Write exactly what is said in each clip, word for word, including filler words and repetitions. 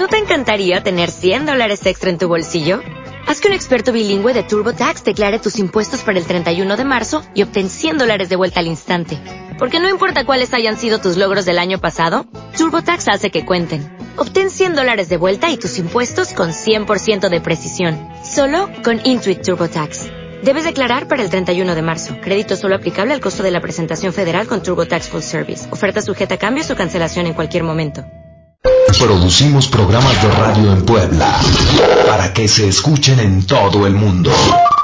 ¿No te encantaría tener cien dólares extra en tu bolsillo? Haz que un experto bilingüe de TurboTax declare tus impuestos para el treinta y uno de marzo y obtén cien dólares de vuelta al instante. Porque no importa cuáles hayan sido tus logros del año pasado, TurboTax hace que cuenten. Obtén cien dólares de vuelta y tus impuestos con cien por ciento de precisión. Solo con Intuit TurboTax. Debes declarar para el treinta y uno de marzo. Crédito solo aplicable al costo de la presentación federal con TurboTax Full Service. Oferta sujeta a cambios o cancelación en cualquier momento. Producimos programas de radio en Puebla para que se escuchen en todo el mundo.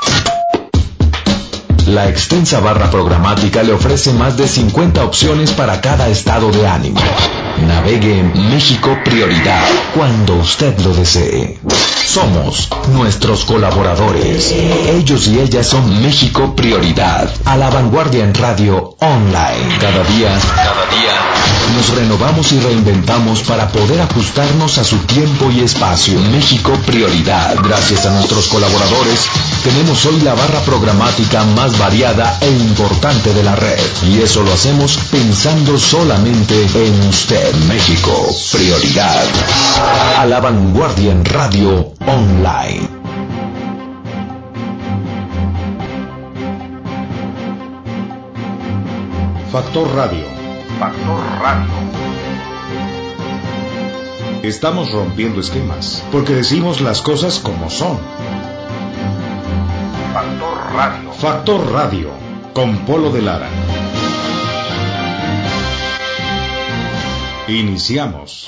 La extensa barra programática le ofrece más de cincuenta opciones para cada estado de ánimo. Navegue en México Prioridad cuando usted lo desee. Somos nuestros colaboradores. Ellos y ellas son México Prioridad. A la vanguardia en radio online. Cada día, cada día, nos renovamos y reinventamos para poder ajustarnos a su tiempo y espacio. México Prioridad. Gracias a nuestros colaboradores, tenemos hoy la barra programática más variada e importante de la red. Y eso lo hacemos pensando solamente en usted. México Prioridad. A la vanguardia en radio online. Factor Radio. Factor Radio. Estamos rompiendo esquemas, porque decimos las cosas como son. Factor Radio. Factor Radio, con Polo de Lara. Iniciamos.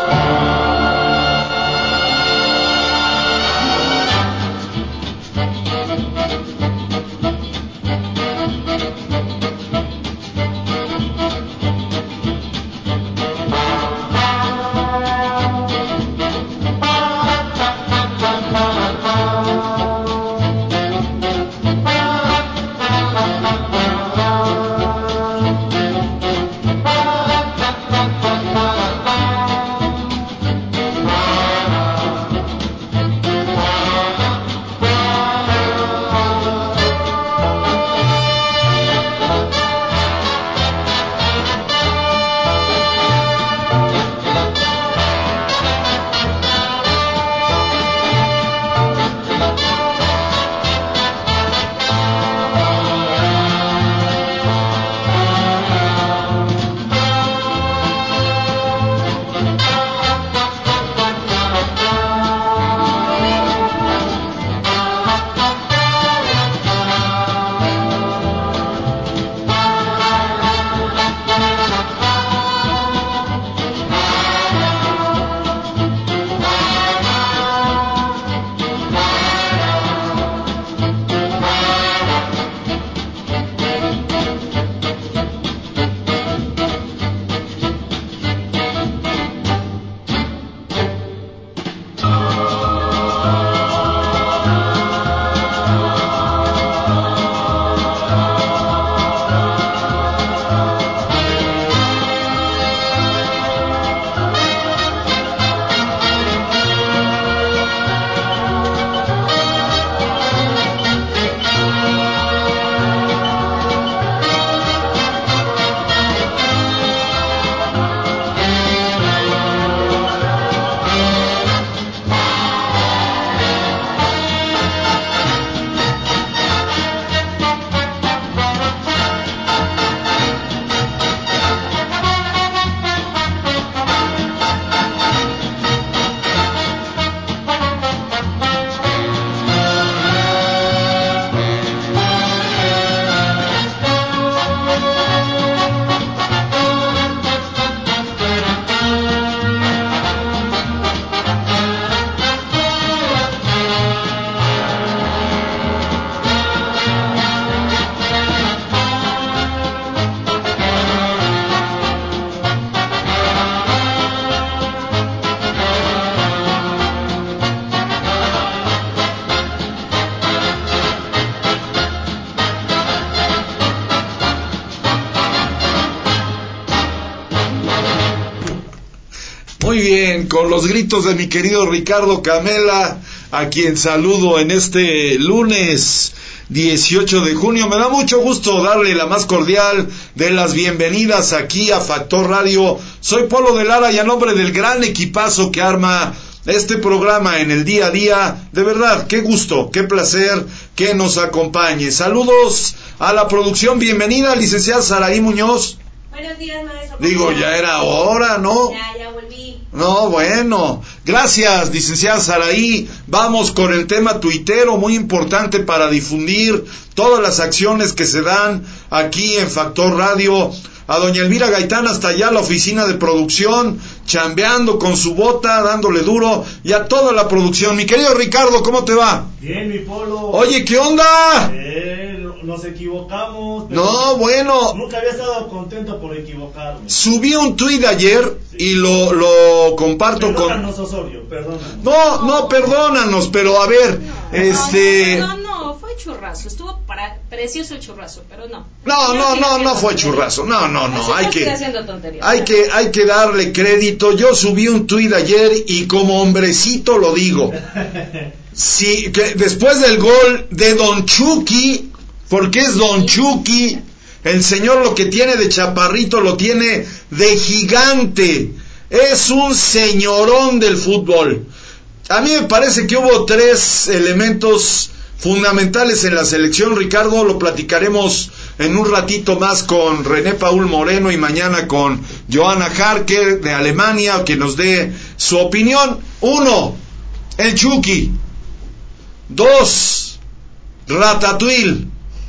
Muy bien, con los gritos de mi querido Ricardo Camela, a quien saludo en este lunes dieciocho de junio. Me da mucho gusto darle la más cordial de las bienvenidas aquí a Factor Radio. Soy Polo de Lara y a nombre del gran equipazo que arma este programa en el día a día. De verdad, qué gusto, qué placer que nos acompañe. Saludos a la producción, bienvenida, licenciada Saraí Muñoz. Buenos días, maestro. Digo, ya era hora, ¿no? Ya, ya volví. No, bueno, gracias, licenciada Saraí. Vamos con el tema tuitero, muy importante para difundir todas las acciones que se dan aquí en Factor Radio. A doña Elvira Gaitán hasta allá a la oficina de producción, chambeando con su bota, dándole duro, y a toda la producción. Mi querido Ricardo, ¿cómo te va? Bien, mi Polo. Oye, ¿qué onda? Eh, nos equivocamos. Pero No, bueno. Nunca había estado contento por equivocarme. Subí un tuit ayer y lo, lo comparto Perdónanos, con... Osorio, perdónanos. No, no, perdónanos, pero a ver, No, este... No, no, no, fue churrazo. Estuvo para, precioso el churrazo, pero no. No, Yo no, sigo no, haciendo no fue tonterías. churrazo, no, no, no, Así hay yo sigo que... haciendo tonterías. Hay que, hay que darle crédito. Yo subí un tuit ayer y como hombrecito lo digo. Sí, que después del gol de Don Chucky, porque es Don Chucky, el señor lo que tiene de chaparrito lo tiene de gigante. Es un señorón del fútbol. A mí me parece que hubo tres elementos fundamentales en la selección, Ricardo, lo platicaremos en un ratito más con René Paul Moreno y mañana con Johanna Harker de Alemania, que nos dé su opinión. Uno, el Chucky. Dos, Ratatouille.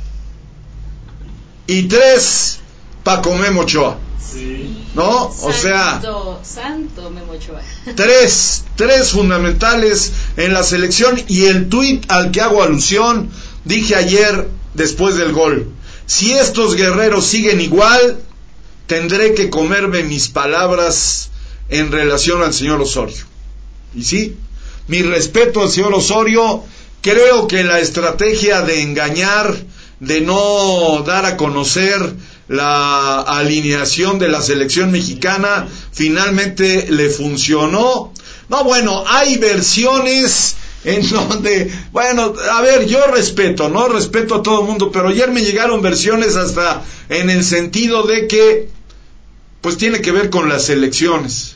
Y tres, Paco Memo Ochoa. Sí. ¿No? O sea, Santo, santo Memo Ochoa. Tres, tres fundamentales en la selección. Y el tuit al que hago alusión, dije ayer después del gol: si estos guerreros siguen igual, tendré que comerme mis palabras en relación al señor Osorio. Y sí, mi respeto al señor Osorio. Creo que la estrategia de engañar, de no dar a conocer la alineación de la selección mexicana, finalmente le funcionó. No, bueno, hay versiones en donde, bueno, a ver, yo respeto, ¿no? Respeto a todo el mundo, pero ayer me llegaron versiones hasta en el sentido de que, pues tiene que ver con las elecciones.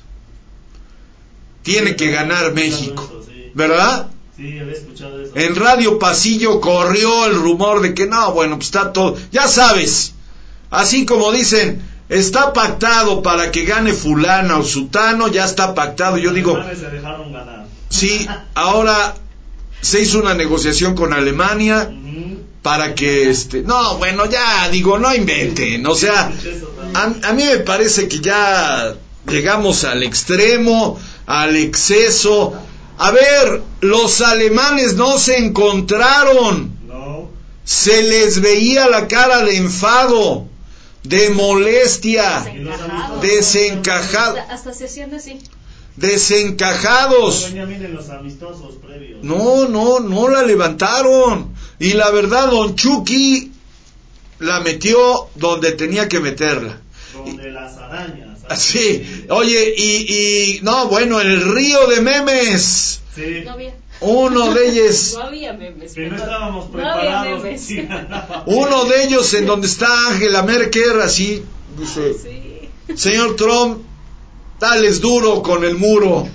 Tiene que ganar México, ¿verdad? Sí, había escuchado eso. En Radio Pasillo corrió el rumor de que no, bueno, pues está todo, ya sabes, así como dicen, está pactado para que gane fulana o sutano, ya está pactado. Yo digo, se dejaron ganar. sí, ahora se hizo una negociación con Alemania Uh-huh. para que, este, no, bueno, ya, digo, no inventen, o sea, a, a mí me parece que ya llegamos al extremo, al exceso. A ver, los alemanes no se encontraron. No. Se les veía la cara de enfado, de molestia, Desencajados. desencajados, Hasta, hasta se hacían así. desencajados. No venían bien en los amistosos previos. No, no, no la levantaron. Y la verdad, Don Chucky la metió donde tenía que meterla. Donde las arañas. Sí, oye, y, y, no, bueno, el río de memes. Sí. No había. Uno de ellos, No había memes. Que no perdón. estábamos No había preparados. memes. Sí, ganaba. uno de ellos en donde está Angela Merkel, así, dice, Sí. señor Trump, dales duro con el muro.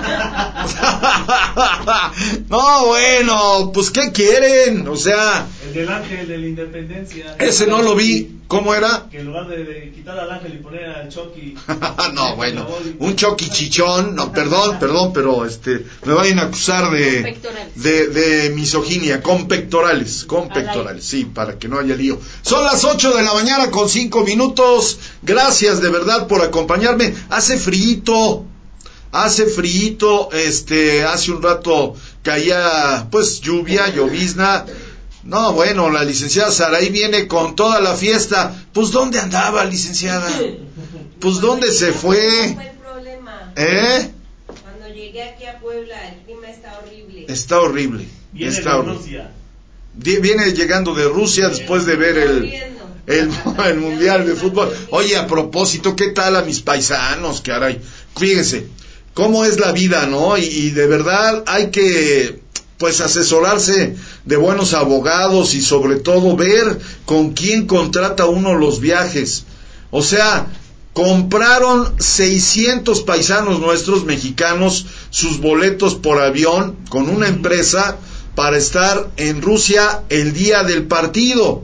No, bueno, pues ¿qué quieren? O sea, El del ángel de la independencia. ese no lo vi. ¿Cómo era? Que en lugar de, de quitar al ángel y poner al Chucky. No, bueno, un choquichichón, no, perdón, perdón, pero este, me vayan a acusar de, Pectorales. de, de misoginia, con pectorales, con pectorales, sí, para que no haya lío. Son las ocho de la mañana con cinco minutos, gracias de verdad por acompañarme. Hace frío, hace frío, este, hace un rato caía, pues, lluvia, llovizna. No, bueno, la licenciada Saraí viene con toda la fiesta. Pues, ¿dónde andaba, licenciada? Pues, ¿dónde se fue? ¿Cuál fue el problema? ¿Eh? Cuando llegué aquí a Puebla, el clima está horrible. Está horrible. Viene Está de horrible. Rusia. Die- Viene llegando de Rusia después de ver el, el, el Mundial de Fútbol. Oye, a propósito, ¿qué tal a mis paisanos? Caray, fíjense, cómo es la vida, ¿no? Y, y de verdad hay que, pues, asesorarse de buenos abogados y sobre todo ver con quién contrata uno los viajes. O sea, compraron seiscientos paisanos nuestros mexicanos sus boletos por avión con una empresa para estar en Rusia el día del partido.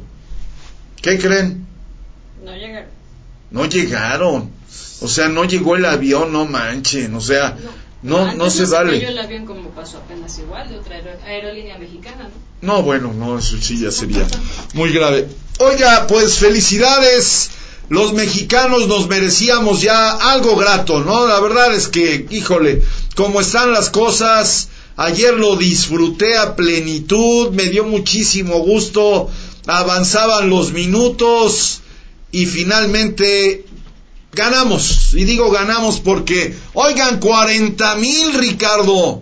¿Qué creen? No llegaron. No llegaron. O sea, no llegó el avión, no manchen. O sea, no, no, no se no vale. Se cayó el avión como pasó apenas igual de otra aer- aerolínea mexicana, ¿no? No, bueno, no, eso sí ya sería muy grave. Oiga, pues felicidades. Los mexicanos nos merecíamos ya algo grato, ¿no? La verdad es que, híjole, como están las cosas, ayer lo disfruté a plenitud, me dio muchísimo gusto, avanzaban los minutos y finalmente ganamos. Y digo ganamos porque, oigan, cuarenta mil, Ricardo,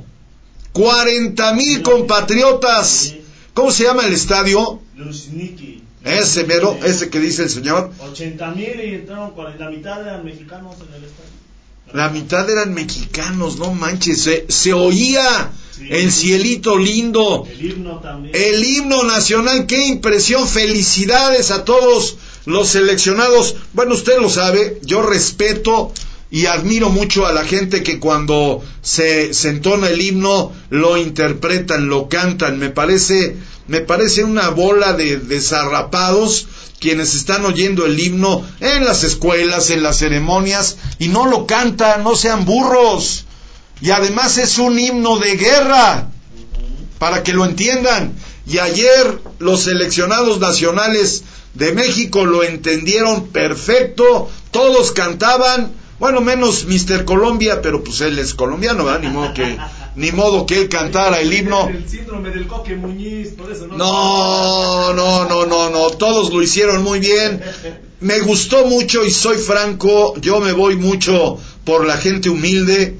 cuarenta mil compatriotas. ¿Cómo se llama el estadio? Luzhniki. Ese mero, ese que dice el señor. ochenta mil y entraron cuarenta, la mitad eran mexicanos en el estadio. La mitad eran mexicanos, no manches, se, se oía Sí. el cielito lindo, El himno también. el himno nacional, qué impresión, felicidades a todos los seleccionados. Bueno, usted lo sabe, yo respeto y admiro mucho a la gente que cuando se, se entona el himno lo interpretan, lo cantan. Me parece, me parece una bola de desarrapados quienes están oyendo el himno en las escuelas, en las ceremonias y no lo cantan, no sean burros. Y además es un himno de guerra, para que lo entiendan. Y ayer los seleccionados nacionales de México lo entendieron perfecto, todos cantaban, bueno, menos mister Colombia, pero pues él es colombiano, ¿verdad? Ni modo que, ni modo que él cantara el himno. El síndrome del Coque Muñiz, por eso no. No, no, no, no, no, todos lo hicieron muy bien. Me gustó mucho y soy franco, yo me voy mucho por la gente humilde.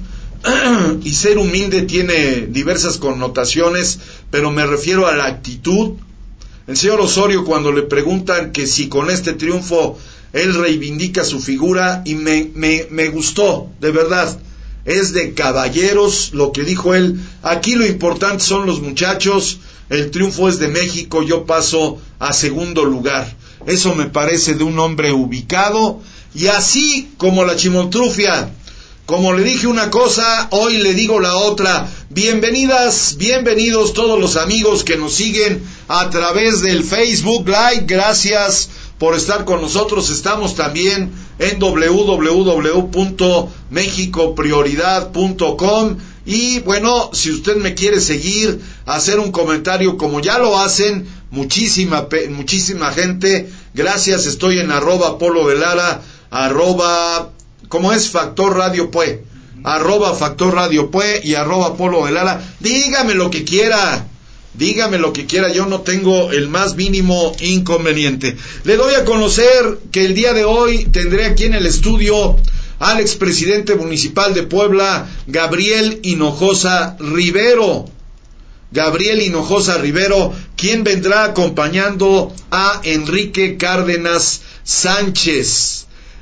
Y ser humilde tiene diversas connotaciones, pero me refiero a la actitud. El señor Osorio, cuando le preguntan que si con este triunfo él reivindica su figura, y me, me, me gustó, de verdad, es de caballeros lo que dijo él. Aquí lo importante son los muchachos, el triunfo es de México, yo paso a segundo lugar. Eso me parece de un hombre ubicado, y así como la chimoltrufia. Como le dije una cosa, hoy le digo la otra. Bienvenidas, bienvenidos todos los amigos que nos siguen a través del Facebook Live. Gracias por estar con nosotros. Estamos también en doble u doble u doble u punto mexico prioridad punto com. Y bueno, si usted me quiere seguir, hacer un comentario como ya lo hacen muchísima, muchísima gente. Gracias, estoy en arroba Polo de Lara, arroba... ¿Cómo es? Factor Radio Pue, arroba Factor Radio Pue y arroba Polo de Lara. Dígame lo que quiera, dígame lo que quiera, yo no tengo el más mínimo inconveniente. Le doy a conocer que el día de hoy tendré aquí en el estudio al expresidente municipal de Puebla, Gabriel Hinojosa Rivero. Gabriel Hinojosa Rivero, quien vendrá acompañando a Enrique Cárdenas Sánchez.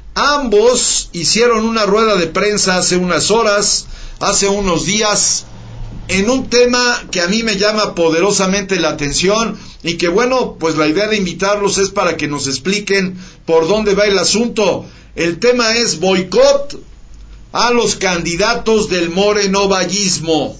Ambos hicieron una rueda de prensa hace unas horas, hace unos días, en un tema que a mí me llama poderosamente la atención y que bueno, pues la idea de invitarlos es para que nos expliquen por dónde va el asunto. El tema es boicot a los candidatos del morenovallismo.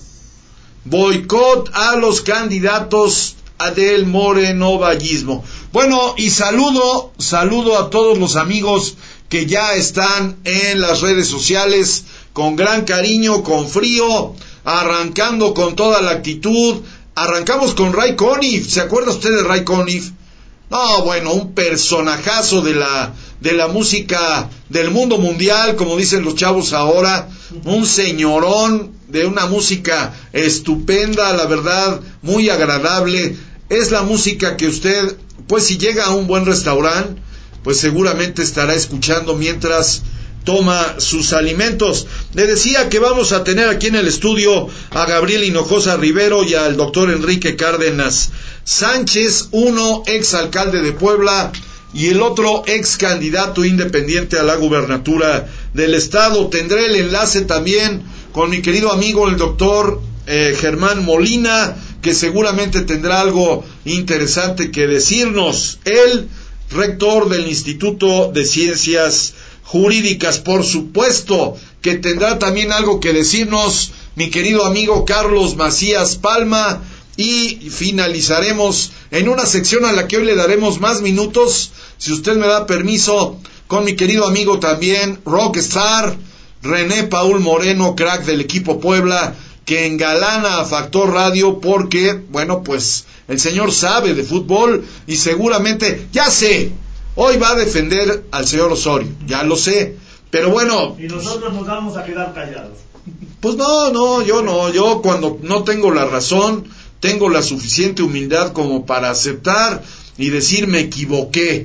Boicot a los candidatos del morenovallismo. Bueno, y saludo, saludo a todos los amigos que ya están en las redes sociales con gran cariño, con frío, arrancando con toda la actitud. Arrancamos con Ray Conniff. ¿Se acuerda usted de Ray Conniff? No, bueno, un personajazo de la de la música del mundo mundial, como dicen los chavos ahora, un señorón de una música estupenda, la verdad, muy agradable. Es la música que usted, pues si llega a un buen restaurante, pues seguramente estará escuchando mientras toma sus alimentos. Le decía que vamos a tener aquí en el estudio a Gabriel Hinojosa Rivero y al doctor Enrique Cárdenas Sánchez, uno ex alcalde de Puebla y el otro ex candidato independiente a la gubernatura del estado. Tendré el enlace también con mi querido amigo el doctor eh, Germán Molina, que seguramente tendrá algo interesante que decirnos. Él, rector del Instituto de Ciencias jurídicas, por supuesto, que tendrá también algo que decirnos mi querido amigo Carlos Macías Palma, y finalizaremos en una sección a la que hoy le daremos más minutos, si usted me da permiso, con mi querido amigo también Rockstar, René Paul Moreno, crack del equipo Puebla, que engalana a Factor Radio porque, bueno, pues el señor sabe de fútbol y seguramente, ya sé, hoy va a defender al señor Osorio, ya lo sé, pero bueno. Y nosotros nos vamos a quedar callados. Pues no, no, yo no, yo cuando no tengo la razón, tengo la suficiente humildad como para aceptar y decir me equivoqué.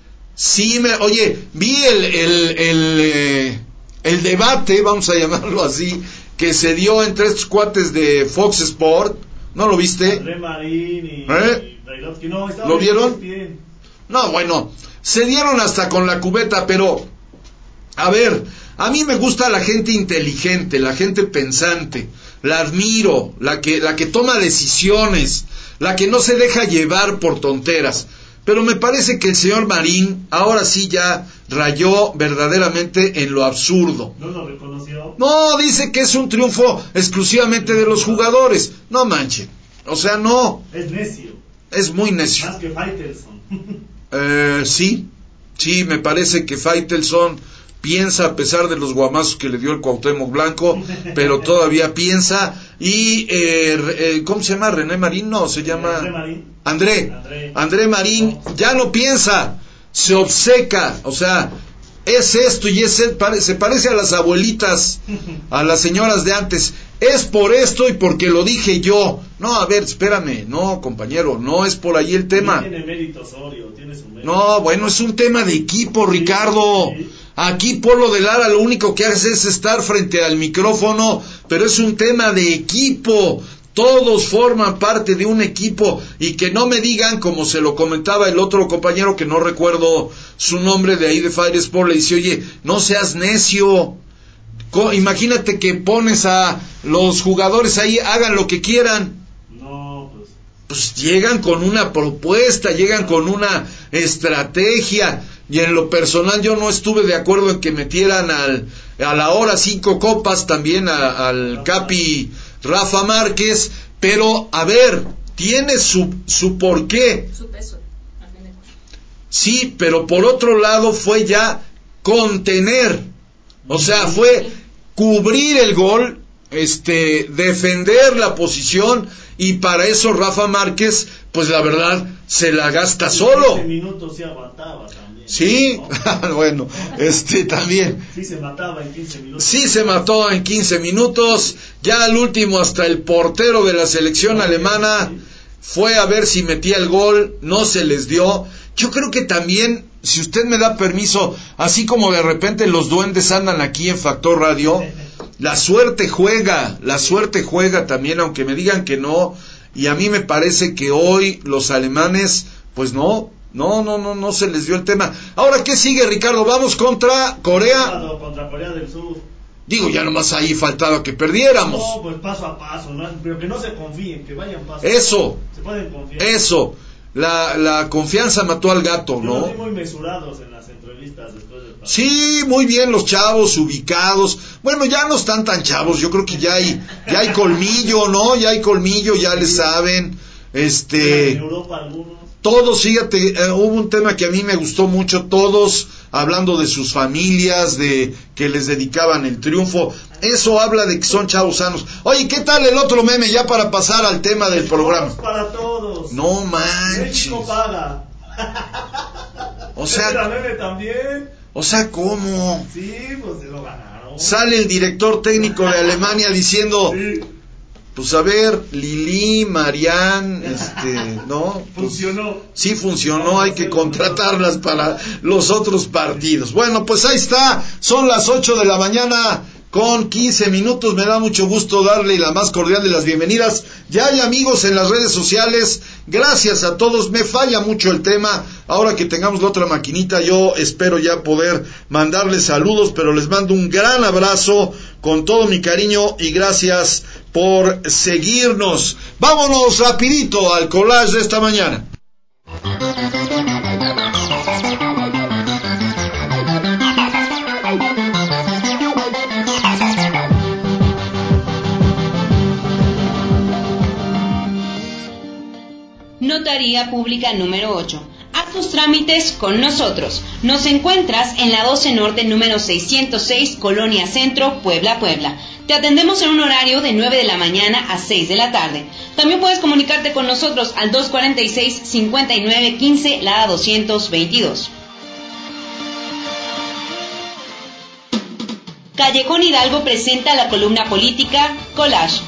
Sí, me, oye, vi el, el, el, eh, el debate, vamos a llamarlo así, que se dio entre estos cuates de Fox Sport, ¿no lo viste? André Marín y, ¿Eh? y Brailovsky, no, estaba ¿Lo vieron? bien. No, bueno, se dieron hasta con la cubeta, pero, a ver, a mí me gusta la gente inteligente, la gente pensante, la admiro, la que, la que toma decisiones, la que no se deja llevar por tonteras. Pero me parece que el señor Marín ahora sí ya rayó verdaderamente en lo absurdo. ¿No lo reconoció? No, dice que es un triunfo exclusivamente de los jugadores. No manchen, o sea, no. Es necio. Es muy necio. Más que Faitelson. Eh, sí, sí, me parece que Faitelson piensa, a pesar de los guamazos que le dio el Cuauhtémoc Blanco, pero todavía piensa. Y, eh, eh, ¿cómo se llama? René Marín, no, se llama... André Marín. André, André, André Marín ya no piensa, se obceca, o sea, es esto y es, se parece a las abuelitas, a las señoras de antes, es por esto y porque lo dije yo. No, a ver, espérame, no, compañero, no es por ahí el tema. Tiene mérito Osorio, tiene su mérito. No, bueno, es un tema de equipo, Ricardo. Aquí Polo de Lara lo único que hace es estar frente al micrófono, pero es un tema de equipo. Todos forman parte de un equipo, y que no me digan, como se lo comentaba el otro compañero que no recuerdo su nombre de ahí de Fire Sport, le dice, oye, no seas necio. Co- imagínate que pones a los jugadores ahí, hagan lo que quieran. No, pues. Pues llegan con una propuesta, llegan con una estrategia, y en lo personal yo no estuve de acuerdo en que metieran al, a la hora cinco copas también a, al Capi Rafa Márquez, pero a ver, tiene su, su porqué. Su peso, al fin de cuentas. Sí, pero por otro lado fue ya contener, o sea, fue cubrir el gol, este, defender la posición, y para eso Rafa Márquez, pues la verdad, se la gasta solo. quince minutos se aguantaba también. Sí, ¿no? bueno, este también. Sí se mataba en quince minutos. Sí se mató en quince minutos, ya al último hasta el portero de la selección alemana fue a ver si metía el gol, no se les dio. Yo creo que también, si usted me da permiso, así como de repente los duendes andan aquí en Factor Radio, la suerte juega, la suerte juega también, aunque me digan que no, y a mí me parece que hoy los alemanes, pues no, no, no, no, no se les dio el tema. Ahora, ¿qué sigue, Ricardo? Vamos contra Corea. Contra Corea del Sur. Digo, ya nomás ahí faltaba que perdiéramos. No, pues paso a paso, ¿no? Pero que no se confíen, que vayan paso Eso. a paso. Se pueden confiar. Eso. La, la confianza mató al gato, Yo ¿no? los vi muy mesurados en las entrevistas después del partido. Sí, muy bien los chavos, ubicados. Bueno, ya no están tan chavos, yo creo que ya hay, ya hay colmillo, ¿no? Ya hay colmillo, ya le saben. Este... En Europa algunos. Todos, fíjate, eh, hubo un tema que a mí me gustó mucho, todos hablando de sus familias, de que les dedicaban el triunfo. Eso habla de que son chavos sanos. Oye, ¿qué tal el otro meme ya para pasar al tema del programa? Para todos. No manches. México paga. O sea, ¿Era meme también? O sea, ¿cómo? Sí, pues se lo ganaron. Sale el director técnico de Alemania diciendo... Sí. Pues a ver, Lili, Marian, este, ¿no? Pues, funcionó. Sí funcionó, hay que contratarlas para los otros partidos. Bueno, pues ahí está, son las ocho de la mañana con quince minutos, me da mucho gusto darle la más cordial de las bienvenidas. Ya hay amigos en las redes sociales, gracias a todos, me falla mucho el tema, ahora que tengamos la otra maquinita yo espero ya poder mandarles saludos, pero les mando un gran abrazo con todo mi cariño y gracias por seguirnos. Vámonos rapidito al collage de esta mañana. Notaría Pública número ocho. Haz tus trámites con nosotros. Nos encuentras en la doce Norte número seiscientos seis, Colonia Centro, Puebla, Puebla. Te atendemos en un horario de nueve de la mañana a seis de la tarde. También puedes comunicarte con nosotros al dos cuarenta y seis, cincuenta y nueve quince, la doscientos veintidós. Callejón Hidalgo presenta la columna política Collage.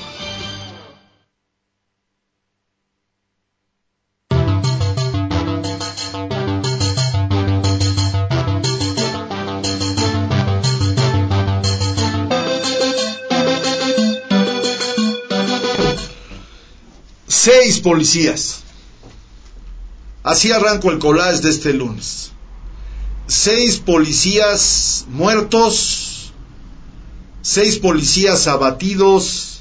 Seis policías. Así arranco el collage de este lunes. Seis policías muertos, seis policías abatidos.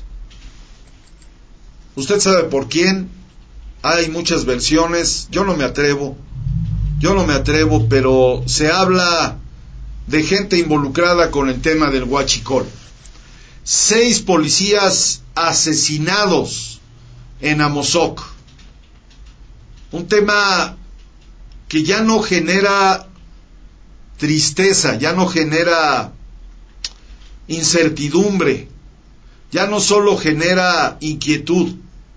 Usted sabe por quién. Hay muchas versiones. Yo no me atrevo. Yo no me atrevo, pero se habla de gente involucrada con el tema del huachicol. Seis policías asesinados en Amozoc, un tema que ya no genera tristeza, ya no genera incertidumbre, ya no solo genera inquietud.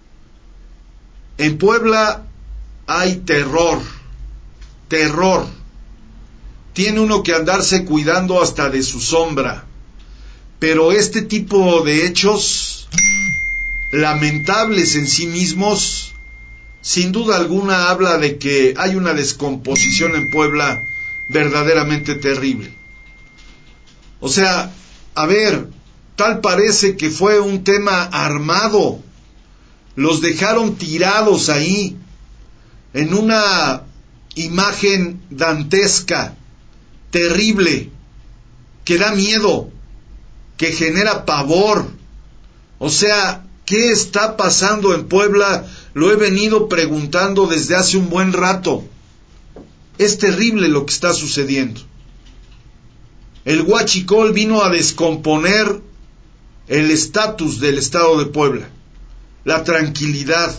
En Puebla hay terror, terror. Tiene uno que andarse cuidando hasta de su sombra, pero este tipo de hechos lamentables en sí mismos, sin duda alguna habla de que hay una descomposición en Puebla verdaderamente terrible. O sea, a ver, tal parece que fue un tema armado, los dejaron tirados ahí, en una imagen dantesca, terrible, que da miedo, que genera pavor. O sea, ¿qué está pasando en Puebla? Lo he venido preguntando desde hace un buen rato. Es terrible lo que está sucediendo. El huachicol vino a descomponer el estatus del estado de Puebla, la tranquilidad.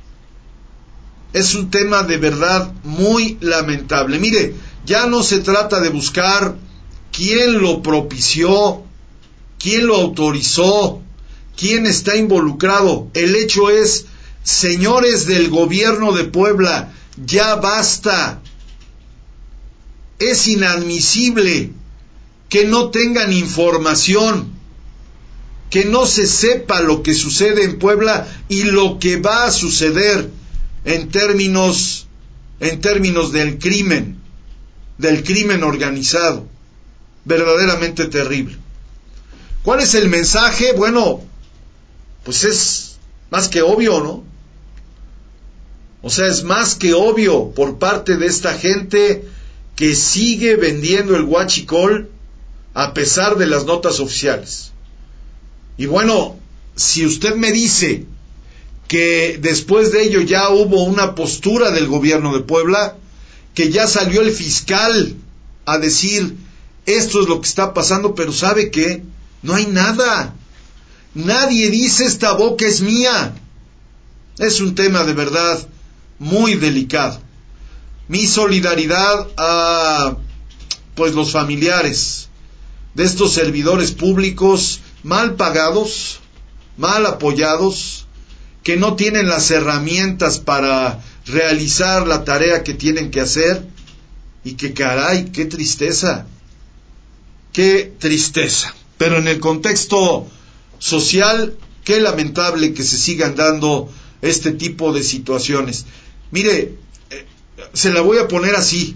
Es un tema de verdad muy lamentable. Mire, ya no se trata de buscar quién lo propició, quién lo autorizó, quién está involucrado. El hecho es, señores del gobierno de Puebla, ya basta. Es inadmisible que no tengan información, que no se sepa lo que sucede en Puebla y lo que va a suceder en términos, en términos del crimen, del crimen organizado. Verdaderamente terrible. ¿Cuál es el mensaje? Bueno, pues es más que obvio, ¿no? O sea, es más que obvio por parte de esta gente que sigue vendiendo el huachicol a pesar de las notas oficiales. Y bueno, si usted me dice que después de ello ya hubo una postura del gobierno de Puebla, que ya salió el fiscal a decir esto es lo que está pasando, pero ¿sabe qué? No hay nada. Nadie dice esta boca es mía. Es un tema de verdad muy delicado. Mi solidaridad a pues los familiares de estos servidores públicos mal pagados, mal apoyados, que no tienen las herramientas para realizar la tarea que tienen que hacer, y que caray, qué tristeza, qué tristeza. Pero en el contexto social, qué lamentable que se sigan dando este tipo de situaciones. Mire, eh, se la voy a poner así.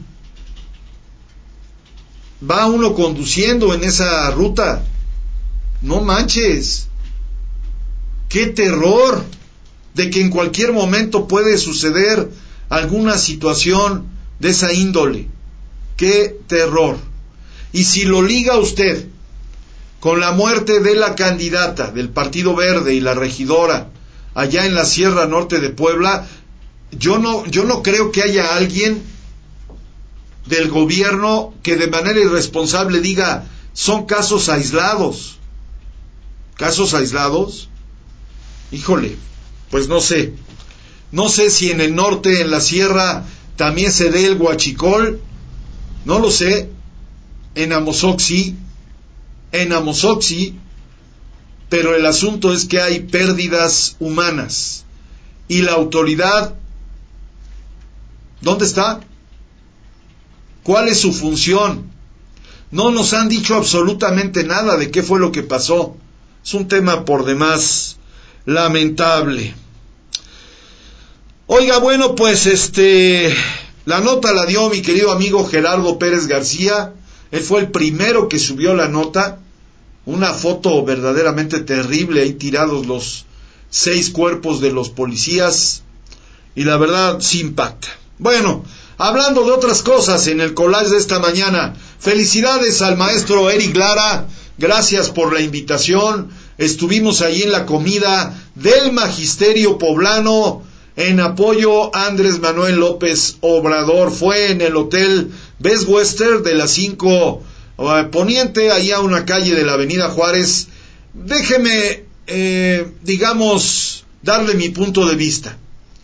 Va uno conduciendo en esa ruta, no manches, qué terror de que en cualquier momento puede suceder alguna situación de esa índole. Qué terror. Y si lo liga usted con la muerte de la candidata del Partido Verde y la regidora allá en la Sierra Norte de Puebla, yo no, yo no creo que haya alguien del gobierno que de manera irresponsable diga son casos aislados. ¿Casos aislados? Híjole, pues no sé. No sé si en el norte, en la sierra, también se dé el huachicol. No lo sé. En Amozoc sí. En Amozoc sí. Pero el asunto es que hay pérdidas humanas. Y la autoridad, ¿dónde está? ¿Cuál es su función? No nos han dicho absolutamente nada de qué fue lo que pasó. Es un tema por demás lamentable. Oiga, bueno, pues este, la nota la dio mi querido amigo Gerardo Pérez García. Él fue el primero que subió la nota. Una foto verdaderamente terrible, ahí tirados los seis cuerpos de los policías. Y la verdad, sí impacta. Bueno, hablando de otras cosas en el collage de esta mañana, felicidades al maestro Eric Lara. Gracias por la invitación. Estuvimos ahí en la comida del Magisterio Poblano en apoyo a Andrés Manuel López Obrador. Fue en el Hotel Best Western de la cinco uh, Poniente, ahí a una calle de la Avenida Juárez. Déjeme, eh, digamos, darle mi punto de vista.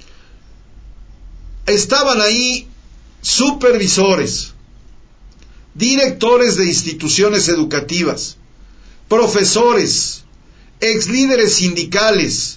Estaban ahí supervisores, directores de instituciones educativas, profesores, ex líderes sindicales.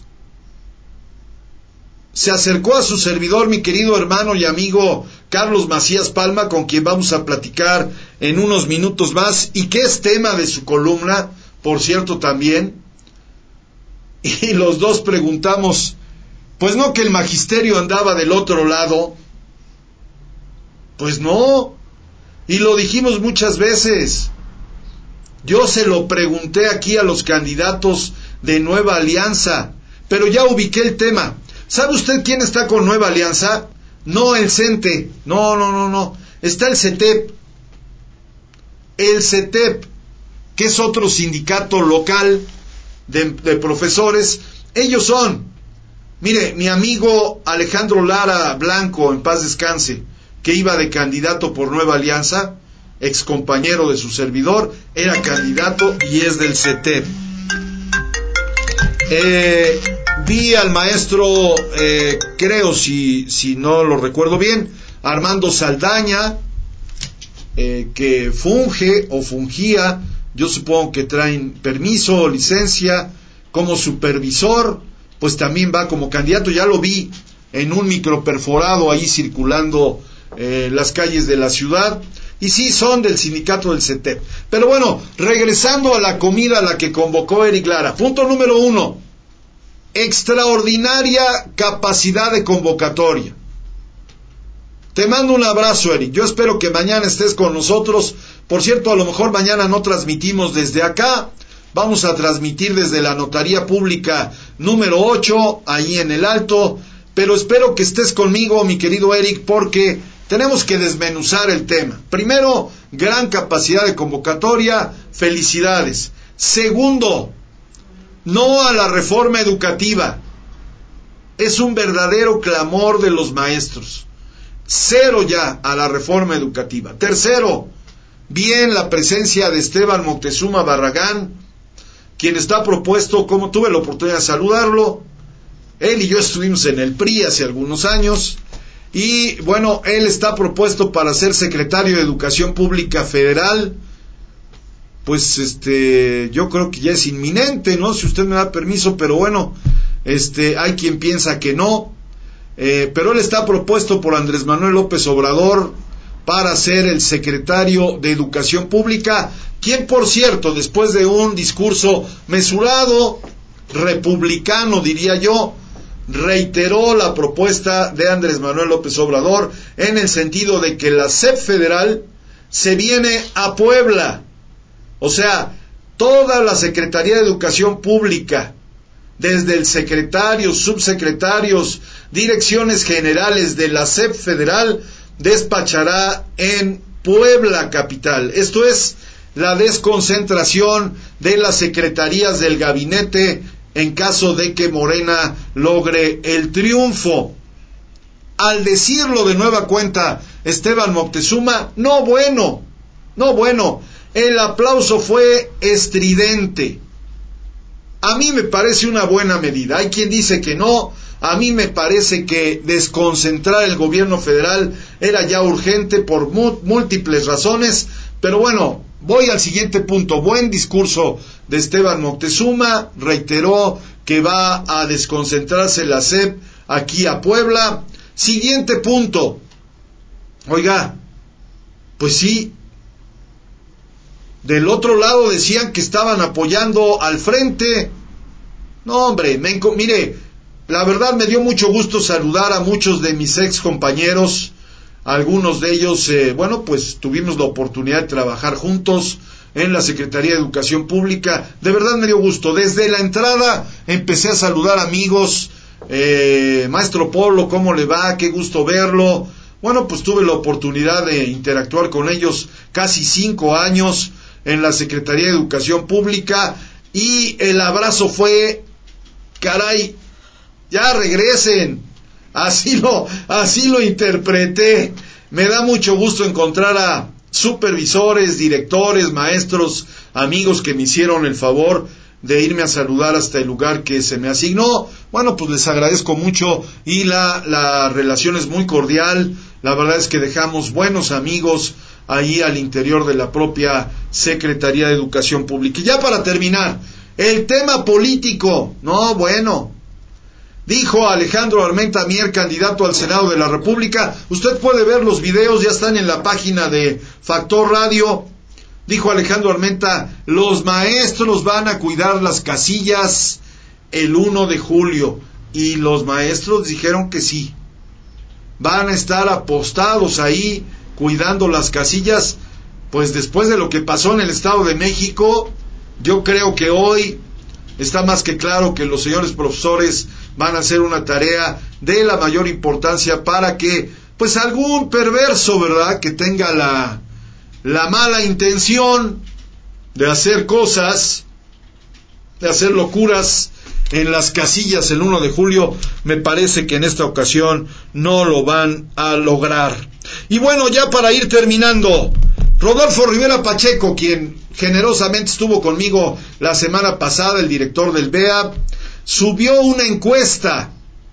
Se acercó a su servidor, mi querido hermano y amigo Carlos Macías Palma, con quien vamos a platicar en unos minutos más, y que es tema de su columna, por cierto, también. Y los dos preguntamos, pues no que el magisterio andaba del otro lado. Pues no, y lo dijimos muchas veces. Yo se lo pregunté aquí a los candidatos de Nueva Alianza, pero ya ubiqué el tema. ¿Sabe usted quién está con Nueva Alianza? No el CENTE, no, no, no, no. Está el CETEP. El CETEP, que es otro sindicato local de, de profesores. Ellos son, mire, mi amigo Alejandro Lara Blanco, en paz descanse, que iba de candidato por Nueva Alianza, ex compañero de su servidor, era candidato y es del CETEP. Eh, vi al maestro, eh, creo, si, si no lo recuerdo bien, Armando Saldaña, eh, que funge o fungía, yo supongo que traen permiso o licencia, como supervisor, pues también va como candidato. Ya lo vi en un microperforado ahí circulando eh, las calles de la ciudad. Y sí, son del sindicato del CETEP. Pero bueno, regresando a la comida a la que convocó Eric Lara. Punto número uno. Extraordinaria capacidad de convocatoria. Te mando un abrazo, Eric. Yo espero que mañana estés con nosotros. Por cierto, a lo mejor mañana no transmitimos desde acá. Vamos a transmitir desde la Notaría Pública número ocho, ahí en el Alto. Pero espero que estés conmigo, mi querido Eric, porque tenemos que desmenuzar el tema. Primero, gran capacidad de convocatoria, felicidades. Segundo, no a la reforma educativa. Es un verdadero clamor de los maestros. Cero ya a la reforma educativa. Tercero, bien la presencia de Esteban Moctezuma Barragán, quien está propuesto, como tuve la oportunidad de saludarlo, él y yo estuvimos en el P R I hace algunos años. Y bueno, él está propuesto para ser secretario de Educación Pública Federal. Pues este, yo creo que ya es inminente, ¿no? Si usted me da permiso, pero bueno, este, hay quien piensa que no. Eh, pero él está propuesto por Andrés Manuel López Obrador para ser el secretario de Educación Pública, quien, por cierto, después de un discurso mesurado, republicano, diría yo, reiteró la propuesta de Andrés Manuel López Obrador en el sentido de que la S E P federal se viene a Puebla. O sea, toda la Secretaría de Educación Pública, desde el secretario, subsecretarios, direcciones generales de la S E P federal, despachará en Puebla capital. Esto es la desconcentración de las secretarías del gabinete en caso de que Morena logre el triunfo. Al decirlo de nueva cuenta Esteban Moctezuma, no bueno, no bueno, el aplauso fue estridente. A mí me parece una buena medida. Hay quien dice que no, A mí me parece que desconcentrar el gobierno federal era ya urgente por múltiples razones, pero bueno, voy al siguiente punto. Buen discurso de Esteban Moctezuma, reiteró que va a desconcentrarse la S E P aquí a Puebla. Siguiente punto. Oiga, pues sí, del otro lado decían que estaban apoyando al frente. No, hombre, me, mire, la verdad me dio mucho gusto saludar a muchos de mis ex compañeros. Algunos de ellos, eh, bueno, pues tuvimos la oportunidad de trabajar juntos en la Secretaría de Educación Pública. De verdad me dio gusto. Desde la entrada empecé a saludar amigos. Eh, Maestro Polo, ¿cómo le va? Qué gusto verlo. Bueno, pues tuve la oportunidad de interactuar con ellos casi cinco años en la Secretaría de Educación Pública, y el abrazo fue, caray, ya regresen. Así lo, así lo interpreté. Me da mucho gusto encontrar a supervisores, directores, maestros, amigos que me hicieron el favor de irme a saludar hasta el lugar que se me asignó. Bueno, pues les agradezco mucho, y la, la relación es muy cordial. La verdad es que dejamos buenos amigos ahí al interior de la propia Secretaría de Educación Pública. Y ya para terminar, el tema político. No, bueno, dijo Alejandro Armenta Mier, candidato al Senado de la República. Usted puede ver los videos, ya están en la página de Factor Radio. Dijo Alejandro Armenta: los maestros van a cuidar las casillas el uno de julio. Y los maestros dijeron que sí. Van a estar apostados ahí cuidando las casillas. Pues después de lo que pasó en el Estado de México, yo creo que hoy está más que claro que los señores profesores van a hacer una tarea de la mayor importancia para que, pues, algún perverso, ¿verdad?, que tenga la, la mala intención de hacer cosas, de hacer locuras en las casillas el uno de julio, me parece que en esta ocasión no lo van a lograr. Y bueno, ya para ir terminando, Rodolfo Rivera Pacheco, quien generosamente estuvo conmigo la semana pasada, el director del B E A, subió una encuesta.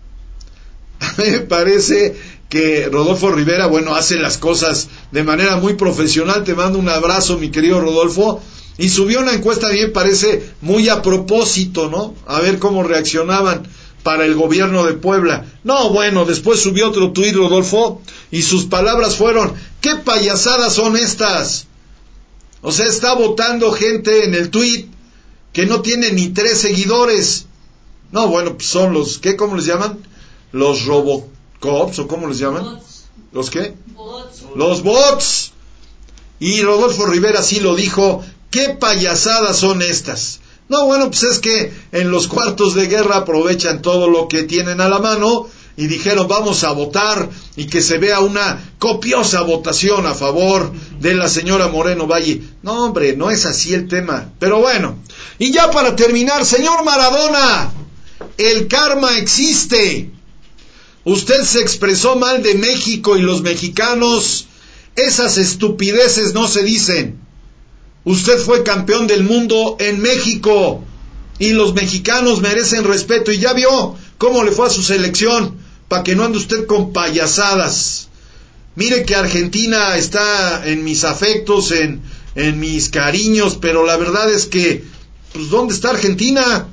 A mí me parece que Rodolfo Rivera, bueno, hace las cosas de manera muy profesional. Te mando un abrazo, mi querido Rodolfo. Y subió una encuesta, a mí me parece muy a propósito, ¿no? A ver cómo reaccionaban para el gobierno de Puebla. No, bueno, después subió otro tuit, Rodolfo, y sus palabras fueron: ¿qué payasadas son estas? O sea, está votando gente en el tuit que no tiene ni tres seguidores. No, bueno, pues son los, ¿qué? ¿Cómo les llaman? Los Robocops, ¿o cómo les llaman? Bots. ¿Los qué? Bots. Los bots. Y Rodolfo Rivera sí lo dijo: ¿qué payasadas son estas? No, bueno, pues es que en los cuartos de guerra aprovechan todo lo que tienen a la mano y dijeron: vamos a votar y que se vea una copiosa votación a favor de la señora Moreno Valle. No, hombre, no es así el tema. Pero bueno, y ya para terminar, señor Maradona, el karma existe. Usted se expresó mal de México y los mexicanos. Esas estupideces no se dicen. Usted fue campeón del mundo en México y los mexicanos merecen respeto, y ya vio cómo le fue a su selección, para que no ande usted con payasadas. Mire que Argentina está en mis afectos, en, en mis cariños, pero la verdad es que, pues, ¿dónde está Argentina?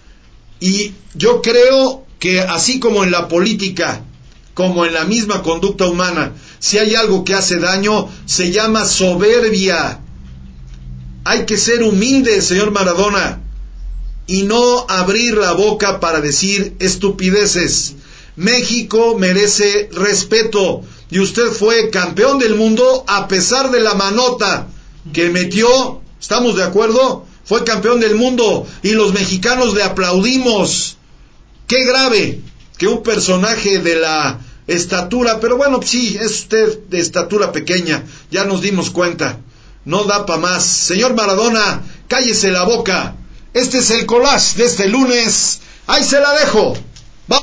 Y yo creo que así como en la política, como en la misma conducta humana, si hay algo que hace daño, se llama soberbia. Hay que ser humilde, señor Maradona, y no abrir la boca para decir estupideces. México merece respeto, y usted fue campeón del mundo a pesar de la manota que metió. ¿Estamos de acuerdo? Fue campeón del mundo y los mexicanos le aplaudimos. Qué grave que un personaje de la estatura, pero bueno, sí, es usted de estatura pequeña, ya nos dimos cuenta, no da pa' más. Señor Maradona, cállese la boca. Este es el collage de este lunes. Ahí se la dejo. Va.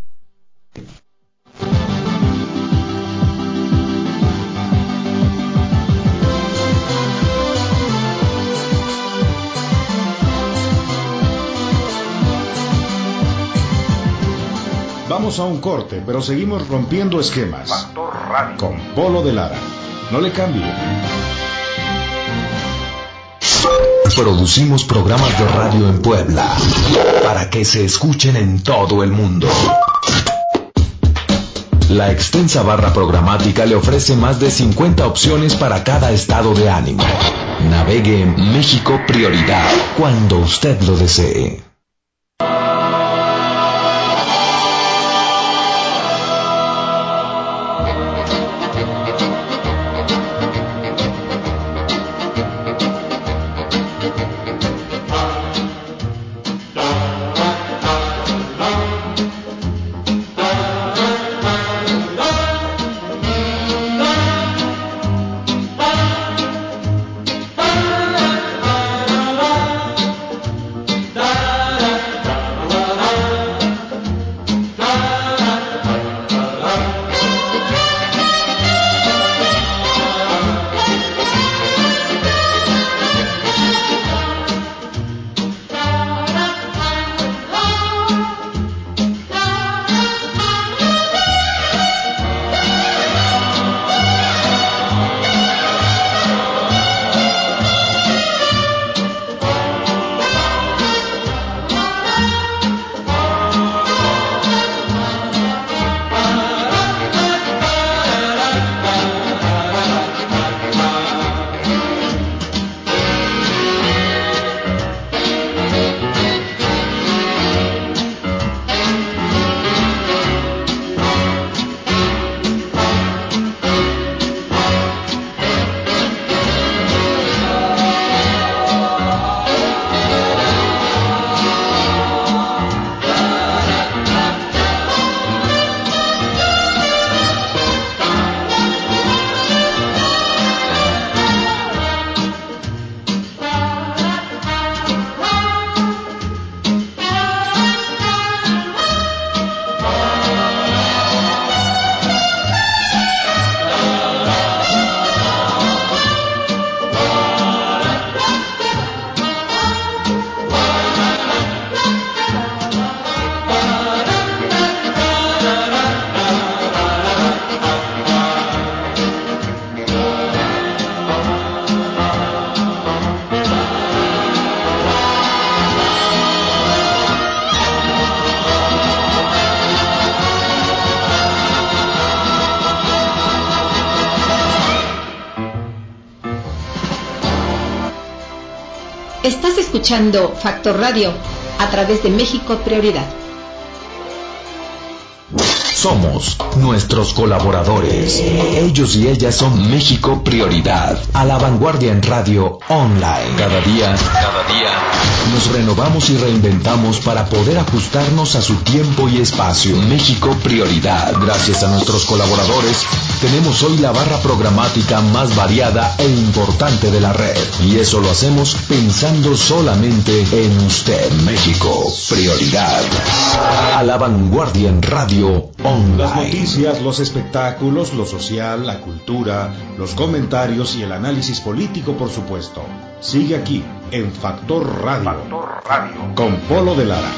Vamos a un corte, pero seguimos rompiendo esquemas. Factor Radio. Con Polo de Lara. No le cambie. Producimos programas de radio en Puebla para que se escuchen en todo el mundo. La extensa barra programática le ofrece más de cincuenta opciones para cada estado de ánimo. Navegue en México Prioridad cuando usted lo desee. Estás escuchando Factor Radio a través de México Prioridad. Somos nuestros colaboradores. Ellos y ellas son México Prioridad. A la vanguardia en radio online. Cada día, cada día, nos renovamos y reinventamos para poder ajustarnos a su tiempo y espacio. México Prioridad. Gracias a nuestros colaboradores, tenemos hoy la barra programática más variada e importante de la red. Y eso lo hacemos pensando solamente en usted. México Prioridad. A la vanguardia en radio online. Las noticias, los espectáculos, lo social, la cultura, los comentarios y el análisis político, por supuesto. Sigue aquí en Factor Radio. Factor Radio. Con Polo de Lara.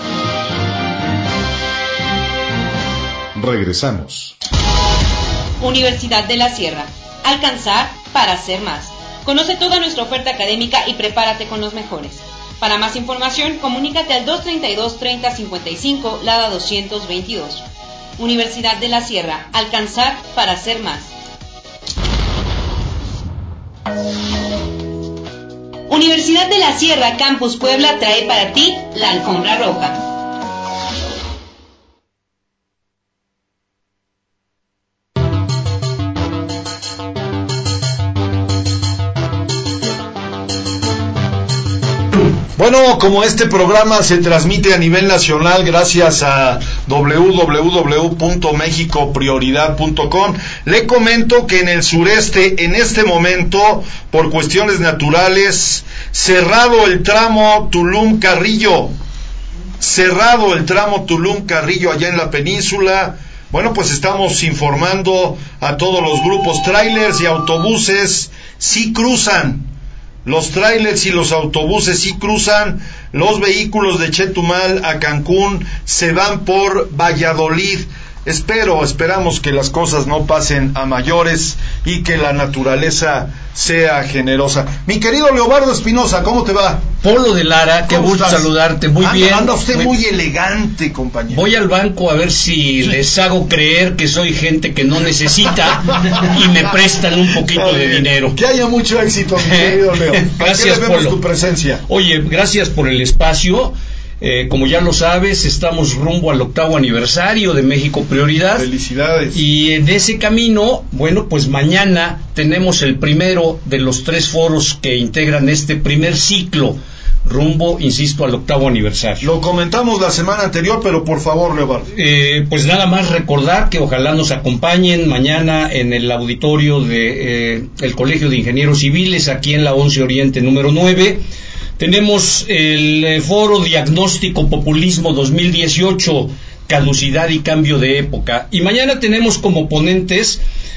Regresamos. Universidad de la Sierra. Alcanzar para ser más. Conoce toda nuestra oferta académica y prepárate con los mejores. Para más información, comunícate al dos treinta y dos, treinta cincuenta y cinco, Lada doscientos veintidós. Universidad de la Sierra. Alcanzar para ser más. Universidad de la Sierra Campus Puebla trae para ti la alfombra roja. Bueno, como este programa se transmite a nivel nacional gracias a doble u doble u doble u punto méxico prioridad punto com, le comento que en el sureste, en este momento, por cuestiones naturales, cerrado el tramo Tulum-Carrillo, cerrado el tramo Tulum-Carrillo allá en la península. Bueno, pues estamos informando a todos los grupos trailers y autobuses, si cruzan los trailers y los autobuses sí cruzan, los vehículos de Chetumal a Cancún se van por Valladolid. Espero, esperamos que las cosas no pasen a mayores y que la naturaleza sea generosa. Mi querido Leobardo Espinosa, ¿cómo te va? Polo de Lara, qué gusto estás? saludarte, muy anda, bien. Anda usted muy, muy elegante, compañero. Voy al banco a ver si les hago creer que soy gente que no necesita y me prestan un poquito de dinero. Que haya mucho éxito, mi querido Leo. Gracias, ¿Para qué le vemos Polo? Tu presencia? Oye, gracias por el espacio. Eh, como ya lo sabes, estamos rumbo al octavo aniversario de México Prioridad. Felicidades. Y en ese camino, bueno, pues mañana tenemos el primero de los tres foros que integran este primer ciclo, rumbo, insisto, al octavo aniversario. Lo comentamos la semana anterior, pero por favor, Leobardo. Eh, pues nada más recordar que ojalá nos acompañen mañana en el auditorio de eh, el Colegio de Ingenieros Civiles, aquí en la once Oriente número nueve. Tenemos el eh, Foro Diagnóstico Populismo dos mil dieciocho, Caducidad y Cambio de Época. Y mañana tenemos como ponentes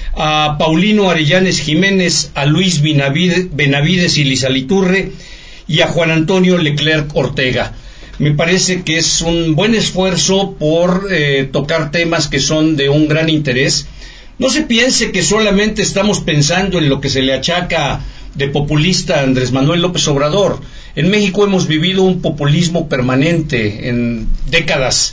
a Paulino Arellanes Jiménez, a Luis Benavides, Benavides y Lizaliturre y a Juan Antonio Leclerc Ortega. Me parece que es un buen esfuerzo por eh, tocar temas que son de un gran interés. No se piense que solamente estamos pensando en lo que se le achaca de populista a Andrés Manuel López Obrador. En México hemos vivido un populismo permanente en décadas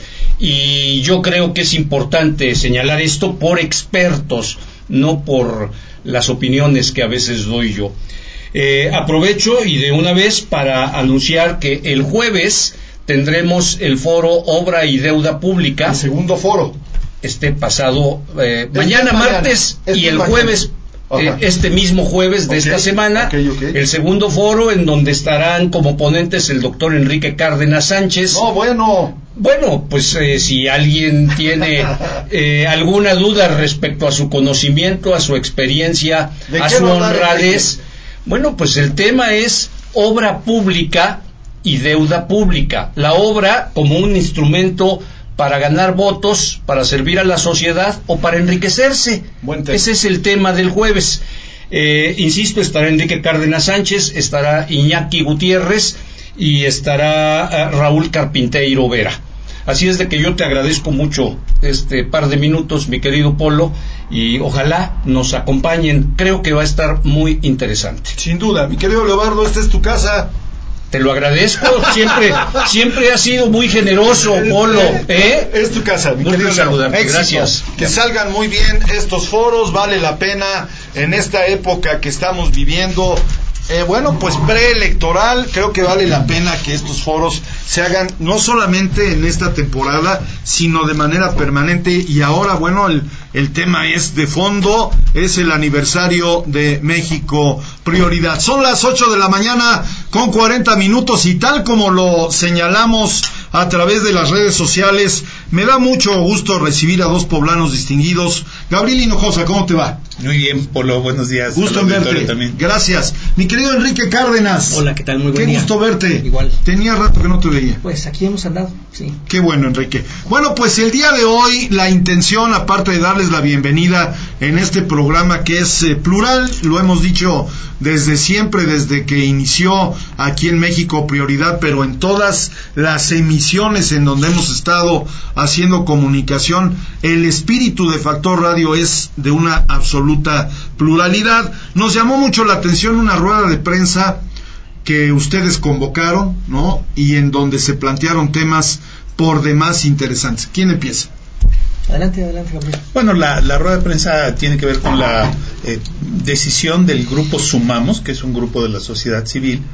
y yo creo que es importante señalar esto por expertos, no por las opiniones que a veces doy yo. Eh, aprovecho y de una vez para anunciar que el jueves tendremos el foro Obra y Deuda Pública. El segundo foro. Este pasado, eh, mañana, mañana martes este y el mañana. jueves. Eh, este mismo jueves de okay, esta semana, okay, okay. el segundo foro en donde estarán como ponentes el doctor Enrique Cárdenas Sánchez. No, bueno. Bueno, pues eh, si alguien tiene eh, alguna duda respecto a su conocimiento, a su experiencia, a su honradez, bueno, pues el tema es obra pública y deuda pública. La obra como un instrumento para ganar votos, para servir a la sociedad o para enriquecerse. Ese es el tema del jueves. Eh, insisto, estará Enrique Cárdenas Sánchez, estará Iñaki Gutiérrez y estará uh, Raúl Carpinteiro Vera. Así es de que yo te agradezco mucho este par de minutos, mi querido Polo, y ojalá nos acompañen. Creo que va a estar muy interesante. Sin duda, mi querido Leobardo, esta es tu casa. Te lo agradezco, siempre siempre has sido muy generoso, Polo, ¿eh? Es tu casa, mi querido saludarte, gracias. Que salgan muy bien estos foros, vale la pena en esta época que estamos viviendo. Eh, bueno, pues preelectoral, creo que vale la pena que estos foros se hagan no solamente en esta temporada, sino de manera permanente. Y ahora, bueno, el, el tema es de fondo, es el aniversario de México Prioridad. Son las ocho de la mañana con cuarenta minutos y tal como lo señalamos a través de las redes sociales, me da mucho gusto recibir a dos poblanos distinguidos. Gabriel Hinojosa, ¿cómo te va? Muy bien, Polo, buenos días. Gusto en verte. También. Gracias. Mi querido Enrique Cárdenas. Hola, ¿qué tal? Muy buen Qué día. gusto verte. Igual. Tenía rato que no te veía. Pues aquí hemos andado, sí. Qué bueno, Enrique. Bueno, pues el día de hoy, la intención, aparte de darles la bienvenida en este programa que es eh, plural, lo hemos dicho desde siempre, desde que inició aquí en México Prioridad, pero en todas las emisiones en donde hemos estado haciendo comunicación, el espíritu de Factor Radio es de una absoluta pluralidad. Nos llamó mucho la atención una rueda de prensa que ustedes convocaron, ¿no? Y en donde se plantearon temas por demás interesantes. ¿Quién empieza? Adelante, adelante, Gabriel. Bueno, la, la rueda de prensa tiene que ver con la eh, decisión del grupo Sumamos, que es un grupo de la sociedad civil,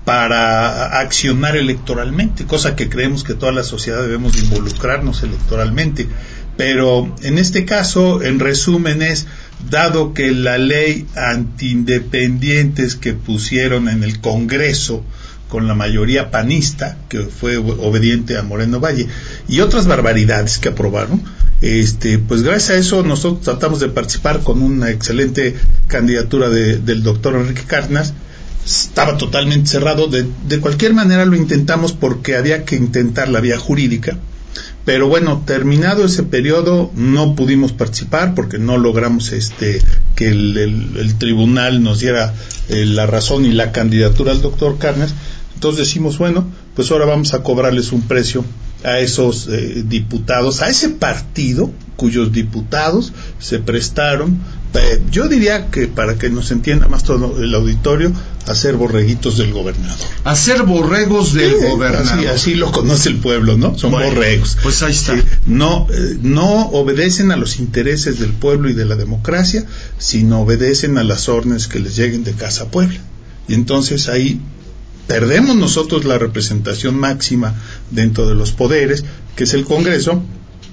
para accionar electoralmente, cosa que creemos que toda la sociedad debemos involucrarnos electoralmente. Pero en este caso, en resumen, es dado que la ley antiindependientes que pusieron en el Congreso con la mayoría panista, que fue obediente a Moreno Valle, y otras barbaridades que aprobaron, este, pues gracias a eso nosotros tratamos de participar con una excelente candidatura de, del doctor Enrique Cárdenas. Estaba totalmente cerrado. De, de cualquier manera lo intentamos porque había que intentar la vía jurídica, Pero bueno, terminado ese periodo no pudimos participar porque no logramos este que el, el, el tribunal nos diera eh, la razón y la candidatura al doctor Cárdenas. Entonces decimos, bueno, pues ahora vamos a cobrarles un precio a esos eh, diputados, a ese partido cuyos diputados se prestaron, eh, yo diría que para que nos entienda más todo el auditorio, a ser borreguitos del gobernador. A ser borregos del sí, gobernador. Así, así lo conoce el pueblo, ¿no? Son bueno, borregos. Pues ahí está. Sí, no, eh, no obedecen a los intereses del pueblo y de la democracia, sino obedecen a las órdenes que les lleguen de Casa Puebla. Y entonces ahí perdemos nosotros la representación máxima dentro de los poderes, que es el Congreso,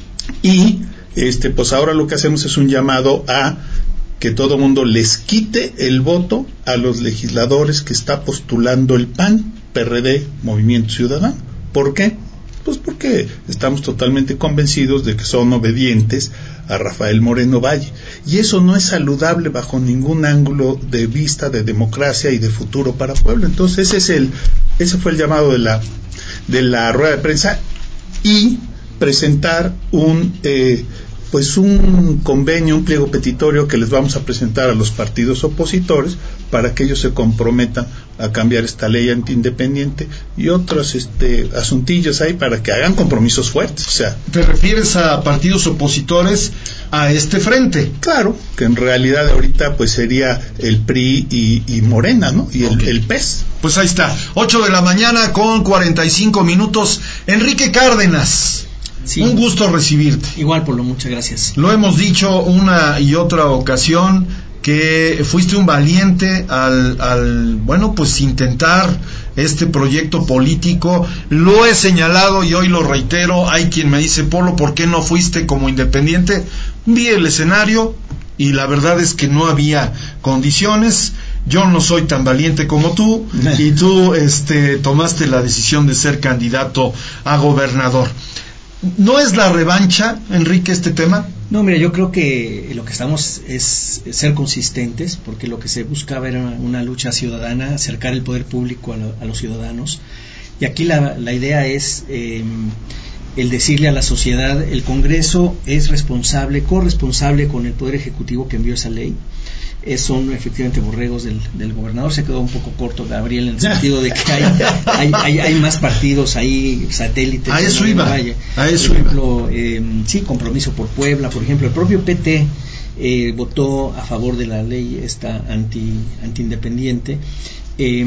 y este pues ahora lo que hacemos es un llamado a que todo mundo les quite el voto a los legisladores que está postulando el P A N, P R D, Movimiento Ciudadano. ¿Por qué? Pues porque estamos totalmente convencidos de que son obedientes a Rafael Moreno Valle, y eso no es saludable bajo ningún ángulo de vista de democracia y de futuro para Puebla. Entonces ese es el ese fue el llamado de la de la rueda de prensa, y presentar un eh, pues un convenio, un pliego petitorio que les vamos a presentar a los partidos opositores para que ellos se comprometan a cambiar esta ley antiindependiente y otros este asuntillos ahí para que hagan compromisos fuertes. O sea, ¿te refieres a partidos opositores a este frente? Claro, que en realidad ahorita pues sería el P R I y, y Morena, ¿no? Y el, okay. el P E S. Pues ahí está, ocho de la mañana con cuarenta y cinco minutos. Enrique Cárdenas, sí. Un gusto recibirte. Igual, Polo, muchas gracias. Lo hemos dicho una y otra ocasión, que fuiste un valiente al, al, bueno, pues intentar este proyecto político. Lo he señalado y hoy lo reitero. Hay quien me dice, Polo, ¿por qué no fuiste como independiente? Vi el escenario y la verdad es que no había condiciones. Yo no soy tan valiente como tú, y tú este, tomaste la decisión de ser candidato a gobernador. ¿No es la revancha, Enrique, este tema? No, mira, yo creo que lo que estamos es ser consistentes, porque lo que se buscaba era una, una lucha ciudadana, acercar el poder público a, lo, a los ciudadanos, y aquí la, la idea es eh, el decirle a la sociedad, el Congreso es responsable, corresponsable con el Poder Ejecutivo que envió esa ley. Es, son efectivamente borregos del, del gobernador. Se quedó un poco corto Gabriel en el sentido de que hay, hay, hay, hay más partidos, hay satélites. A eso iba, Valle. a eso por ejemplo, eh, sí, Compromiso por Puebla, por ejemplo, el propio P T eh, votó a favor de la ley esta anti anti-independiente, eh,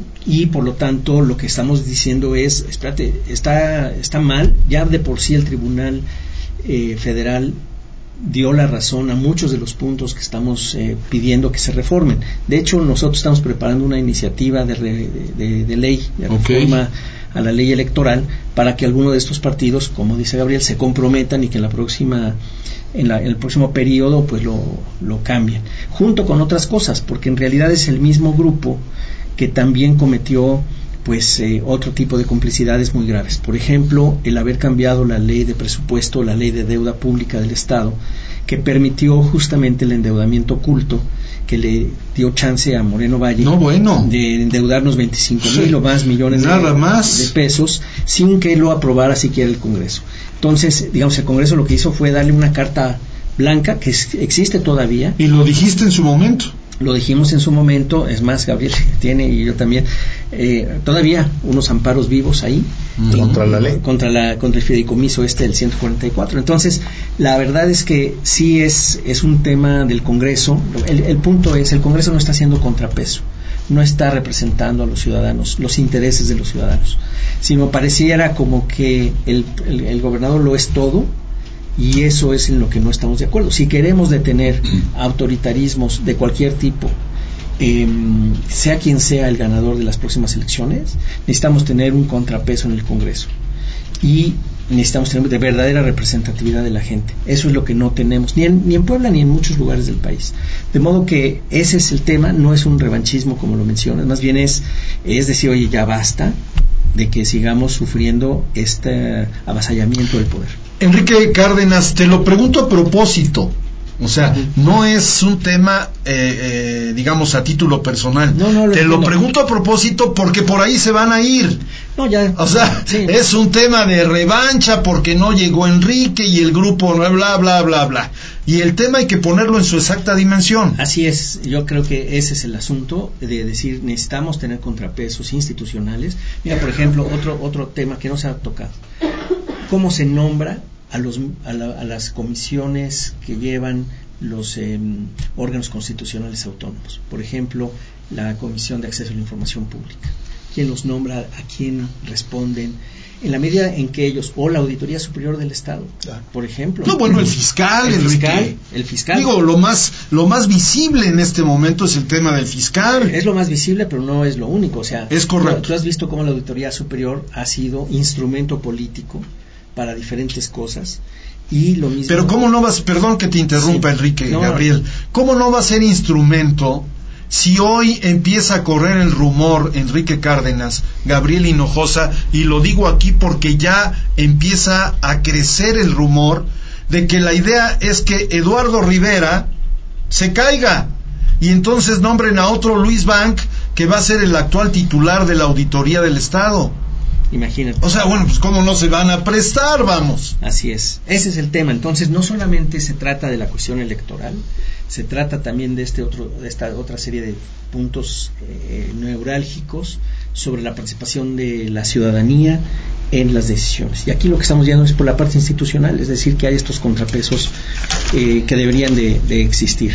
y por lo tanto lo que estamos diciendo es, espérate, está, está mal, ya de por sí el Tribunal eh, Federal dio la razón a muchos de los puntos que estamos eh, pidiendo que se reformen. De hecho, nosotros estamos preparando una iniciativa de, re, de, de ley, de reforma okay. a la ley electoral, para que alguno de estos partidos, como dice Gabriel, se comprometan y que en la próxima en, la, en el próximo periodo pues lo, lo cambien, junto con otras cosas, porque en realidad es el mismo grupo que también cometió pues eh, otro tipo de complicidades muy graves. Por ejemplo, el haber cambiado la ley de presupuesto, la ley de deuda pública del Estado, que permitió justamente el endeudamiento oculto, que le dio chance a Moreno Valle no, bueno. de endeudarnos veinticinco mil sí. o más millones Nada de, más. de pesos, sin que lo aprobara siquiera el Congreso. Entonces, digamos, el Congreso lo que hizo fue darle una carta blanca, que es, existe todavía. Y lo dijiste en su momento. Lo dijimos en su momento, es más, Gabriel tiene y yo también eh, todavía unos amparos vivos ahí mm. contra la ley, contra la contra el fideicomiso este del ciento cuarenta y cuatro. Entonces, la verdad es que sí es es un tema del Congreso. El, el punto es, el Congreso no está haciendo contrapeso, no está representando a los ciudadanos, los intereses de los ciudadanos, sino pareciera como que el, el, el gobernador lo es todo. Y eso es en lo que no estamos de acuerdo. Si queremos detener autoritarismos de cualquier tipo, eh, sea quien sea el ganador de las próximas elecciones, necesitamos tener un contrapeso en el Congreso y necesitamos tener de verdadera representatividad de la gente. Eso es lo que no tenemos ni en, ni en Puebla ni en muchos lugares del país. De modo que ese es el tema, no es un revanchismo como lo mencionas, más bien es, es decir, oye, ya basta de que sigamos sufriendo este avasallamiento del poder. Enrique Cárdenas, te lo pregunto a propósito, o sea, uh-huh. no es un tema, eh, eh, digamos, a título personal, no, no, lo te entiendo. Lo pregunto a propósito porque por ahí se van a ir No, ya. O sea, sí. Es un tema de revancha porque no llegó Enrique y el grupo bla, bla, bla, bla, bla. Y el tema hay que ponerlo en su exacta dimensión. Así es, yo creo que ese es el asunto de decir, necesitamos tener contrapesos institucionales. Mira, por ejemplo, otro otro tema que no se ha tocado. ¿Cómo se nombra a los a, la, a las comisiones que llevan los eh, órganos constitucionales autónomos? Por ejemplo, la Comisión de Acceso a la Información Pública. ¿Quién los nombra? ¿A quién responden? En la medida en que ellos, o la Auditoría Superior del Estado, claro. por ejemplo. No, bueno, el fiscal, el Enrique. fiscal, el fiscal. Digo, lo más, lo más visible en este momento es el tema del fiscal. Es lo más visible, pero no es lo único. O sea, es correcto. Tú, tú has visto cómo la Auditoría Superior ha sido instrumento político para diferentes cosas. Y lo mismo. Pero cómo no vas, perdón que te interrumpa, sí. Enrique, no, Gabriel, ¿cómo no va a ser instrumento si hoy empieza a correr el rumor, Enrique Cárdenas, Gabriel Hinojosa, y lo digo aquí porque ya empieza a crecer el rumor de que la idea es que Eduardo Rivera se caiga y entonces nombren a otro Luis Bank que va a ser el actual titular de la Auditoría del Estado? Imagínate. O sea, bueno, pues cómo no se van a prestar, vamos. Así es, ese es el tema. Entonces, no solamente se trata de la cuestión electoral, se trata también de este otro, de esta otra serie de puntos eh, neurálgicos sobre la participación de la ciudadanía en las decisiones. Y aquí lo que estamos viendo es por la parte institucional, es decir, que hay estos contrapesos eh, que deberían de, de existir.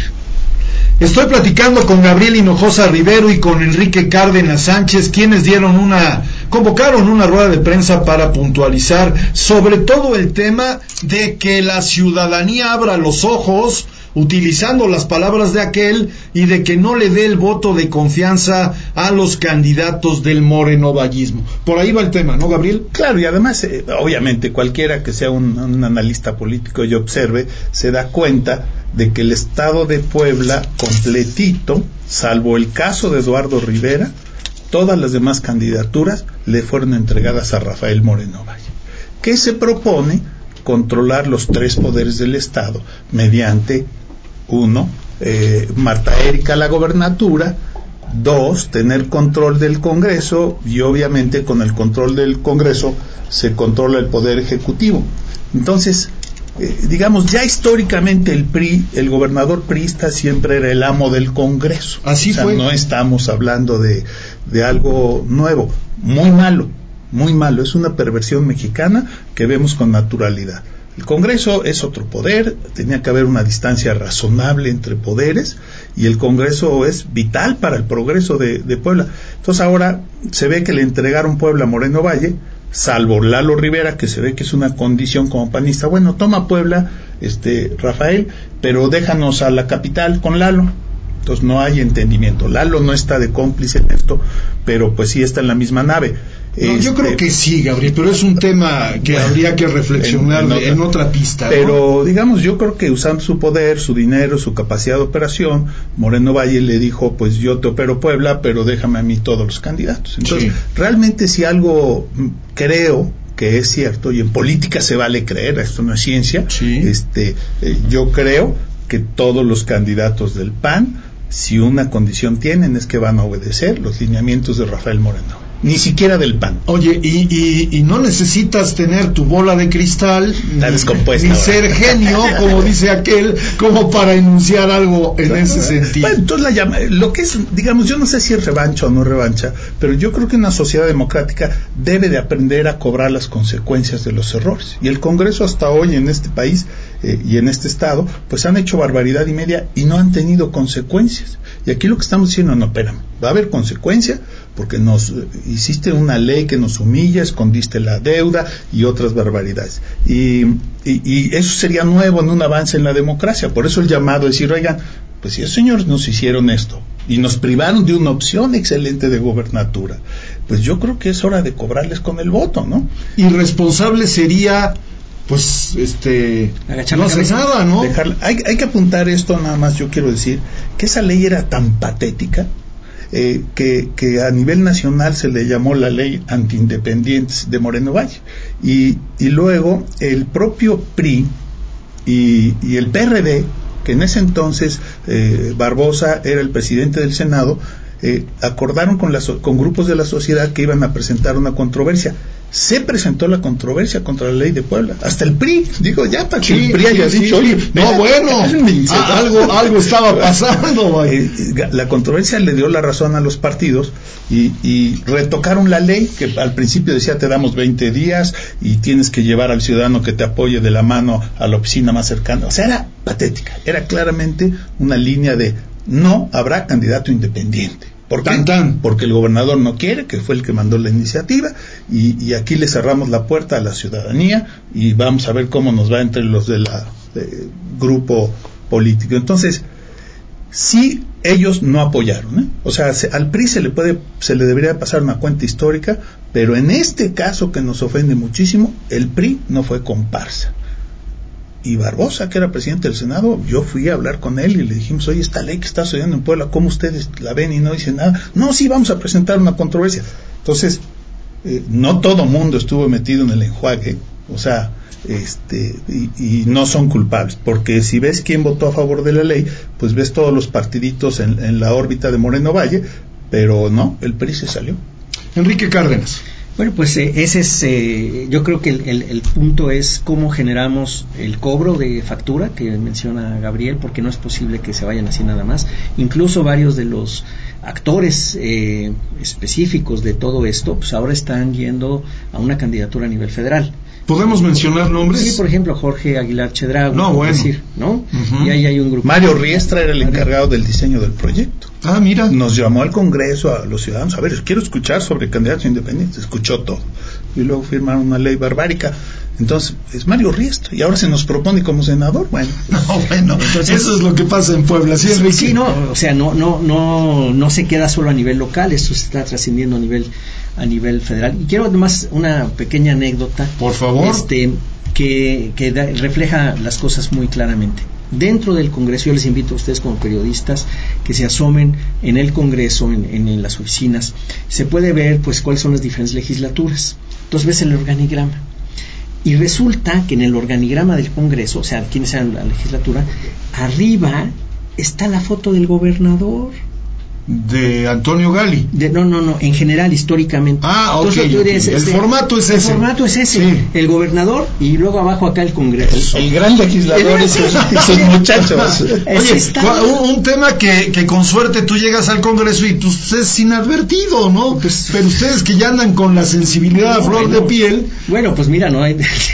Estoy platicando con Gabriel Hinojosa Rivero y con Enrique Cárdenas Sánchez, quienes dieron una, convocaron una rueda de prensa para puntualizar sobre todo el tema de que la ciudadanía abra los ojos, utilizando las palabras de aquel, y de que no le dé el voto de confianza a los candidatos del morenovallismo. Por ahí va el tema, ¿no, Gabriel? Claro, y además, eh, obviamente, cualquiera que sea un, un analista político y observe, se da cuenta de que el estado de Puebla completito, salvo el caso de Eduardo Rivera, todas las demás candidaturas le fueron entregadas a Rafael Moreno Valle, que se propone controlar los tres poderes del Estado mediante, uno, eh, Marta Erika la gobernatura, dos, tener control del Congreso, y obviamente con el control del Congreso se controla el poder ejecutivo. Entonces, eh, digamos, ya históricamente el P R I, el gobernador priista siempre era el amo del Congreso. Así o sea, fue. No estamos hablando de, de algo nuevo, muy malo, muy malo. Es una perversión mexicana que vemos con naturalidad. El Congreso es otro poder, tenía que haber una distancia razonable entre poderes, y el Congreso es vital para el progreso de, de Puebla. Entonces ahora se ve que le entregaron Puebla a Moreno Valle, salvo Lalo Rivera, que se ve que es una condición como panista. Bueno, toma Puebla, este Rafael, pero déjanos a la capital con Lalo. Entonces no hay entendimiento. Lalo no está de cómplice en esto, pero pues sí está en la misma nave. No, este, yo creo que sí, Gabriel, pero es un tema que bueno, habría que reflexionar en, en, otra, en otra pista, ¿no? Pero digamos, yo creo que usando su poder, su dinero, su capacidad de operación, Moreno Valle le dijo, pues yo te opero Puebla, pero déjame a mí todos los candidatos. Entonces, sí. realmente si algo creo que es cierto, y en política se vale creer, esto no es ciencia, sí. este, eh, yo creo que todos los candidatos del P A N, si una condición tienen, es que van a obedecer los lineamientos de Rafael Moreno. Ni siquiera del P A N. Oye, y, y, y no necesitas tener tu bola de cristal, Está descompuesta, ni ser genio, como dice aquel, como para enunciar algo en claro, ese sentido. Bueno, entonces la llama, lo que es, digamos, yo no sé si es revancha o no revancha, pero yo creo que una sociedad democrática debe de aprender a cobrar las consecuencias de los errores. Y el Congreso hasta hoy en este país eh, y en este estado, pues han hecho barbaridad y media y no han tenido consecuencias. Y aquí lo que estamos diciendo, no, espérame, va a haber consecuencia porque nos eh, hiciste una ley que nos humilla, escondiste la deuda y otras barbaridades. Y, y, y eso sería nuevo en un avance en la democracia. Por eso el llamado es decir, oigan, pues si esos señores nos hicieron esto y nos privaron de una opción excelente de gobernatura, pues yo creo que es hora de cobrarles con el voto, ¿no? Irresponsable sería... pues este no haces nada, ¿no? Dejarla. Hay, hay que apuntar esto nada más, yo quiero decir que esa ley era tan patética eh, que, que a nivel nacional se le llamó la ley antiindependientes de Moreno Valle, y, y luego el propio P R I y, y el P R D, que en ese entonces eh, Barbosa era el presidente del Senado, eh, acordaron con, la, con grupos de la sociedad que iban a presentar una controversia. Se presentó la controversia contra la ley de Puebla. Hasta el P R I, digo, ya para que sí, el P R I haya sí, dicho, sí, oye, no, bueno, ah, algo, algo estaba pasando. Eh, la controversia le dio la razón a los partidos y, y retocaron la ley que al principio decía te damos veinte días y tienes que llevar al ciudadano que te apoye de la mano a la oficina más cercana. O sea, era patética, era claramente una línea de no habrá candidato independiente. ¿Por qué? Tan, tan. Porque el gobernador no quiere, que fue el que mandó la iniciativa, y, y aquí le cerramos la puerta a la ciudadanía y vamos a ver cómo nos va entre los del de grupo político. Entonces, sí, ellos no apoyaron, ¿eh? O sea, se, al P R I se le puede, se le debería pasar una cuenta histórica, pero en este caso que nos ofende muchísimo, el P R I no fue comparsa. Y Barbosa, que era presidente del Senado, yo fui a hablar con él y le dijimos, oye, esta ley que está sucediendo en Puebla, ¿cómo ustedes la ven? Y no dicen nada. No, sí, vamos a presentar una controversia. Entonces, eh, no todo mundo estuvo metido en el enjuague, o sea, este, y, y no son culpables, porque si ves quién votó a favor de la ley, pues ves todos los partiditos en, en la órbita de Moreno Valle, pero no, el P R I se salió. Enrique Cárdenas. Bueno, pues eh, ese es, eh, yo creo que el, el, el punto es cómo generamos el cobro de factura que menciona Gabriel, porque no es posible que se vayan así nada más. Incluso varios de los actores eh, específicos de todo esto, pues ahora están yendo a una candidatura a nivel federal. ¿Podemos mencionar nombres? Sí, por ejemplo, Jorge Aguilar Chedraui. No, bueno. Decir, ¿no? Uh-huh. Y ahí hay un grupo. Mario Riestra era el encargado del diseño del proyecto. Ah, mira. Nos llamó al Congreso, a los ciudadanos, a ver, quiero escuchar sobre candidatos independientes. Escuchó todo. Y luego firmaron una ley barbárica. Entonces, es Mario Riestra. Y ahora se nos propone como senador. Bueno. No, bueno. Entonces, eso es lo que pasa en Puebla. ¿Sí, sí, sí, no, o sea, no, no, no, no se queda solo a nivel local. Esto se está trascendiendo a nivel, a nivel federal. Y quiero además una pequeña anécdota. Por favor. Este, que, que da, refleja las cosas muy claramente. Dentro del Congreso, yo les invito a ustedes como periodistas que se asomen en el Congreso, en, en, en las oficinas, se puede ver pues cuáles son las diferentes legislaturas. Entonces ves el organigrama. Y resulta que en el organigrama del Congreso, o sea, quienes sean la legislatura, arriba está la foto del gobernador. De Antonio Gali. De, no, no, no, en general, históricamente. Ah, ok. okay. Eres, el este, formato es el ese. El formato es ese. Sí. El gobernador y luego abajo acá el Congreso. El, el gran legislador y sus, sus muchachos. Oye, un, un tema que, que con suerte tú llegas al Congreso y tú es inadvertido, ¿no? Pues, pero ustedes que ya andan con la sensibilidad no, a flor bueno, de piel. Bueno, pues mira, no, hay,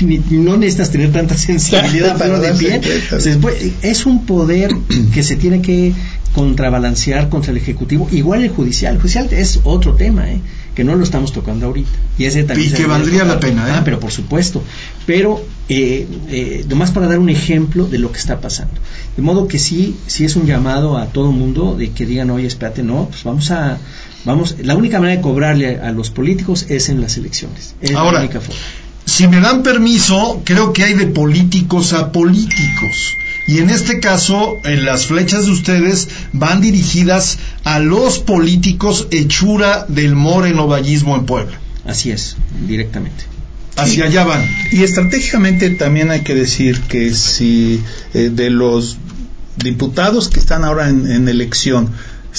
no necesitas tener tanta sensibilidad a flor de piel. Entonces, es un poder que se tiene que contrabalancear contra el Ejecutivo, igual el Judicial. El Judicial es otro tema, ¿eh? Que no lo estamos tocando ahorita. Y, ese también y que valdría la pena, ¿eh? Ah, pero por supuesto. Pero, eh, eh, nomás para dar un ejemplo de lo que está pasando. De modo que sí, sí es un llamado a todo mundo de que digan, oye, espérate, no, pues vamos a... vamos La única manera de cobrarle a los políticos es en las elecciones. Es Ahora, la única forma. Si me dan permiso, creo que hay de políticos a políticos. Y en este caso, en las flechas de ustedes van dirigidas a los políticos hechura del morenovallismo en Puebla. Así es, directamente. Hacia y, allá van. Y estratégicamente también hay que decir que si eh, de los diputados que están ahora en, en elección,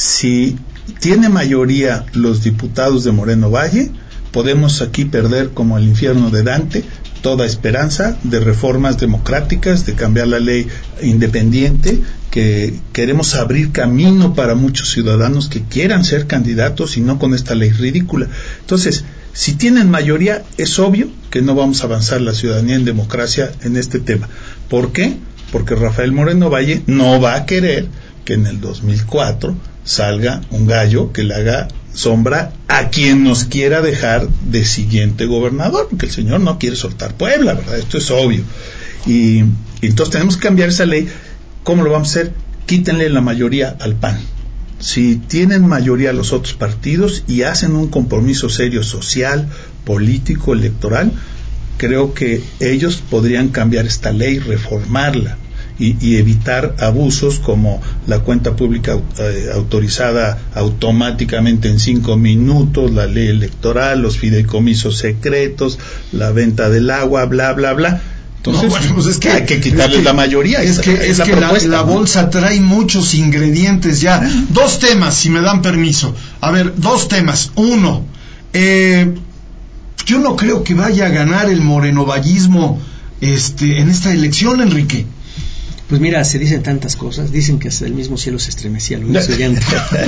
si tiene mayoría los diputados de Moreno Valle, podemos aquí perder como el infierno de Dante toda esperanza de reformas democráticas, de cambiar la ley independiente, que queremos abrir camino para muchos ciudadanos que quieran ser candidatos y no con esta ley ridícula. Entonces, si tienen mayoría, es obvio que no vamos a avanzar la ciudadanía en democracia en este tema. ¿Por qué? Porque Rafael Moreno Valle no va a querer que en el dos mil cuatro salga un gallo que le haga sombra a quien nos quiera dejar de siguiente gobernador, porque el señor no quiere soltar Puebla, ¿verdad? Esto es obvio. Y, y entonces tenemos que cambiar esa ley. ¿Cómo lo vamos a hacer? Quítenle la mayoría al P A N. Si tienen mayoría los otros partidos y hacen un compromiso serio social, político, electoral, creo que ellos podrían cambiar esta ley, reformarla. Y, y evitar abusos como la cuenta pública eh, autorizada automáticamente en cinco minutos, la ley electoral, los fideicomisos secretos, la venta del agua, bla, bla, bla. Entonces, no, bueno, pues es que hay que quitarle es que, la mayoría. Es que, es es la, que la, la bolsa trae muchos ingredientes ya. Dos temas, si me dan permiso. A ver, dos temas. Uno, eh, yo no creo que vaya a ganar el morenovallismo este, en esta elección, Enrique. Pues mira, se dicen tantas cosas, dicen que hasta el mismo cielo se estremecía al oír su llanto.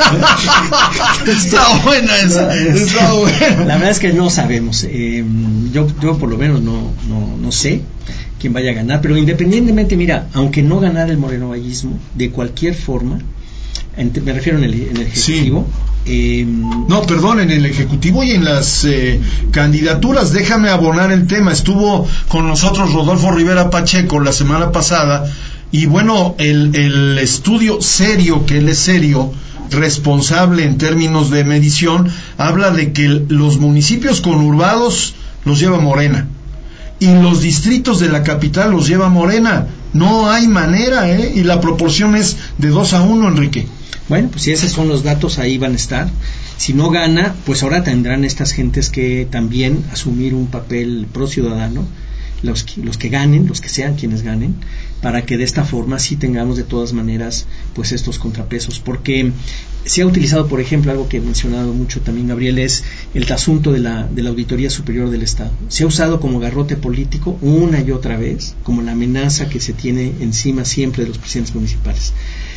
Está buena esa, está buena. La verdad es que no sabemos. Eh, yo, yo por lo menos no, no, no sé quién vaya a ganar, pero independientemente, mira, aunque no ganara el morenovallismo, de cualquier forma, en, me refiero en el, en el Ejecutivo. Sí. Eh, no, perdón, en el Ejecutivo y en las eh, candidaturas, déjame abonar el tema. Estuvo con nosotros Rodolfo Rivera Pacheco la semana pasada. Y bueno, el, el estudio serio, que él es serio, responsable en términos de medición, habla de que los municipios conurbados los lleva Morena y los distritos de la capital los lleva Morena. No hay manera, ¿eh? Y la proporción es de dos a uno, Enrique. Bueno, pues si esos son los datos, ahí van a estar. Si no gana, pues ahora tendrán estas gentes que también asumir un papel pro ciudadano, los que, los que ganen, los que sean quienes ganen, para que de esta forma sí tengamos de todas maneras pues estos contrapesos, porque se ha utilizado, por ejemplo, algo que he mencionado mucho también, Gabriel, es el asunto de la, de la Auditoría Superior del Estado. Se ha usado como garrote político una y otra vez, como la amenaza que se tiene encima siempre de los presidentes municipales,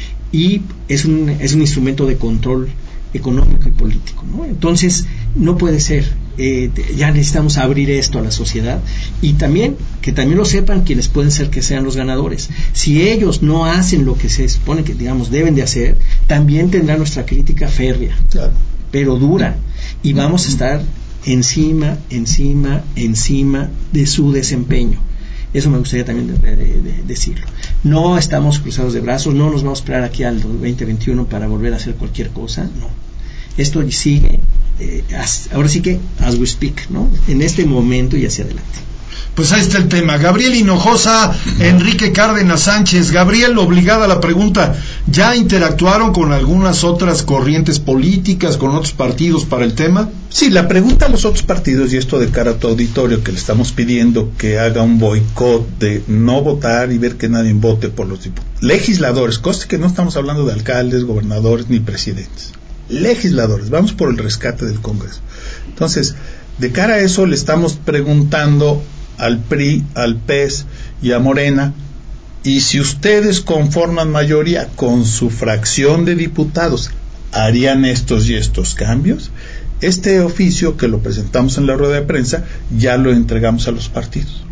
y es un, es un instrumento de control económico y político, ¿no? Entonces no puede ser, eh, ya necesitamos abrir esto a la sociedad, y también que también lo sepan quienes pueden ser que sean los ganadores. Si ellos no hacen lo que se supone que, digamos, deben de hacer, también tendrán nuestra crítica férrea, claro, pero dura, y vamos a estar encima, encima, encima de su desempeño. Eso me gustaría también de, de, de decirlo. No estamos cruzados de brazos, no nos vamos a esperar aquí al veinte veintiuno para volver a hacer cualquier cosa, no. Esto sigue, eh, as, ahora sí que as we speak, ¿no? En este momento y hacia adelante. Pues ahí está el tema. Gabriel Hinojosa, Enrique Cárdenas Sánchez. Gabriel, obligada la pregunta, ¿ya interactuaron con algunas otras corrientes políticas, con otros partidos para el tema? Sí, la pregunta a los otros partidos, y esto de cara a tu auditorio, que le estamos pidiendo que haga un boicot de no votar y ver que nadie vote por los legisladores, cosa que no estamos hablando de alcaldes, gobernadores ni presidentes. Legisladores, vamos por el rescate del Congreso. Entonces, de cara a eso le estamos preguntando al P R I, al P E S y a Morena, y si ustedes conforman mayoría con su fracción de diputados, ¿harían estos y estos cambios? Este oficio que lo presentamos en la rueda de prensa ya lo entregamos a los partidos.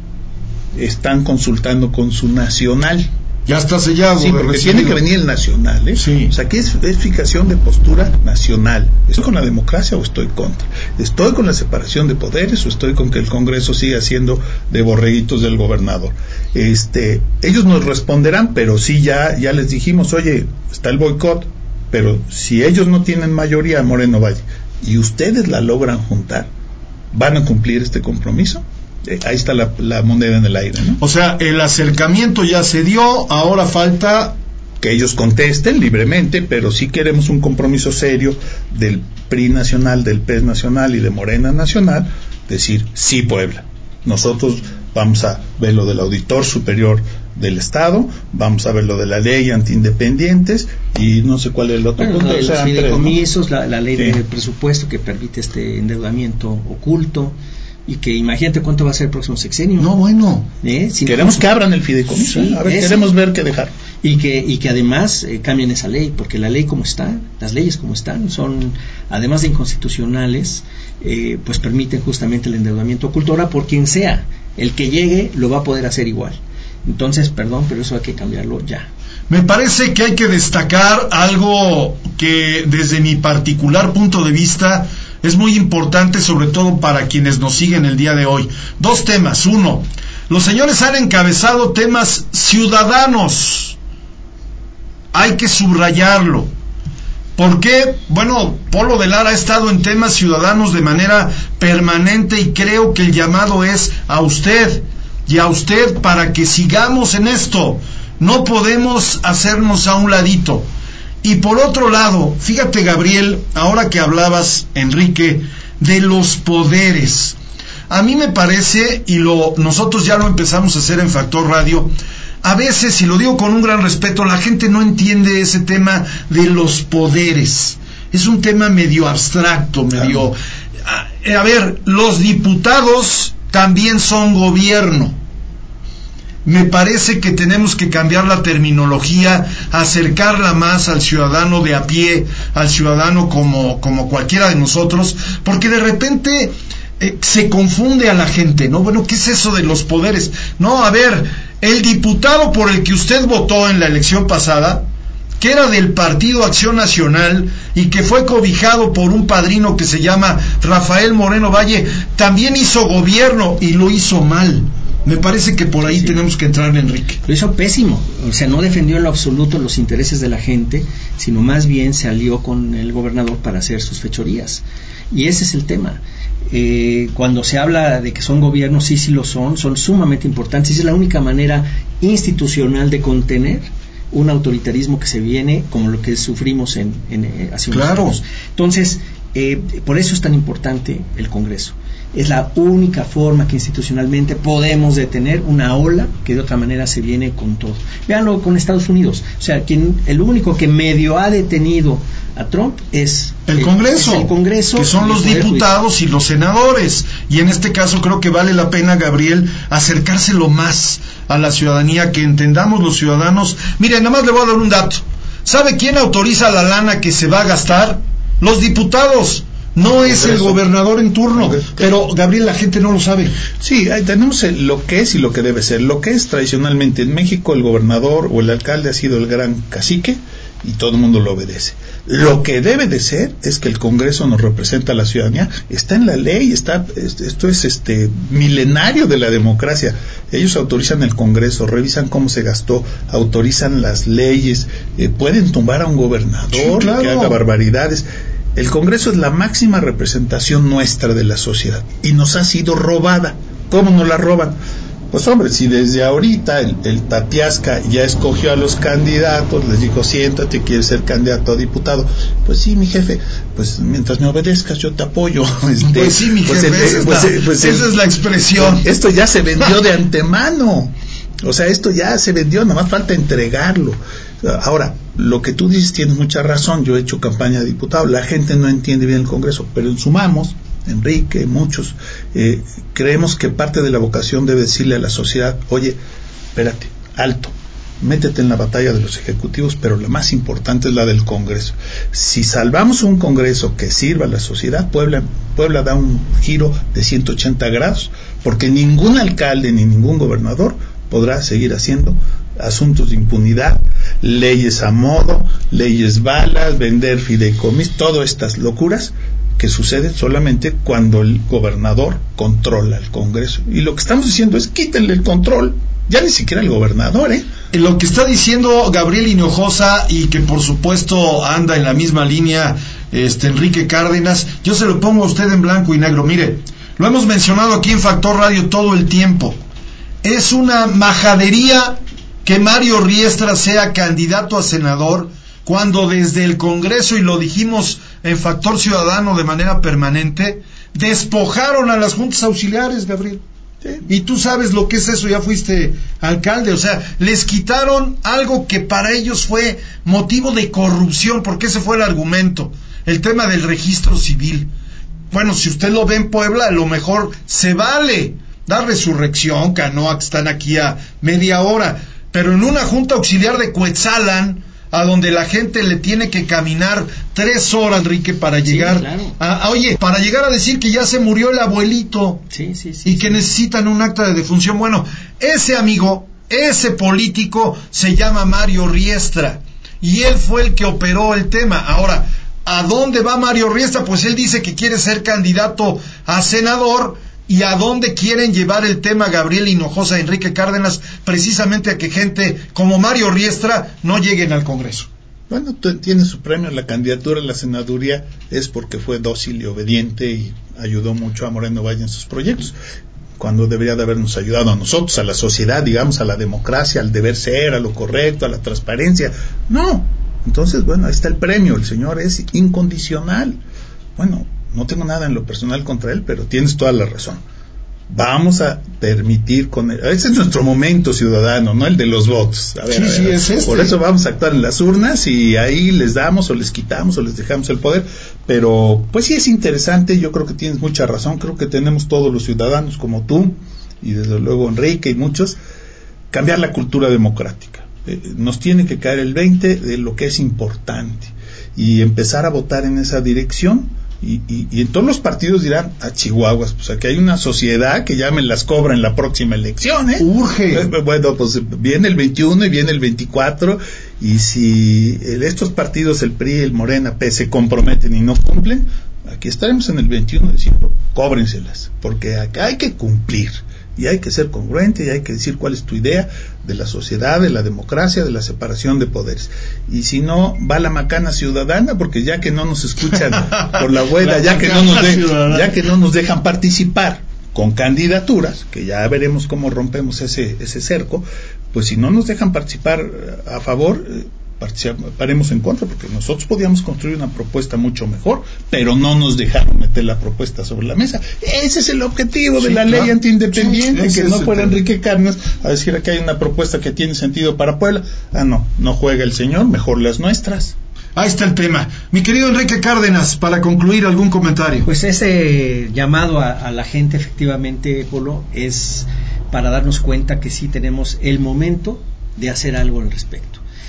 Están consultando con su nacional. Ya está sellado. Sí, porque recibido. Tiene que venir el nacional, ¿eh? Sí. O sea, aquí es, es fijación de postura nacional. ¿Estoy con la democracia o estoy contra? ¿Estoy con la separación de poderes o estoy con que el Congreso siga siendo de borreguitos del gobernador? Este, ellos nos responderán, pero sí ya, ya les dijimos, oye, está el boicot, pero si ellos no tienen mayoría, Moreno Valle, y ustedes la logran juntar, ¿van a cumplir este compromiso? Eh, ahí está la, la moneda en el aire, ¿no? O sea, el acercamiento ya se dio, ahora falta que ellos contesten libremente, pero sí queremos un compromiso serio del P R I nacional, del P E S nacional y de Morena nacional, decir, sí, Puebla, nosotros vamos a ver lo del auditor superior del Estado, vamos a ver lo de la ley antiindependientes y no sé cuál es el otro bueno, punto. Los o sea, fideicomisos, ¿no? la, la ley sí. de presupuesto que permite este endeudamiento oculto, y que imagínate cuánto va a ser el próximo sexenio. No, bueno. ¿Eh? Queremos que abran el fideicomiso. Sí, a ver, eso. queremos ver qué dejar. Y que, y que además eh, cambien esa ley, porque la ley como está, las leyes como están, son, además de inconstitucionales, eh, pues permiten justamente el endeudamiento oculto. Ahora, por quien sea, el que llegue lo va a poder hacer igual. Entonces, perdón, pero eso hay que cambiarlo ya. Me parece que hay que destacar algo que desde mi particular punto de vista es muy importante, sobre todo para quienes nos siguen el día de hoy. Dos temas. Uno, los señores han encabezado temas ciudadanos. Hay que subrayarlo. ¿Por qué? Bueno, Polo de Lara ha estado en temas ciudadanos de manera permanente y creo que el llamado es a usted y a usted para que sigamos en esto. No podemos hacernos a un ladito. Y por otro lado, fíjate, Gabriel, ahora que hablabas, Enrique, de los poderes. a mí me parece, y lo nosotros ya lo empezamos a hacer en Factor Radio, a veces, y lo digo con un gran respeto, la gente no entiende ese tema de los poderes. Es un tema medio abstracto, medio... A, a ver, los diputados también son gobierno. Me parece que tenemos que cambiar la terminología, acercarla más al ciudadano de a pie, al ciudadano como, como cualquiera de nosotros, porque de repente eh, se confunde a la gente, ¿no? Bueno, ¿qué es eso de los poderes? No, a ver, el diputado por el que usted votó en la elección pasada, que era del Partido Acción Nacional y que fue cobijado por un padrino que se llama Rafael Moreno Valle, también hizo gobierno y lo hizo mal. Me parece que por ahí sí tenemos que entrar, Enrique. Lo hizo pésimo, o sea, no defendió en lo absoluto los intereses de la gente, sino más bien se alió con el gobernador para hacer sus fechorías. Y ese es el tema. Eh, cuando se habla de que son gobiernos, sí, sí lo son, son sumamente importantes. Es la única manera institucional de contener un autoritarismo que se viene, como lo que sufrimos en, en eh, hace unos claro. años. Entonces, eh, por eso es tan importante el Congreso. Es la única forma que institucionalmente podemos detener una ola que de otra manera se viene con todo. Véanlo con Estados Unidos. O sea, quien, el único que medio ha detenido a Trump es el Congreso, es el Congreso, que son los diputados juicio. Y los senadores. Y en este caso creo que vale la pena, Gabriel, acercárselo más a la ciudadanía, que entendamos los ciudadanos. Miren, nada más le voy a dar un dato. ¿Sabe quién autoriza la lana que se va a gastar? Los diputados. No es el gobernador en turno, pero Gabriel, la gente no lo sabe. Sí, ahí tenemos el, lo que es y lo que debe ser. Lo que es tradicionalmente en México, el gobernador o el alcalde ha sido el gran cacique y todo el mundo lo obedece. Lo que debe de ser es que el Congreso nos representa a la ciudadanía, está en la ley, está esto es este milenario de la democracia. Ellos autorizan el Congreso, revisan cómo se gastó, autorizan las leyes, eh, pueden tumbar a un gobernador sí, claro. que haga barbaridades. El Congreso es la máxima representación nuestra de la sociedad y nos ha sido robada. ¿Cómo nos la roban? Pues hombre, si desde ahorita el, el Tatiasca ya escogió a los candidatos, les dijo, siéntate, quieres ser candidato a diputado. Pues sí, mi jefe, pues mientras me obedezcas yo te apoyo. Este, pues sí, mi pues jefe, el, esa, pues, es la, pues esa el, es la expresión. Esto ya se vendió de antemano. O sea, esto ya se vendió, nada más falta entregarlo. Ahora, lo que tú dices tienes mucha razón. Yo he hecho campaña de diputado, la gente no entiende bien el Congreso, pero en Sumamos, Enrique, muchos, eh, creemos que parte de la vocación debe decirle a la sociedad, oye, espérate, alto, métete en la batalla de los ejecutivos, pero la más importante es la del Congreso. Si salvamos un Congreso que sirva a la sociedad, Puebla, Puebla da un giro de ciento ochenta grados, porque ningún alcalde ni ningún gobernador podrá seguir haciendo asuntos de impunidad, leyes a modo, leyes balas, vender fideicomis, todas estas locuras que suceden solamente cuando el gobernador controla el Congreso. Y lo que estamos diciendo es quítenle el control, ya ni siquiera el gobernador, ¿eh? Lo que está diciendo Gabriel Hinojosa, y que por supuesto anda en la misma línea este Enrique Cárdenas, yo se lo pongo a usted en blanco y negro. Mire, lo hemos mencionado aquí en Factor Radio todo el tiempo. Es una majadería que Mario Riestra sea candidato a senador cuando desde el Congreso, y lo dijimos en Factor Ciudadano de manera permanente, despojaron a las juntas auxiliares, Gabriel. ¿Sí? Y tú sabes lo que es eso, ya fuiste alcalde, o sea, les quitaron algo que para ellos fue motivo de corrupción, porque ese fue el argumento, el tema del registro civil. Bueno, si usted lo ve en Puebla, a lo mejor se vale dar Resurrección, Canoa, que están aquí a media hora, pero en una junta auxiliar de Cuetzalan, a donde la gente le tiene que caminar tres horas, Enrique, para llegar, sí, claro. a, a, oye, para llegar a decir que ya se murió el abuelito, sí, sí, sí, y que sí. necesitan un acta de defunción. Bueno, ese amigo, ese político se llama Mario Riestra, y él fue el que operó el tema. Ahora, ¿a dónde va Mario Riestra? Pues él dice que quiere ser candidato a senador. ¿Y a dónde quieren llevar el tema Gabriel Hinojosa, Enrique Cárdenas? Precisamente a que gente como Mario Riestra no lleguen al Congreso. Bueno, tiene su premio. La candidatura a la senaduría es porque fue dócil y obediente y ayudó mucho a Moreno Valle en sus proyectos, cuando debería de habernos ayudado a nosotros, a la sociedad, digamos, a la democracia, al deber ser, a lo correcto, a la transparencia. No. Entonces, bueno, ahí está el premio. El señor es incondicional. Bueno, no tengo nada en lo personal contra él, pero tienes toda la razón. Vamos a permitir con el, ese es nuestro momento ciudadano, no el de los votos. A ver, sí, a ver, sí, es este. Por eso vamos a actuar en las urnas y ahí les damos o les quitamos o les dejamos el poder. Pero pues sí es interesante, yo creo que tienes mucha razón, creo que tenemos todos los ciudadanos como tú y desde luego Enrique y muchos, cambiar la cultura democrática. Eh, nos tiene que caer el veinte de lo que es importante y empezar a votar en esa dirección. Y, y, y en todos los partidos dirán a Chihuahuas, pues aquí hay una sociedad que ya me las cobra en la próxima elección, ¿eh? Urge. Bueno, pues viene el veintiuno y viene el veinticuatro y si estos partidos, el P R I, el Morena, P, se comprometen y no cumplen, aquí estaremos en el veintiuno diciendo, cóbrenselas, porque acá hay que cumplir y hay que ser congruente y hay que decir cuál es tu idea de la sociedad, de la democracia, de la separación de poderes. Y si no, va la macana ciudadana, porque ya que no nos escuchan por la huella, ya que no nos de, ya que no nos dejan participar con candidaturas, que ya veremos cómo rompemos ese ese cerco, pues si no nos dejan participar a favor, participaremos en contra, porque nosotros podíamos construir una propuesta mucho mejor, pero no nos dejaron meter la propuesta sobre la mesa. Ese es el objetivo sí, de la claro. ley antiindependiente, sí, que no fuera Enrique Cárdenas a decir que hay una propuesta que tiene sentido para Puebla. Ah, no, no juega el señor, mejor las nuestras. Ahí está el tema. Mi querido Enrique Cárdenas, para concluir, ¿algún comentario? Pues ese llamado a, a la gente, efectivamente, Polo, es para darnos cuenta que sí tenemos el momento de hacer algo al respecto.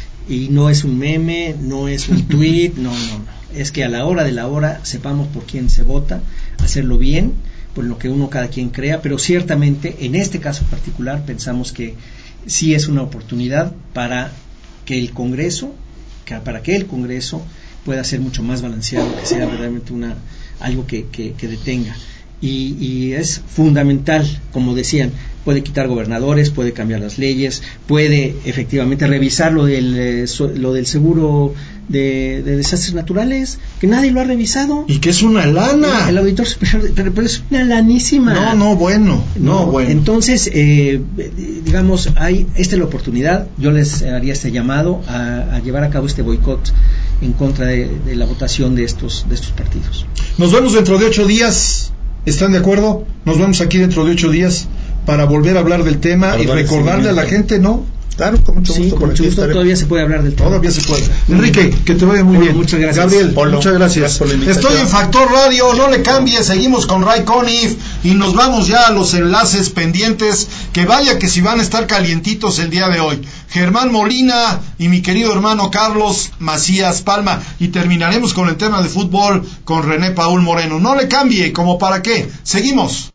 Y no es un meme, no es un tweet, no, no, no. Es que a la hora de la hora sepamos por quién se vota, hacerlo bien, por lo que uno cada quien crea, pero ciertamente en este caso particular pensamos que sí es una oportunidad para que el Congreso, que, para que el Congreso pueda ser mucho más balanceado, que sea verdaderamente una algo que, que, que detenga. Y, y es fundamental, como decían, puede quitar gobernadores, puede cambiar las leyes, puede efectivamente revisar lo del, eh, so, lo del seguro de, de desastres naturales, que nadie lo ha revisado. Y que es una lana. El, el auditor superior, pero, pero es una lanísima. No, no, bueno, no, no bueno. Entonces, eh, digamos, hay esta es la oportunidad, yo les haría este llamado a, a llevar a cabo este boicot en contra de, de la votación de estos, de estos partidos. Nos vemos dentro de ocho días. ¿Están de acuerdo? Nos vemos aquí dentro de ocho días para volver a hablar del tema para y recordarle a la gente, ¿no? Claro, con mucho sí, gusto. Con mucho gusto todavía se puede hablar del tema. Todavía se puede. Enrique, que te vaya muy Polo, bien. Muchas gracias. Gabriel, Polo, muchas gracias. gracias Estoy en Factor Radio, no le cambie, seguimos con Ray Conniff y nos vamos ya a los enlaces pendientes, que vaya que si van a estar calientitos el día de hoy. Germán Molina y mi querido hermano Carlos Macías Palma, y terminaremos con el tema de fútbol con René Paul Moreno. No le cambie, ¿como para qué? Seguimos.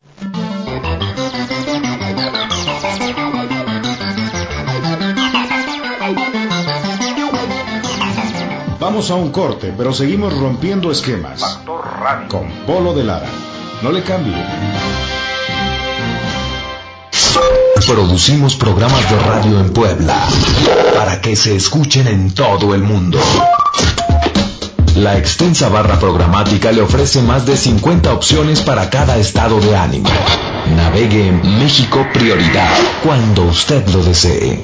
Vamos a un corte, pero seguimos rompiendo esquemas. Factor Radio. Con Polo de Lara. No le cambie. Producimos programas de radio en Puebla para que se escuchen en todo el mundo. La extensa barra programática le ofrece más de cincuenta opciones para cada estado de ánimo. Navegue en México Prioridad cuando usted lo desee.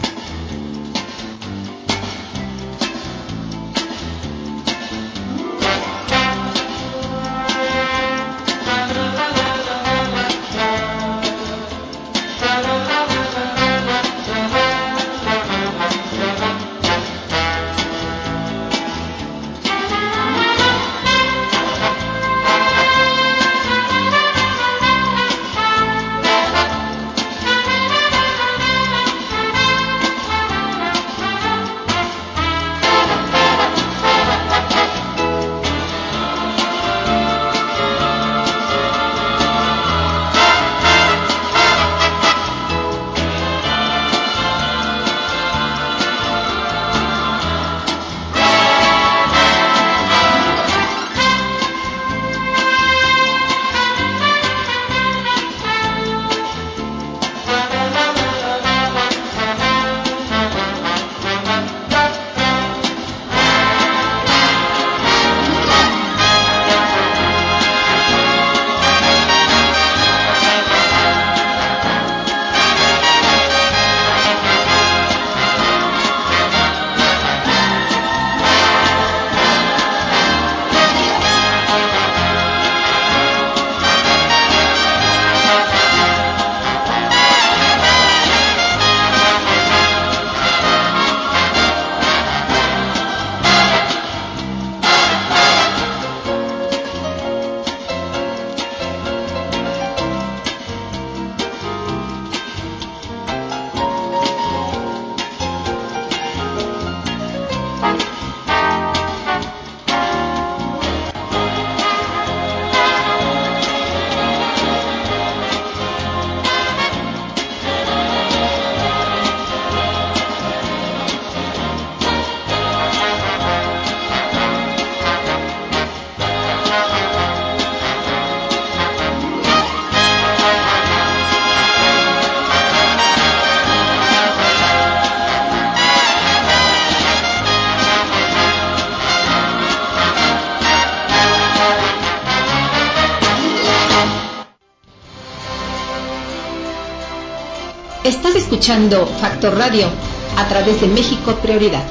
Estás escuchando Factor Radio a través de México Prioridad.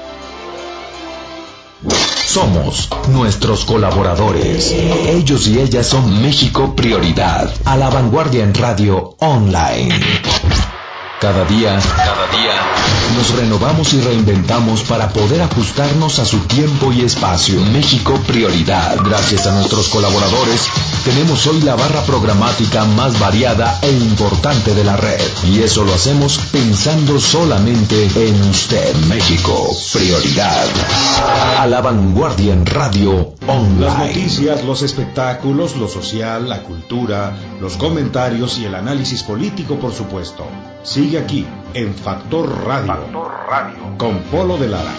Somos nuestros colaboradores. Ellos y ellas son México Prioridad, a la vanguardia en radio online. Cada día, cada día, nos renovamos y reinventamos para poder ajustarnos a su tiempo y espacio. México Prioridad. Gracias a nuestros colaboradores, tenemos hoy la barra programática más variada e importante de la red. Y eso lo hacemos pensando solamente en usted. México Prioridad. A la vanguardia en radio online. Las noticias, los espectáculos, lo social, la cultura, los comentarios y el análisis político, por supuesto. Sigue aquí en Factor Radio, Factor Radio. con Polo de Lara.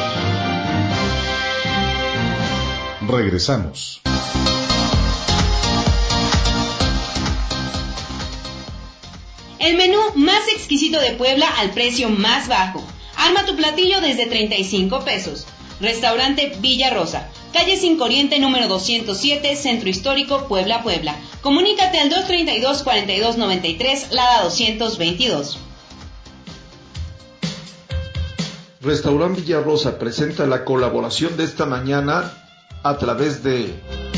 Regresamos. El menú más exquisito de Puebla al precio más bajo. Arma tu platillo desde treinta y cinco pesos. Restaurante Villa Rosa, calle cinco Oriente número doscientos siete, Centro Histórico, Puebla, Puebla. Comunícate al dos treinta y dos, cuarenta y dos noventa y tres, Lada doscientos veintidós. Restaurante Villa Rosa presenta la colaboración de esta mañana a través de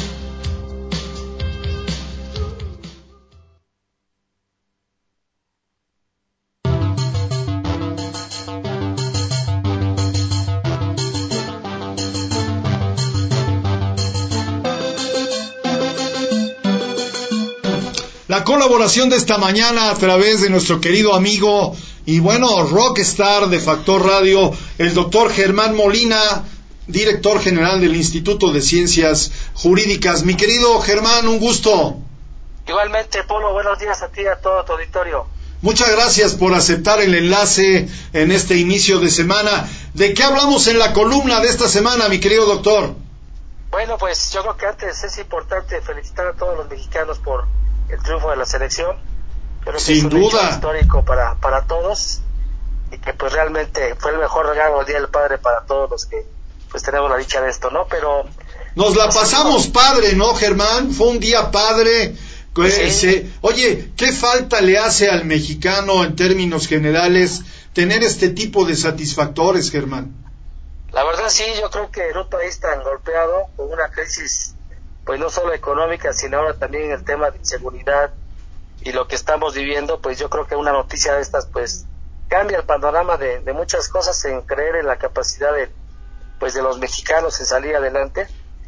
La colaboración de esta mañana a través de nuestro querido amigo y bueno, rockstar de Factor Radio, el doctor Germán Molina, director general del Instituto de Ciencias Jurídicas. Mi querido Germán, un gusto. Igualmente, Polo, buenos días a ti y a todo tu auditorio. Muchas gracias por aceptar el enlace en este inicio de semana. ¿De qué hablamos en la columna de esta semana, mi querido doctor? Bueno, pues yo creo que antes es importante felicitar a todos los mexicanos por el triunfo de la selección. Creo que Sin es un duda. hecho histórico para, para todos y que pues realmente fue el mejor regalo el Día del Padre para todos los que pues tenemos la dicha de esto, ¿no? Pero nos la pasamos padre, ¿no, Germán? Fue un día padre. Sí. Se, oye, ¿qué falta le hace al mexicano en términos generales tener este tipo de satisfactores, Germán? La verdad sí, yo creo que en un país tan golpeado, con una crisis pues no solo económica, sino ahora también en el tema de inseguridad y lo que estamos viviendo, pues yo creo que una noticia de estas pues cambia el panorama de, de muchas cosas, en creer en la capacidad de pues de los mexicanos en salir adelante,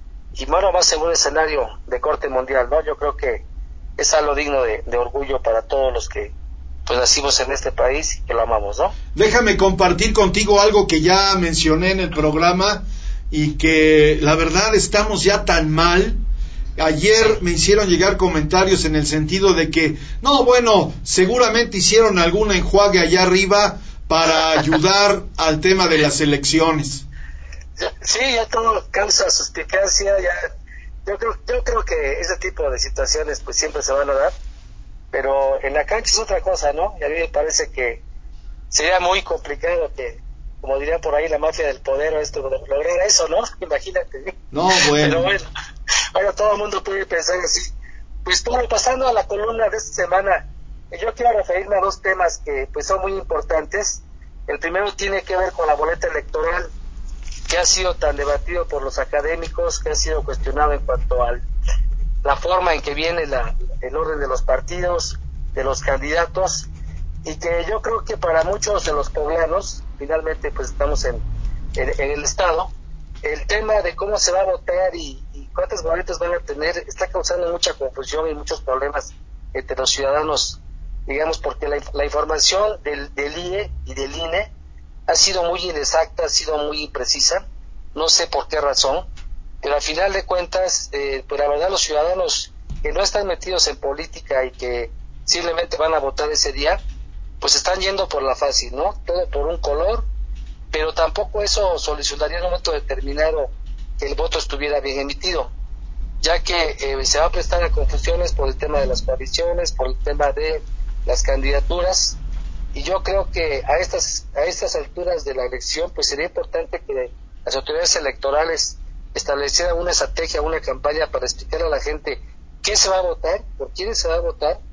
y bueno, más en un escenario de corte mundial, ¿no? Yo creo que es algo digno de, de orgullo para todos los que pues nacimos en este país y que lo amamos, ¿no? Déjame compartir contigo algo que ya mencioné en el programa y que la verdad estamos ya tan mal. Ayer me hicieron llegar comentarios en el sentido de que, no, bueno, seguramente hicieron algún enjuague allá arriba para ayudar al tema de las elecciones. Sí, ya todo causa suspicacia, ya, yo creo, yo creo que ese tipo de situaciones pues siempre se van a dar, pero en la cancha es otra cosa, ¿no? Y a mí me parece que sería muy complicado que, como dirían por ahí, la mafia del poder o esto, lograr eso, ¿no? Imagínate. No, bueno. Pero bueno, bueno, todo el mundo puede pensar así. Pues todo pasando a la columna de esta semana, yo quiero referirme a dos temas que pues son muy importantes. El primero tiene que ver con la boleta electoral, que ha sido tan debatido por los académicos, que ha sido cuestionado en cuanto a la forma en que viene la, el orden de los partidos, de los candidatos, y que yo creo que para muchos de los poblanos, finalmente pues estamos en, en, en el estado, el tema de cómo se va a votar y, y cuántas boletas van a tener está causando mucha confusión y muchos problemas entre los ciudadanos, digamos, porque la, la información del, del I E y del I N E ha sido muy inexacta, ha sido muy imprecisa, no sé por qué razón, pero al final de cuentas, eh, pues la verdad los ciudadanos que no están metidos en política y que simplemente van a votar ese día, pues están yendo por la fácil, ¿no? Todo por un color, pero tampoco eso solucionaría en un momento determinado que el voto estuviera bien emitido, ya que eh, se va a prestar a confusiones por el tema de las coaliciones, por el tema de las candidaturas, y yo creo que a estas a estas alturas de la elección pues sería importante que las autoridades electorales establecieran una estrategia, una campaña para explicar a la gente qué se va a votar, por quiénes se va a votar,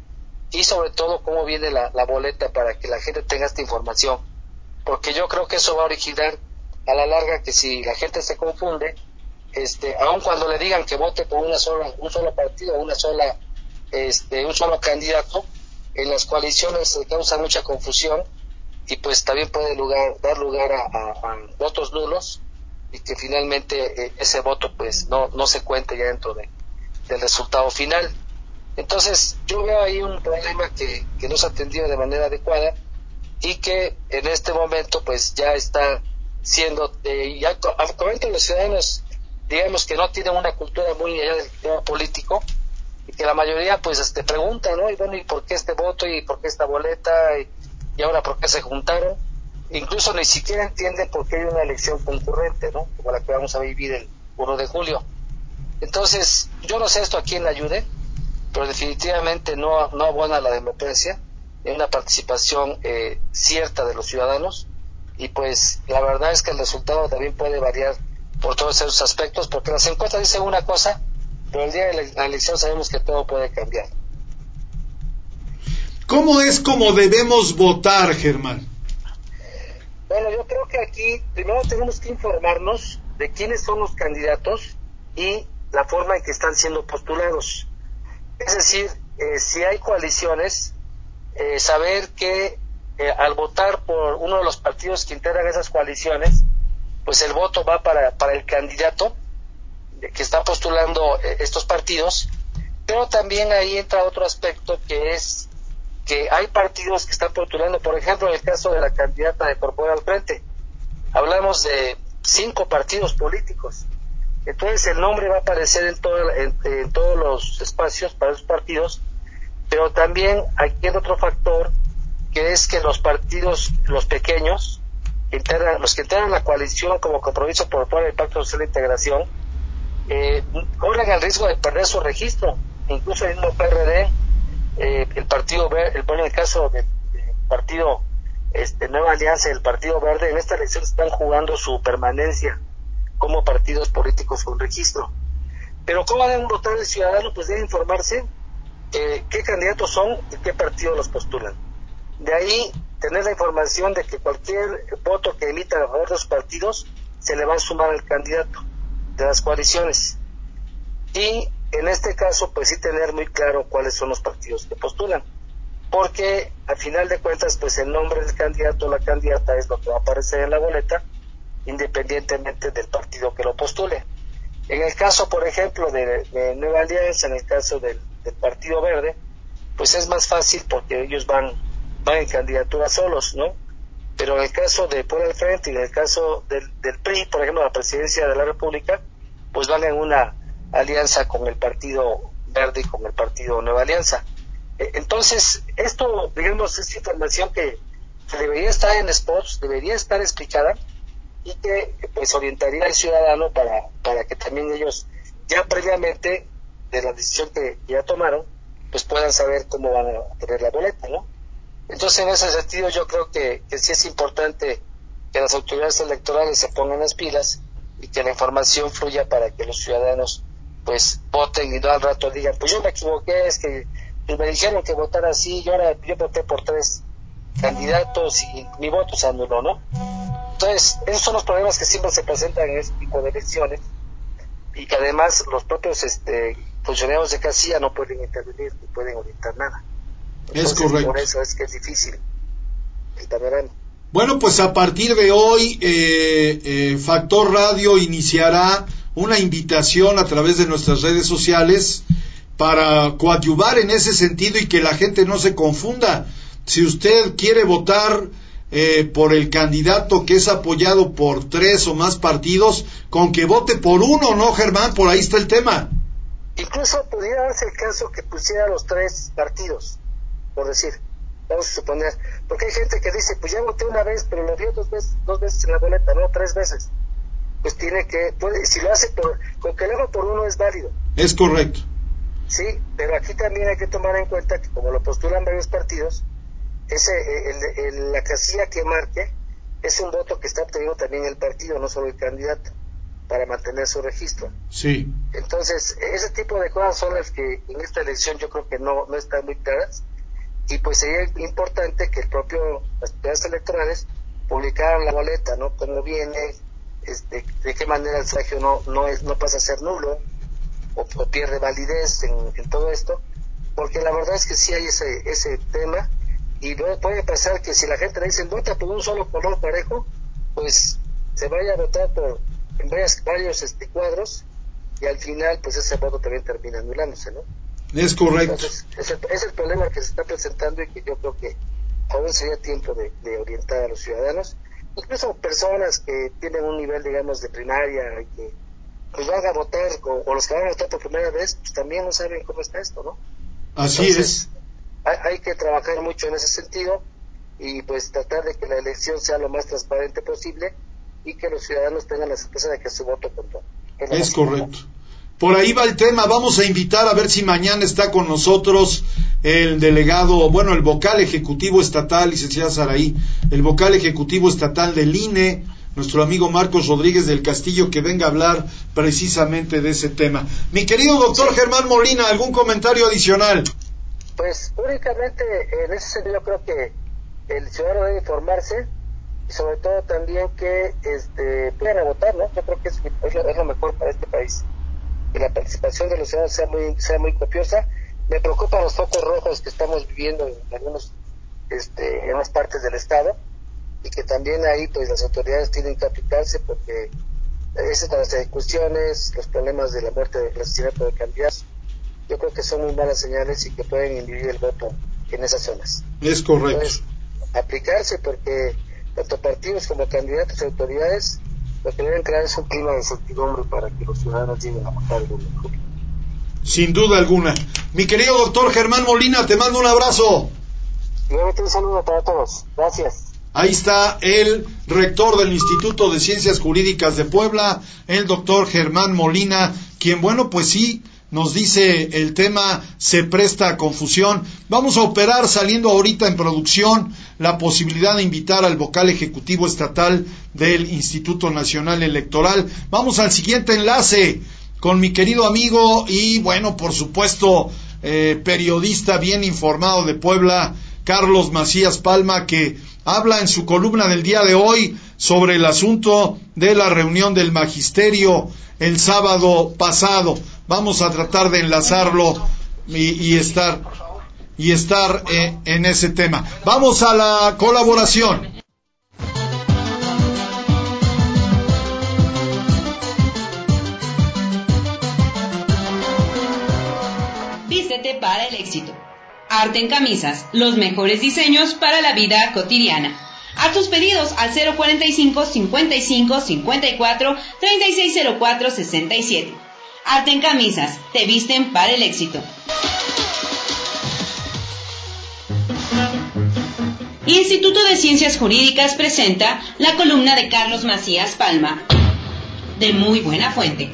y sobre todo cómo viene la, la boleta para que la gente tenga esta información, porque yo creo que eso va a originar a la larga que si la gente se confunde, este, aun cuando le digan que vote por una sola, un solo partido, una sola, este, un solo candidato, en las coaliciones se causa mucha confusión y pues también puede lugar, dar lugar a, a, a votos nulos y que finalmente eh, ese voto pues no, no se cuente ya dentro de, del resultado final. Entonces yo veo ahí un problema que, que no se ha atendido de manera adecuada y que en este momento pues ya está siendo, eh, ya comentan los ciudadanos, digamos que no tienen una cultura muy allá del tema político y que la mayoría pues te preguntan, ¿no? Y bueno, ¿y por qué este voto y por qué esta boleta y, y ahora por qué se juntaron? Incluso ni siquiera entienden por qué hay una elección concurrente, ¿no? Como la que vamos a vivir el uno de julio. Entonces, yo no sé esto a quién le ayude, pero definitivamente no, no abona la democracia, en una participación eh, cierta de los ciudadanos, y pues la verdad es que el resultado también puede variar por todos esos aspectos, porque las encuestas dicen una cosa, pero el día de la elección sabemos que todo puede cambiar. ¿Cómo es como debemos votar, Germán? Bueno, yo creo que aquí primero tenemos que informarnos de quiénes son los candidatos y la forma en que están siendo postulados. Es decir, eh, si hay coaliciones, eh, saber que eh, al votar por uno de los partidos que integran esas coaliciones, pues el voto va para, para el candidato que está postulando eh, estos partidos, pero también ahí entra otro aspecto que es que hay partidos que están postulando, por ejemplo, en el caso de la candidata de Por Puebla al Frente, hablamos de cinco partidos políticos. Entonces el nombre va a aparecer en, todo, en, en todos los espacios para esos partidos, pero también aquí hay otro factor, que es que los partidos, los pequeños, que integran, los que integran la coalición como compromiso por fuera del Pacto Social de Integración, eh, corren el riesgo de perder su registro. Incluso el mismo P R D, eh, el Partido Verde, el, bueno, en el caso del de partido este, Nueva Alianza, el Partido Verde, en esta elección están jugando su permanencia como partidos políticos con registro. Pero ¿cómo deben votar el ciudadano? Pues debe informarse eh, qué candidatos son y qué partido los postulan. De ahí tener la información de que cualquier voto que emita a favor de los partidos se le va a sumar al candidato de las coaliciones. Y en este caso, pues sí tener muy claro cuáles son los partidos que postulan. Porque al final de cuentas, pues el nombre del candidato o la candidata es lo que va a aparecer en la boleta, independientemente del partido que lo postule. En el caso, por ejemplo, de, de Nueva Alianza, en el caso del, del Partido Verde, pues es más fácil porque ellos van, van en candidatura solos, ¿no? Pero en el caso de Puebla al Frente y en el caso del, del P R I, por ejemplo, la presidencia de la República, pues van en una alianza con el Partido Verde y con el Partido Nueva Alianza. Eh, entonces, esto, digamos, es información que, que debería estar en spots, debería estar explicada, y que pues orientaría al ciudadano para, para que también ellos ya previamente de la decisión que ya tomaron pues puedan saber cómo van a tener la boleta, ¿no? Entonces en ese sentido yo creo que, que sí es importante que las autoridades electorales se pongan las pilas y que la información fluya para que los ciudadanos pues voten y no al rato digan pues yo me equivoqué, es que pues, me dijeron que votara así y ahora yo voté por tres candidatos y mi voto se anuló, ¿no? Entonces, esos son los problemas que siempre se presentan en este tipo de elecciones y que además los propios este, funcionarios de casilla no pueden intervenir ni pueden orientar nada. Entonces, es correcto. Por eso es que es difícil el panorama. Bueno, pues a partir de hoy, eh, eh, Factor Radio iniciará una invitación a través de nuestras redes sociales para coadyuvar en ese sentido y que la gente no se confunda. Si usted quiere votar Eh, por el candidato que es apoyado por tres o más partidos, con que vote por uno, ¿no, Germán? Por ahí está el tema. Incluso pudiera darse el caso que pusiera los tres partidos, por decir, vamos a suponer, porque hay gente que dice, pues ya voté una vez, pero lo dio dos veces, dos veces en la boleta, no, tres veces. Pues tiene que, puede, si lo hace por, con que lo haga por uno es válido. Es correcto. Sí, pero aquí también hay que tomar en cuenta que como lo postulan varios partidos, ese el, el, la casilla que marque es un voto que está obteniendo también el partido, no solo el candidato, para mantener su registro. Sí. Entonces, ese tipo de cosas son las que en esta elección yo creo que no, no están muy claras y pues sería importante que el propio, las autoridades electorales publicaran la boleta, ¿no? Cómo viene, este, de qué manera el sufragio no, no, es, no pasa a ser nulo, o, o pierde validez en, en todo esto, porque la verdad es que sí hay ese, ese tema, y puede pasar que si la gente le dice vota por un solo color parejo, pues se vaya a votar por en varias, varios este, cuadros, y al final pues ese voto también termina anulándose, ¿no? Es correcto. Entonces, es el, es el problema que se está presentando y que yo creo que aún sería tiempo de, de orientar a los ciudadanos, incluso personas que tienen un nivel, digamos, de primaria y que pues van a votar, o, o los que van a votar por primera vez, pues también no saben cómo está esto, ¿no? Así Entonces, es. Hay, hay que trabajar mucho en ese sentido y pues tratar de que la elección sea lo más transparente posible y que los ciudadanos tengan la certeza de que su voto contó. Es, es correcto. Por ahí va el tema. Vamos a invitar a ver si mañana está con nosotros el delegado, bueno, el vocal ejecutivo estatal, licenciada Saraí, el vocal ejecutivo estatal del I N E, nuestro amigo Marcos Rodríguez del Castillo, que venga a hablar precisamente de ese tema. Mi querido doctor sí. Germán Molina, ¿algún comentario adicional? Pues únicamente en ese sentido yo creo que el ciudadano debe informarse y sobre todo también que este puedan votar, ¿no? Yo creo que es, es, lo, es lo mejor para este país, que la participación de los ciudadanos sea muy sea muy copiosa. Me preocupan los focos rojos que estamos viviendo en algunos este en unas partes del estado y que también ahí pues las autoridades tienen que aplicarse porque esas las discusiones, los problemas de la muerte del asesinato de Cambias, yo creo que son muy malas señales y que pueden inhibir el voto en esas zonas. Es correcto. Entonces, aplicarse porque tanto partidos como candidatos y autoridades lo que deben crear es un clima de incertidumbre para que los ciudadanos lleguen a votar el domingo. Sin duda alguna. Mi querido doctor Germán Molina, te mando un abrazo. Igualmente un saludo para todos. Gracias. Ahí está el rector del Instituto de Ciencias Jurídicas de Puebla, el doctor Germán Molina, quien, bueno, pues sí, nos dice el tema se presta a confusión. Vamos a operar saliendo ahorita en producción la posibilidad de invitar al vocal ejecutivo estatal del Instituto Nacional Electoral. Vamos al siguiente enlace con mi querido amigo y, bueno, por supuesto, eh, periodista bien informado de Puebla, Carlos Macías Palma, que habla en su columna del día de hoy sobre el asunto de la reunión del magisterio el sábado pasado. Vamos a tratar de enlazarlo y, y estar y estar eh, en ese tema. Vamos a la colaboración. Vístete para el éxito. Arte en Camisas, los mejores diseños para la vida cotidiana. Haz tus pedidos al cero cuarenta y cinco, cincuenta y cinco, cincuenta y cuatro, treinta y seis cero cuatro, sesenta y siete. Arte en Camisas, te visten para el éxito. Instituto de Ciencias Jurídicas presenta la columna de Carlos Macías Palma, de muy buena fuente.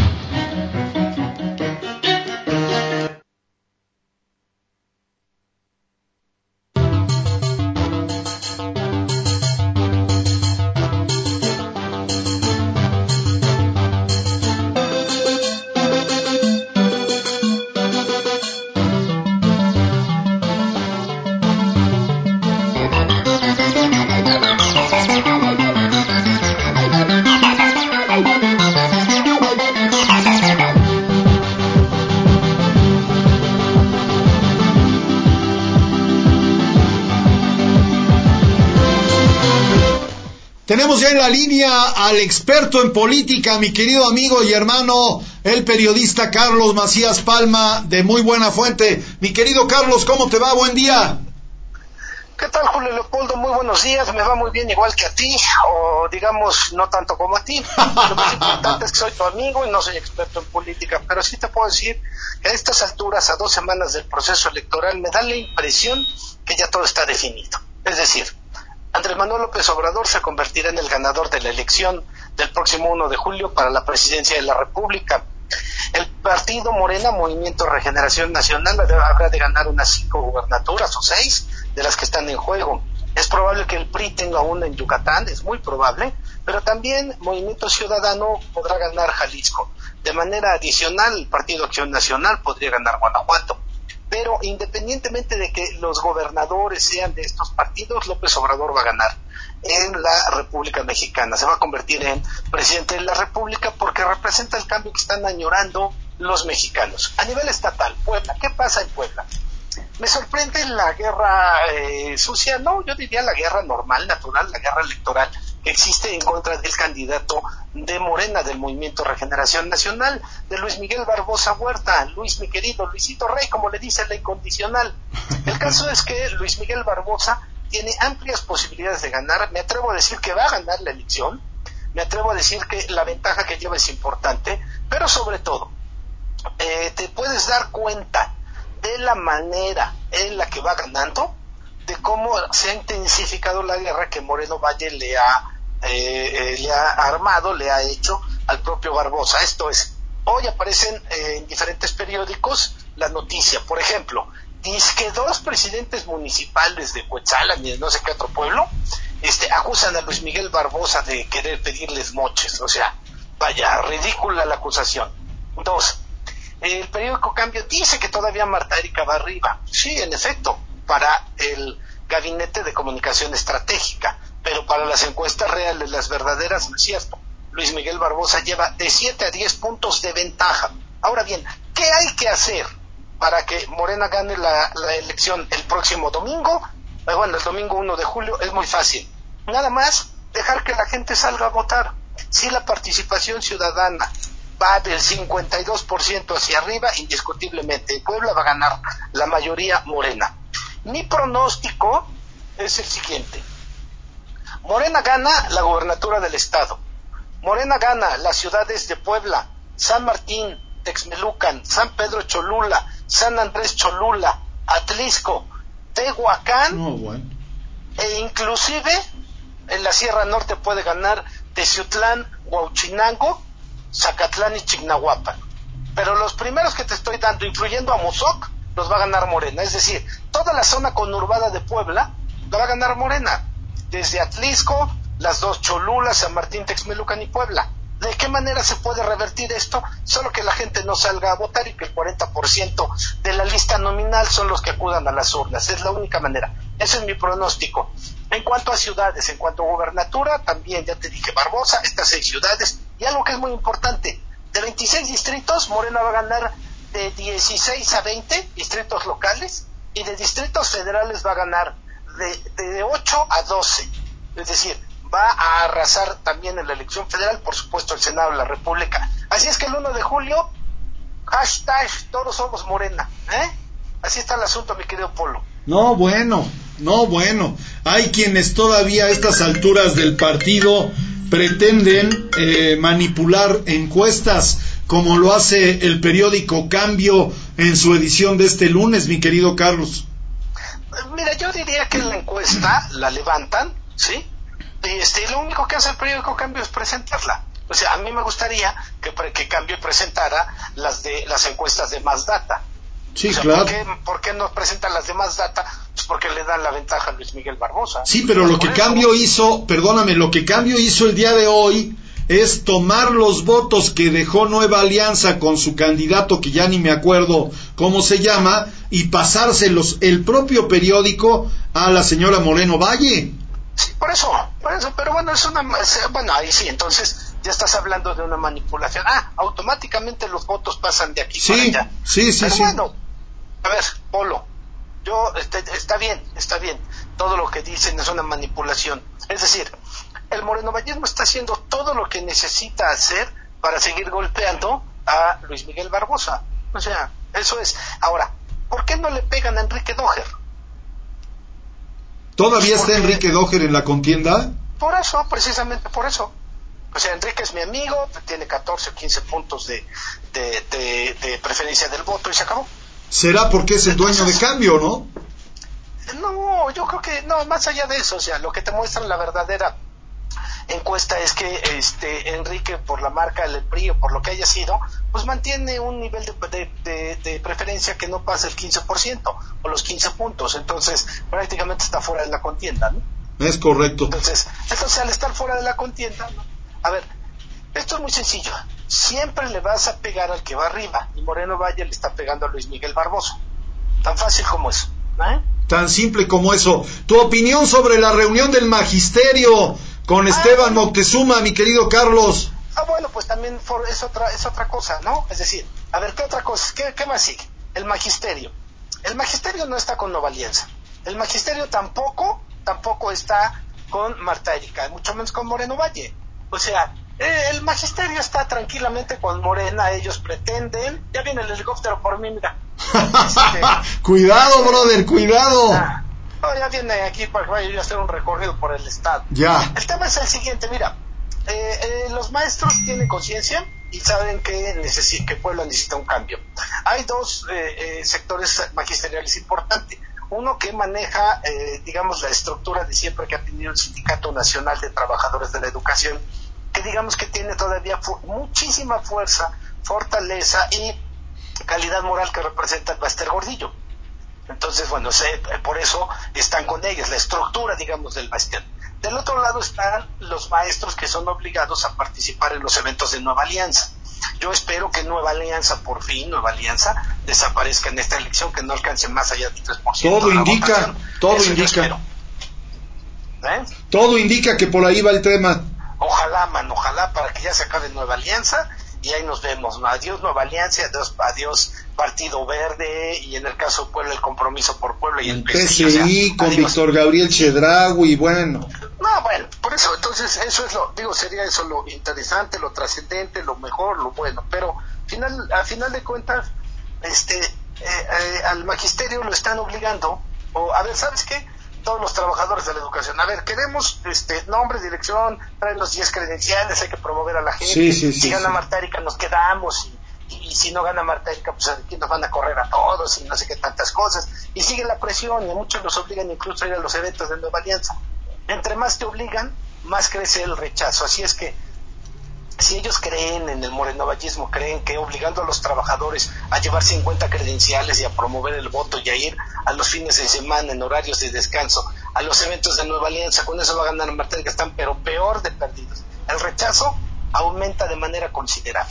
Tenemos ya en la línea al experto en política, mi querido amigo y hermano, el periodista Carlos Macías Palma, de muy buena fuente. Mi querido Carlos, ¿cómo te va? Buen día. ¿Qué tal, Julio Leopoldo? Muy buenos días. Me va muy bien, igual que a ti, o digamos, no tanto como a ti. Lo más importante es que soy tu amigo y no soy experto en política, pero sí te puedo decir que a estas alturas, a dos semanas del proceso electoral, me da la impresión que ya todo está definido. Es decir, Andrés Manuel López Obrador se convertirá en el ganador de la elección del próximo uno de julio para la presidencia de la República. El partido Morena, Movimiento Regeneración Nacional, habrá de ganar unas cinco gubernaturas o seis de las que están en juego. Es probable que el P R I tenga una en Yucatán, es muy probable, pero también Movimiento Ciudadano podrá ganar Jalisco. De manera adicional, el Partido Acción Nacional podría ganar Guanajuato. pero independientemente de que los gobernadores sean de estos partidos, López Obrador va a ganar en la República Mexicana. Se va a convertir en presidente de la República porque representa el cambio que están añorando los mexicanos. A nivel estatal, Puebla, ¿qué pasa en Puebla? Me sorprende la guerra eh, sucia, no, yo diría la guerra normal, natural, la guerra electoral que existe en contra del candidato de Morena, del Movimiento Regeneración Nacional, de Luis Miguel Barbosa Huerta, Luis, mi querido, Luisito Rey, como le dice la incondicional. El caso es que Luis Miguel Barbosa tiene amplias posibilidades de ganar, me atrevo a decir que va a ganar la elección, me atrevo a decir que la ventaja que lleva es importante, pero sobre todo, eh, te puedes dar cuenta de la manera en la que va ganando, de cómo se ha intensificado la guerra que Moreno Valle le ha, eh, eh, le ha armado, le ha hecho al propio Barbosa. Esto es, hoy aparecen eh, en diferentes periódicos la noticia, por ejemplo, dice que dos presidentes municipales de Cuetzalan y de no sé qué otro pueblo este, acusan a Luis Miguel Barbosa de querer pedirles moches, o sea, vaya, ridícula la acusación. Dos, el periódico Cambio dice que todavía Marta Erika va arriba. Sí, en efecto, para el Gabinete de Comunicación Estratégica, pero para las encuestas reales, las verdaderas, no es cierto. Luis Miguel Barbosa lleva de siete a diez puntos de ventaja. Ahora bien, ¿qué hay que hacer para que Morena gane la, la elección el próximo domingo? Eh, bueno, el domingo uno de julio es muy fácil. Nada más dejar que la gente salga a votar. Si la participación ciudadana va del cincuenta y dos por ciento hacia arriba, indiscutiblemente Puebla va a ganar la mayoría Morena. Mi pronóstico es el siguiente: Morena gana la gobernatura del estado, Morena gana las ciudades de Puebla, San Martín, Texmelucan, San Pedro Cholula, San Andrés Cholula, Atlisco, Tehuacán, oh, bueno. e inclusive en la Sierra Norte puede ganar Teciutlán, Huauchinango, Zacatlán y Chignahuapan. Pero los primeros que te estoy dando, incluyendo a Mozoc, los va a ganar Morena. Es decir, toda la zona conurbada de Puebla la va a ganar Morena. Desde Atlisco, las dos Cholulas, San Martín, Texmelucan y Puebla. ¿De qué manera se puede revertir esto? Solo que la gente no salga a votar y que el cuarenta por ciento de la lista nominal son los que acudan a las urnas. Es la única manera. Ese es mi pronóstico. En cuanto a ciudades, en cuanto a gubernatura, también ya te dije Barbosa, estas seis ciudades. Y algo que es muy importante, de veintiséis distritos, Morena va a ganar de dieciséis a veinte distritos locales, y de distritos federales va a ganar de, de ocho a doce. Es decir, va a arrasar también en la elección federal, por supuesto el Senado de la República. Así es que el uno de julio, hashtag todos somos Morena, ¿eh? Así está el asunto, mi querido Polo. No, bueno, no, bueno. Hay quienes todavía a estas alturas del partido pretenden eh, manipular encuestas, como lo hace el periódico Cambio en su edición de este lunes, mi querido Carlos. Mira, yo diría que la encuesta la levantan, ¿sí? Y este, lo único que hace el periódico Cambio es presentarla. O sea, a mí me gustaría que, que Cambio presentara las de las encuestas de Más Data. Sí, o sea, claro. ¿por qué, ¿Por qué no presentan las de Más Data? Pues porque le dan la ventaja a Luis Miguel Barbosa. Sí, pero lo que Cambio hizo, perdóname, lo que Cambio hizo el día de hoy es tomar los votos que dejó Nueva Alianza con su candidato, que ya ni me acuerdo cómo se llama, y pasárselos el propio periódico a la señora Moreno Valle. Sí, por eso, por eso, pero bueno, es una, bueno, ahí sí, entonces ya estás hablando de una manipulación. Ah, automáticamente los votos pasan de aquí sí, para allá. Sí, sí, pero sí. Bueno, a ver, Polo, yo, este, está bien, está bien, todo lo que dicen es una manipulación. Es decir, el morenovallismo está haciendo todo lo que necesita hacer para seguir golpeando a Luis Miguel Barbosa. O sea, eso es. Ahora, ¿por qué no le pegan a Enrique Doher? ¿Todavía está Porque, Enrique Doher en la contienda? Por eso, precisamente por eso. O sea, Enrique es mi amigo, tiene catorce o quince puntos de, de, de, de preferencia del voto y se acabó. ¿Será porque es el dueño de Cambio, no? No, yo creo que no, más allá de eso, o sea, lo que te muestra la verdadera encuesta es que este Enrique, por la marca del P R I o por lo que haya sido, pues mantiene un nivel de, de, de, de preferencia que no pasa el quince por ciento o los quince puntos, entonces prácticamente está fuera de la contienda, ¿no? Es correcto. Entonces, entonces al estar fuera de la contienda, ¿no? A ver, esto es muy sencillo, siempre le vas a pegar al que va arriba, y Moreno Valle le está pegando a Luis Miguel Barbosa. tan fácil como eso, ¿eh? Tan simple como eso. Tu opinión sobre la reunión del magisterio con Esteban ah, Moctezuma, mi querido Carlos. Ah, bueno, pues también for, es otra es otra cosa, ¿no? Es decir, a ver, ¿qué otra cosa? ¿Qué, qué más sigue? El magisterio. El magisterio no está con Nueva Alianza. El magisterio tampoco, tampoco está con Marta Erika, mucho menos con Moreno Valle. O sea, eh, el magisterio está tranquilamente con Morena, ellos pretenden, ya viene el helicóptero por mí, mira. Este, cuidado, brother, cuidado. Ah, no, ya viene aquí para que vaya a hacer un recorrido por el estado. Ya. El tema es el siguiente, mira, eh, eh, los maestros tienen conciencia y saben que, necesi- que Puebla necesita un cambio. Hay dos eh, eh, sectores magisteriales importantes. Uno que maneja, eh, digamos, la estructura de siempre que ha tenido el Sindicato Nacional de Trabajadores de la Educación, que digamos que tiene todavía fu- muchísima fuerza, fortaleza y calidad moral que representa el Baster Gordillo. Entonces, bueno, sé, por eso están con ellas, la estructura, digamos, del Baster. Del otro lado están los maestros que son obligados a participar en los eventos de Nueva Alianza. Yo espero que Nueva Alianza, por fin, Nueva Alianza, desaparezca en esta elección, que no alcance más allá del tres por ciento. Todo indica, todo Eso indica. ¿Eh? Todo indica que por ahí va el tema. Ojalá, man, ojalá, para que ya se acabe Nueva Alianza y ahí nos vemos. Adiós Nueva Alianza, adiós, adiós Partido Verde, y en el caso de Puebla el Compromiso por Puebla y el P C I, o sea, con adiós. Víctor Gabriel Chedraui, bueno. No, bueno, por eso, entonces eso es lo, digo, sería eso lo interesante, lo trascendente, lo mejor, lo bueno, pero final, a final de cuentas, este, eh, eh, al magisterio lo están obligando, o a ver, ¿sabes qué? Todos los trabajadores de la educación, a ver, queremos este nombre, dirección, traen los diez credenciales, hay que promover a la gente, sí, sí, sí, si gana sí. Marta Erika nos quedamos, y, y, y si no gana Marta Erika, pues aquí nos van a correr a todos, y no sé qué tantas cosas, y sigue la presión, y a muchos los obligan incluso a ir a los eventos de Nueva Alianza. Entre más te obligan, más crece el rechazo. Así es que, si ellos creen en el morenovallismo, creen que obligando a los trabajadores a llevar cincuenta credenciales y a promover el voto y a ir a los fines de semana en horarios de descanso a los eventos de Nueva Alianza, con eso va a ganar Marta, que están pero peor de perdidos. El rechazo aumenta de manera considerable.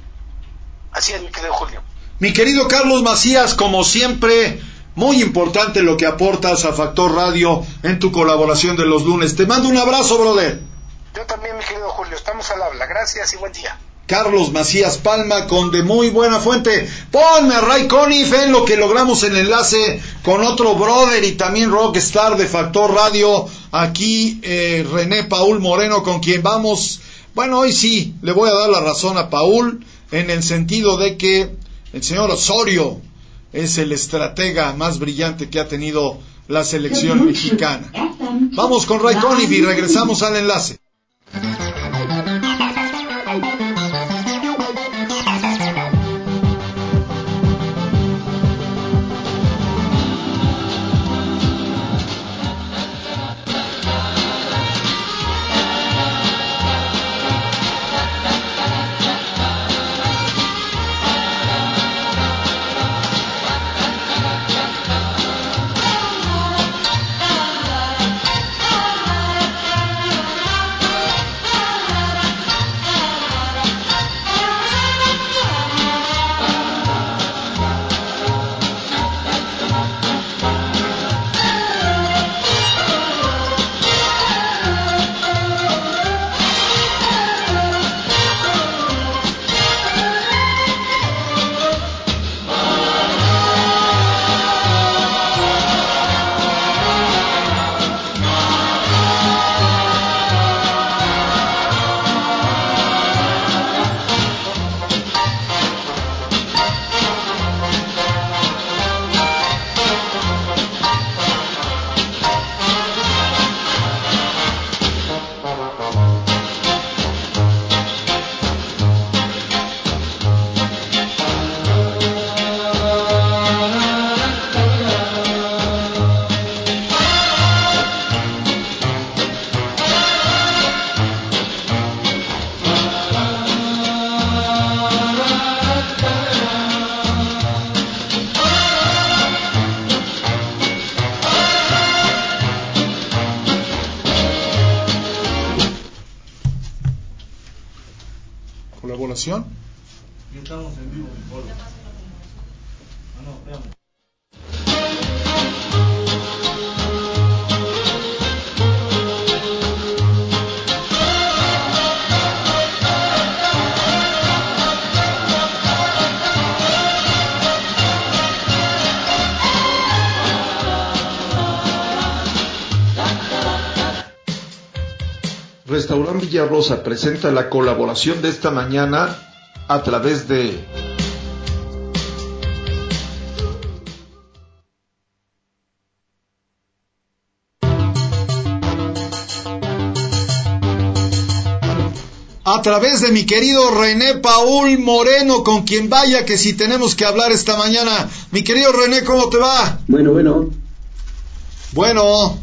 Así es, mi querido Julio. Mi querido Carlos Macías, como siempre, muy importante lo que aportas a Factor Radio en tu colaboración de los lunes. Te mando un abrazo, brother. Yo también, mi querido Julio, estamos al habla. Gracias y buen día. Carlos Macías Palma, con de muy buena fuente. Ponme a Ray Conniff en lo que logramos el enlace con otro brother y también rockstar de Factor Radio, aquí eh, René Paul Moreno, con quien vamos. Bueno, hoy sí, le voy a dar la razón a Paul, en el sentido de que el señor Osorio es el estratega más brillante que ha tenido la selección mexicana. Vamos con Ray Conniff y regresamos al enlace. Estamos en vivo. Ah, no, Restaurante Villarrosa presenta la colaboración de esta mañana a través de a través de mi querido René Paul Moreno, con quien vaya que si tenemos que hablar esta mañana. Mi querido René, ¿cómo te va? Bueno, bueno. Bueno,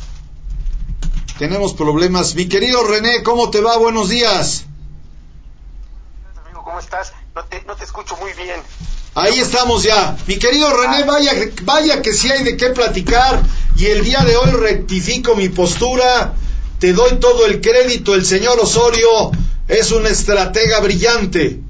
tenemos problemas. Mi querido René, ¿cómo te va? Buenos días. Amigo, ¿cómo estás? No te, no te escucho muy bien. Ahí estamos ya. Mi querido René, vaya, vaya que sí hay de qué platicar, y el día de hoy rectifico mi postura. Te doy todo el crédito. El señor Osorio es un estratega brillante.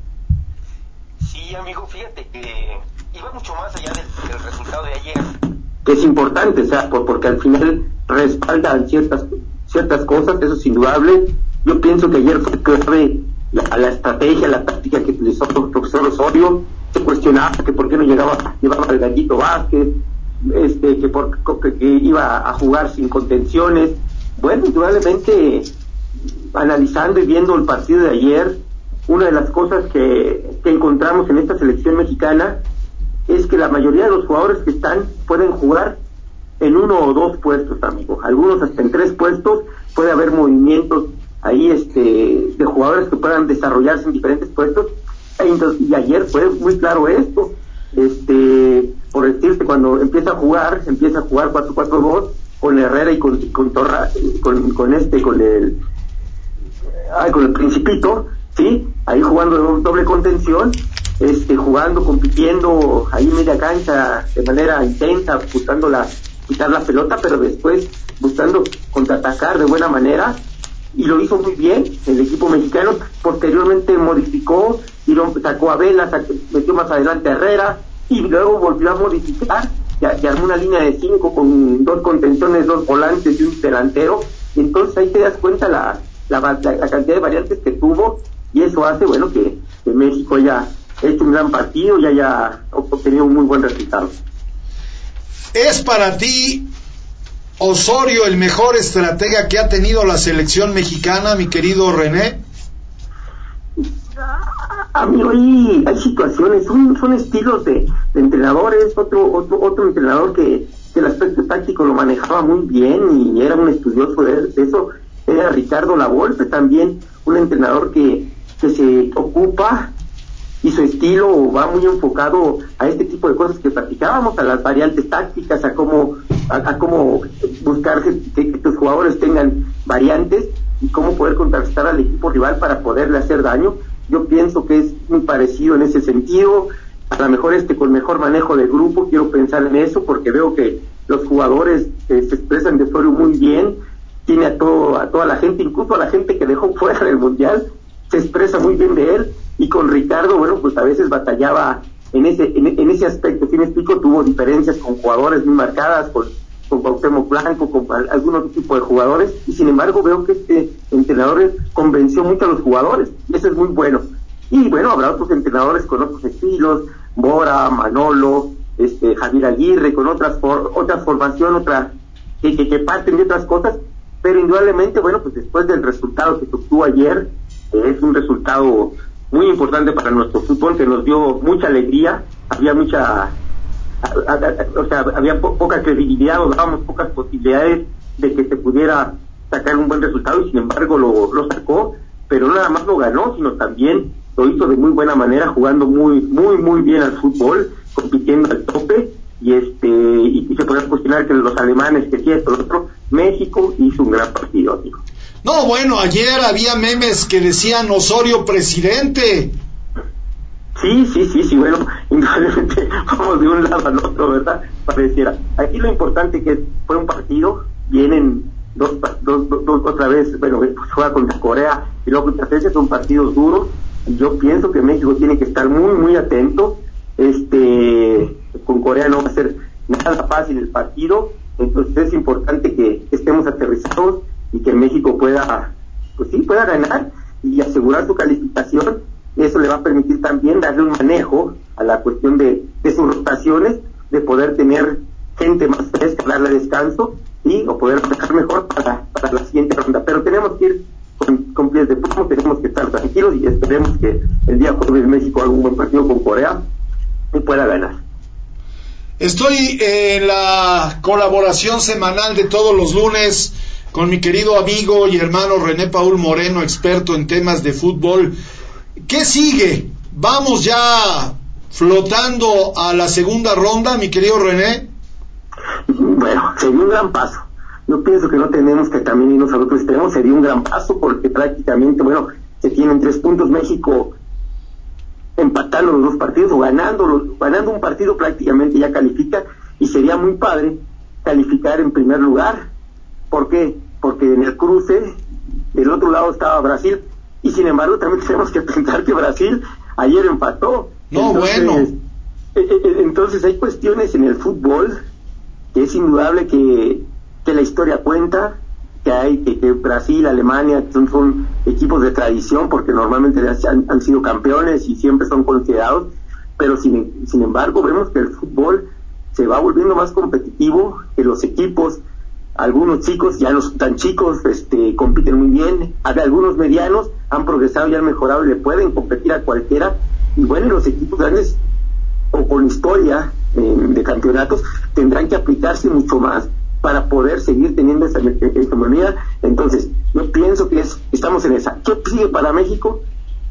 Sí, amigo, fíjate que iba mucho más allá del, del resultado de ayer, que es importante, o sea, por, porque al final respaldan ciertas ciertas cosas, eso es indudable. Yo pienso que ayer fue clave la, la estrategia, la táctica que utilizó el profesor Osorio. Se cuestionaba que por qué no llegaba, llevaba al Gallito Vázquez, este, que, por, que, que iba a jugar sin contenciones. Bueno, indudablemente, analizando y viendo el partido de ayer, una de las cosas que, que encontramos en esta selección mexicana es que la mayoría de los jugadores que están pueden jugar en uno o dos puestos, amigo. Algunos hasta en tres puestos. Puede haber movimientos ahí este de jugadores que puedan desarrollarse en diferentes puestos. Y ayer fue muy claro esto. Este, por decirte, cuando empieza a jugar, empieza a jugar cuatro cuatro dos con Herrera y con con, Torra, con, con este, con el ay, con el Principito, sí, ahí jugando doble contención, este, jugando, compitiendo ahí media cancha de manera intensa, buscando la, quitar la pelota, pero después buscando contraatacar de buena manera, y lo hizo muy bien el equipo mexicano. Posteriormente modificó y lo sacó a Vela, sacó, metió más adelante a Herrera, y luego volvió a modificar y, y armó una línea de cinco con dos contenciones, dos volantes y un delantero. Y entonces ahí te das cuenta la, la, la, la cantidad de variantes que tuvo, y eso hace, bueno, que, que México haya hecho un gran partido y haya obtenido un muy buen resultado. ¿Es para ti Osorio el mejor estratega que ha tenido la selección mexicana, mi querido René? Amigo, hay, hay situaciones, son, son estilos de, de entrenadores. Otro, otro otro entrenador que, que el aspecto táctico lo manejaba muy bien y era un estudioso de, de eso, era Ricardo Lavolpe, también un entrenador que, que se ocupa, y su estilo va muy enfocado a este tipo de cosas que platicábamos, a las variantes tácticas, a cómo a, a cómo buscar que, que, que tus jugadores tengan variantes y cómo poder contrarrestar al equipo rival para poderle hacer daño. Yo pienso que es muy parecido en ese sentido. A lo mejor este con mejor manejo del grupo, quiero pensar en eso, porque veo que los jugadores eh, se expresan de Osorio muy bien, tiene a todo a toda la gente, incluso a la gente que dejó fuera del Mundial, se expresa muy bien de él. Y con Ricardo, bueno, pues a veces batallaba en ese en, en ese aspecto. Si me explico, tuvo diferencias con jugadores muy marcadas, con, con Cuauhtémoc Blanco, con algún otro tipo de jugadores, y sin embargo veo que este entrenador convenció mucho a los jugadores, y eso es muy bueno. Y bueno, habrá otros entrenadores con otros estilos, Mora, Manolo, este Javier Aguirre, con otras for, otras formación, otra que, que, que parten de otras cosas, pero indudablemente, bueno, pues después del resultado que se obtuvo ayer, eh, es un resultado muy importante para nuestro fútbol, que nos dio mucha alegría. Había mucha, a, a, a, o sea, había po, poca credibilidad, o dábamos pocas posibilidades de que se pudiera sacar un buen resultado, y sin embargo lo, lo sacó, pero no nada más lo ganó, sino también lo hizo de muy buena manera, jugando muy, muy, muy bien al fútbol, compitiendo al tope, y este, y, y se podrá cuestionar que los alemanes, que sí, esto, lo otro. México hizo un gran partido, amigo. No, bueno, ayer había memes que decían Osorio presidente. Sí, sí, sí, sí, bueno, indudablemente vamos de un lado al otro, ¿verdad? Pareciera. Aquí lo importante que fue un partido, vienen dos, dos, dos, dos otra vez, bueno, juega contra Corea y luego contra Francia, son partidos duros, y yo pienso que México tiene que estar muy, muy atento. Este, con Corea no va a ser nada fácil el partido, entonces es importante que estemos aterrizados y que México pueda, pues sí, pueda ganar y asegurar su calificación. Eso le va a permitir también darle un manejo a la cuestión de, de sus rotaciones, de poder tener gente más fresca, darle descanso, y o poder dejar mejor para, para la siguiente ronda. Pero tenemos que ir con, con pies de plomo, tenemos que estar tranquilos y esperemos que el día jueves México haga un buen partido con Corea y pueda ganar. Estoy en la colaboración semanal de todos los lunes con mi querido amigo y hermano René Paul Moreno, experto en temas de fútbol. ¿Qué sigue? Vamos ya flotando a la segunda ronda, mi querido René. Bueno, sería un gran paso. Yo pienso que no tenemos que también irnos al otro extremo, sería un gran paso porque prácticamente, bueno, se tienen tres puntos. México empatando los dos partidos o ganando, ganando un partido prácticamente ya califica, y sería muy padre calificar en primer lugar. ¿Por qué? Porque en el cruce del otro lado estaba Brasil, y sin embargo también tenemos que pensar que Brasil ayer empató. No, entonces, bueno. Eh, eh, entonces hay cuestiones en el fútbol que es indudable que, que la historia cuenta, que hay que, que Brasil, Alemania son, son equipos de tradición porque normalmente han, han sido campeones y siempre son considerados, pero sin, sin embargo vemos que el fútbol se va volviendo más competitivo, que los equipos, algunos chicos, ya no son tan chicos, este, compiten muy bien, algunos medianos han progresado y han mejorado y le pueden competir a cualquiera, y bueno, los equipos grandes o con historia eh, de campeonatos tendrán que aplicarse mucho más para poder seguir teniendo esa hegemonía. Entonces yo pienso que es, estamos en esa. ¿Qué sigue para México?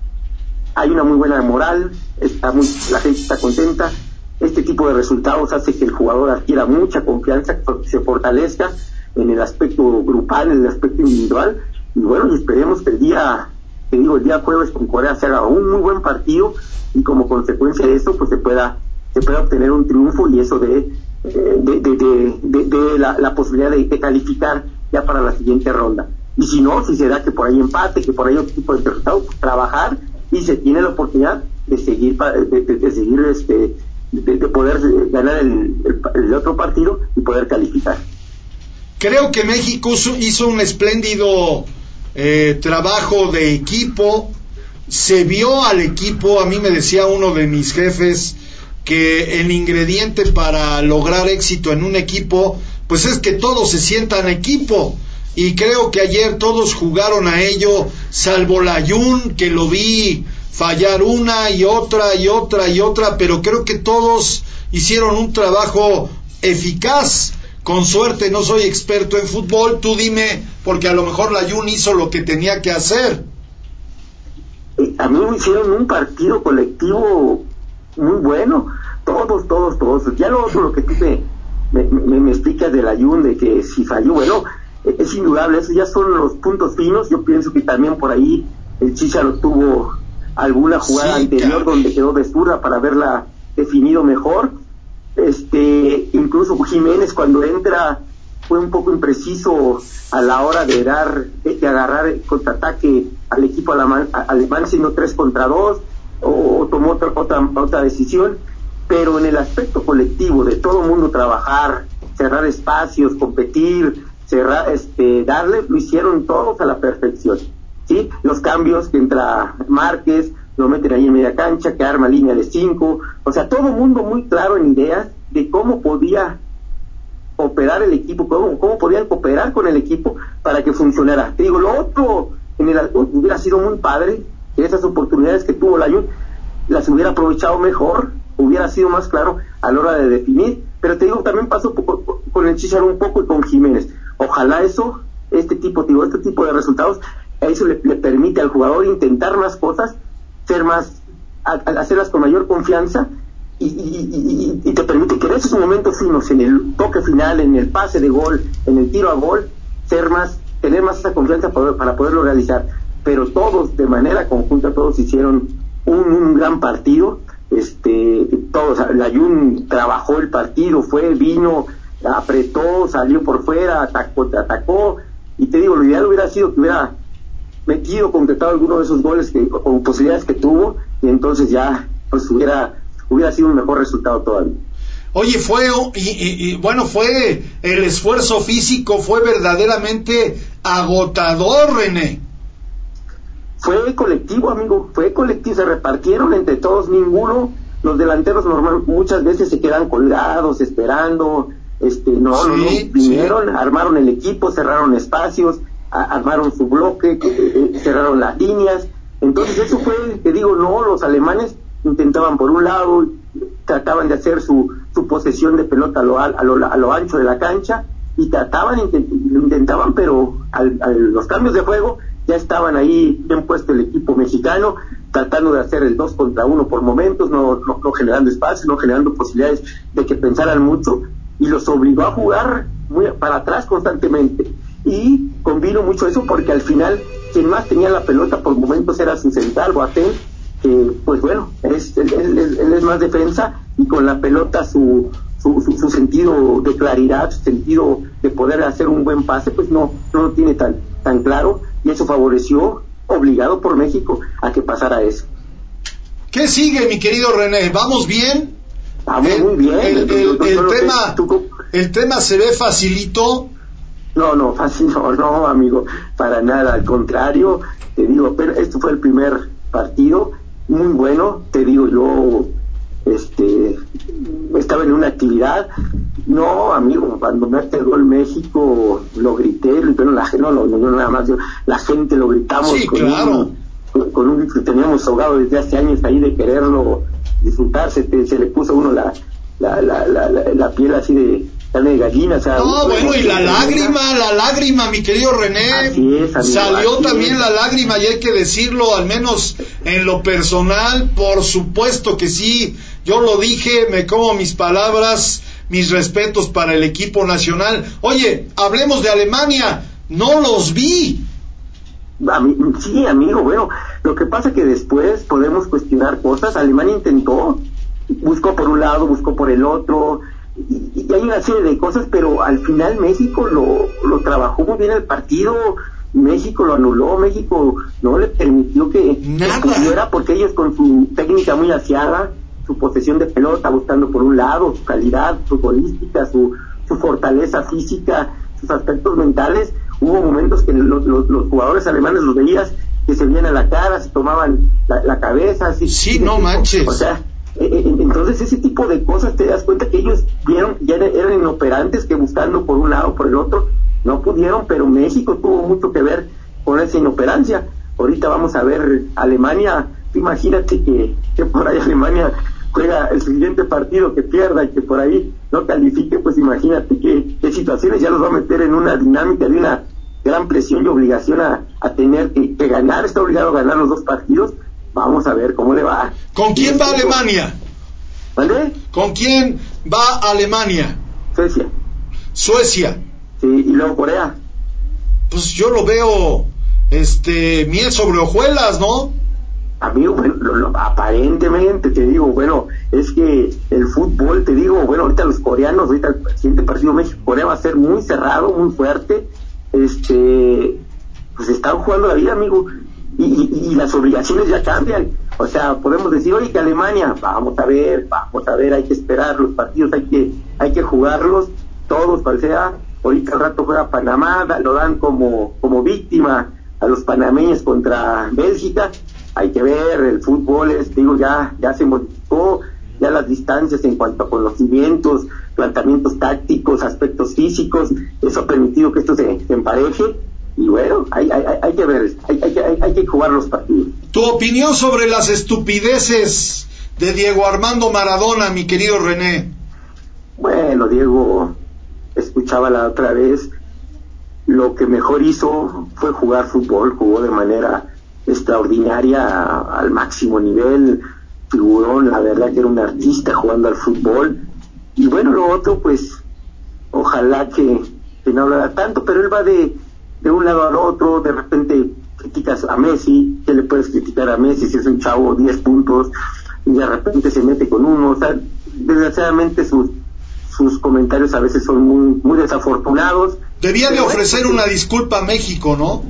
Hay una muy buena moral, está muy, la gente está contenta, este tipo de resultados hace que el jugador adquiera mucha confianza, que se fortalezca en el aspecto grupal, en el aspecto individual, y bueno, y esperemos que el día, te digo, el día jueves con Corea se haga un muy buen partido, y como consecuencia de eso pues se pueda se pueda obtener un triunfo, y eso de de, de, de, de, de la, la posibilidad de, de calificar ya para la siguiente ronda. Y si no, si se da que por ahí empate, que por ahí otro tipo de resultados, pues trabajar, y se tiene la oportunidad de seguir de, de, de seguir este de, de poder ganar el, el, el otro partido y poder calificar. Creo que México hizo un espléndido eh, trabajo de equipo, se vio al equipo. A mí me decía uno de mis jefes que el ingrediente para lograr éxito en un equipo pues es que todos se sientan equipo, y creo que ayer todos jugaron a ello, salvo Layún, que lo vi fallar una y otra y otra y otra, pero creo que todos hicieron un trabajo eficaz. Con suerte, no soy experto en fútbol, tú dime, porque a lo mejor Layún hizo lo que tenía que hacer. A mí me hicieron un partido colectivo muy bueno, todos, todos, todos. Ya lo otro, lo que tú me, me, me, me explicas del Layún, de que si falló, bueno, es indudable, esos ya son los puntos finos. Yo pienso que también por ahí el Chícharo tuvo alguna jugada sí, anterior caray. donde quedó de zurda para haberla definido mejor. Este, incluso Jiménez cuando entra fue un poco impreciso a la hora de dar, de, de agarrar el contraataque al equipo alemán, alemán siendo tres contra dos, o, o tomó otra, otra, otra decisión, pero en el aspecto colectivo de todo el mundo trabajar, cerrar espacios, competir, cerrar, este, darle, lo hicieron todos a la perfección, ¿sí? Los cambios que entra Márquez, lo meten ahí en media cancha, que arma línea de cinco, o sea, todo el mundo muy claro en ideas de cómo podía operar el equipo, cómo, cómo podían cooperar con el equipo para que funcionara. Te digo, lo otro en el, hubiera sido muy padre, que esas oportunidades que tuvo Layún las hubiera aprovechado mejor, hubiera sido más claro a la hora de definir, pero te digo, también pasó poco, con el Chícharo un poco y con Jiménez. Ojalá eso, este tipo, digo, este tipo de resultados, a eso le, le permite al jugador intentar más cosas, ser más, a, a hacerlas con mayor confianza, y, y, y, y te permite que en esos momentos finos, en el toque final, en el pase de gol, en el tiro a gol, ser más, tener más esa confianza para, para poderlo realizar. Pero todos, de manera conjunta, todos hicieron un, un gran partido. Este, todos, Layún trabajó el partido, fue, vino, apretó, salió por fuera, atacó, atacó, y te digo, lo ideal hubiera sido que hubiera metido, concretado alguno de esos goles que, o posibilidades que tuvo, y entonces ya pues hubiera hubiera sido un mejor resultado todavía. Oye, fue y, y, y bueno, fue el esfuerzo físico fue verdaderamente agotador, René. Fue colectivo, amigo, fue colectivo, se repartieron entre todos, ninguno, los delanteros normal muchas veces se quedan colgados esperando, este, no, sí, no, no, vinieron, sí. Armaron el equipo, cerraron espacios, a, armaron su bloque, que, eh, cerraron las líneas. Entonces eso fue, te digo, no, los alemanes intentaban por un lado, trataban de hacer su, su posesión de pelota a lo, a lo, a lo ancho de la cancha, y trataban, intentaban, pero al, a los cambios de juego ya estaban ahí bien puesto el equipo mexicano, tratando de hacer el dos contra uno por momentos, no, no, no generando espacios, no generando posibilidades de que pensaran mucho, y los obligó a jugar muy para atrás constantemente. Y convino mucho eso porque al final quien más tenía la pelota por momentos era su central, Boateng, que pues bueno, es, él, él, él es más defensa, y con la pelota su Su, su, su sentido de claridad, su sentido de poder hacer un buen pase, pues no, no lo tiene tan, tan claro, y eso favoreció, obligado por México, a que pasara eso. ¿Qué sigue, mi querido René? ¿Vamos bien? Vamos el, muy bien. El, el, el, el, el tema, tú, ¿El tema se ve facilito? No, no, fácil, no, no, amigo, para nada, al contrario, te digo, pero esto fue el primer partido, muy bueno, te digo yo, este... estaba en una actividad, no, amigo, cuando mete el gol México, lo grité, pero la gente, no, no, no, nada más, yo, la gente lo gritamos, sí, con, claro. un, con, con un que teníamos ahogado desde hace años ahí de quererlo disfrutar, se, te, se le puso a uno la, la, la, la, la, la piel así de carne de gallina, o sea, no, bueno, y la lágrima, la lágrima, mi querido René, así es, amigo, salió así también es. La lágrima, y hay que decirlo, al menos en lo personal, por supuesto que sí. Yo lo dije, me como mis palabras, mis respetos para el equipo nacional. Oye, hablemos de Alemania, no los vi. A mí, sí, amigo, bueno, lo que pasa que después podemos cuestionar cosas. Alemania intentó, buscó por un lado, buscó por el otro, y, y hay una serie de cosas, pero al final México lo, lo trabajó muy bien el partido. México lo anuló, México no le permitió que, que pudiera, porque ellos con su técnica muy aseada, su posesión de pelota, buscando por un lado su calidad futbolística, su, su fortaleza física, sus aspectos mentales, hubo momentos que los, los, los jugadores alemanes los veías que se venían a la cara, se tomaban la, la cabeza, así, sí, no tipo, manches. O sea, eh, eh, entonces ese tipo de cosas te das cuenta que ellos vieron que ya eran inoperantes, que buscando por un lado, por el otro, no pudieron, pero México tuvo mucho que ver con esa inoperancia. Ahorita vamos a ver Alemania, imagínate que, que por ahí Alemania juega el siguiente partido, que pierda y que por ahí no califique, pues imagínate qué, qué situaciones ya los va a meter en una dinámica de una gran presión y obligación a, a tener que, que ganar, está obligado a ganar los dos partidos. Vamos a ver cómo le va. ¿Con quién va Alemania? ¿Vale? ¿Con quién va Alemania? Suecia. Suecia. Sí, y luego Corea. Pues yo lo veo, este, miel sobre hojuelas, ¿no? Amigo, bueno, lo, lo, aparentemente te digo, bueno, es que el fútbol, te digo, bueno, ahorita los coreanos, ahorita el siguiente partido México-Corea va a ser muy cerrado, muy fuerte, este, pues están jugando la vida, amigo, y, y, y las obligaciones ya cambian, o sea, podemos decir, oye, que Alemania, vamos a ver, vamos a ver, hay que esperar los partidos, hay que, hay que jugarlos, todos, cual sea, ahorita al rato juega Panamá, lo dan como, como víctima a los panameños contra Bélgica. Hay que ver, el fútbol es, digo, ya, ya se modificó, ya las distancias en cuanto a conocimientos, planteamientos tácticos, aspectos físicos, eso ha permitido que esto se, se empareje, y bueno, hay, hay, hay que ver, hay, hay, hay, hay que jugar los partidos. Tu opinión sobre las estupideces de Diego Armando Maradona, mi querido René. Bueno, Diego, escuchaba la otra vez, lo que mejor hizo fue jugar fútbol, jugó de manera extraordinaria, al máximo nivel, figurón, la verdad que era un artista jugando al fútbol, y bueno, lo otro pues ojalá que, que no hablara tanto, pero él va de, de un lado al otro, de repente criticas a Messi, ¿qué le puedes criticar a Messi si es un chavo diez puntos, y de repente se mete con uno? O sea, desgraciadamente sus sus comentarios a veces son muy, muy desafortunados. Debía de ofrecer una disculpa a México, ¿no?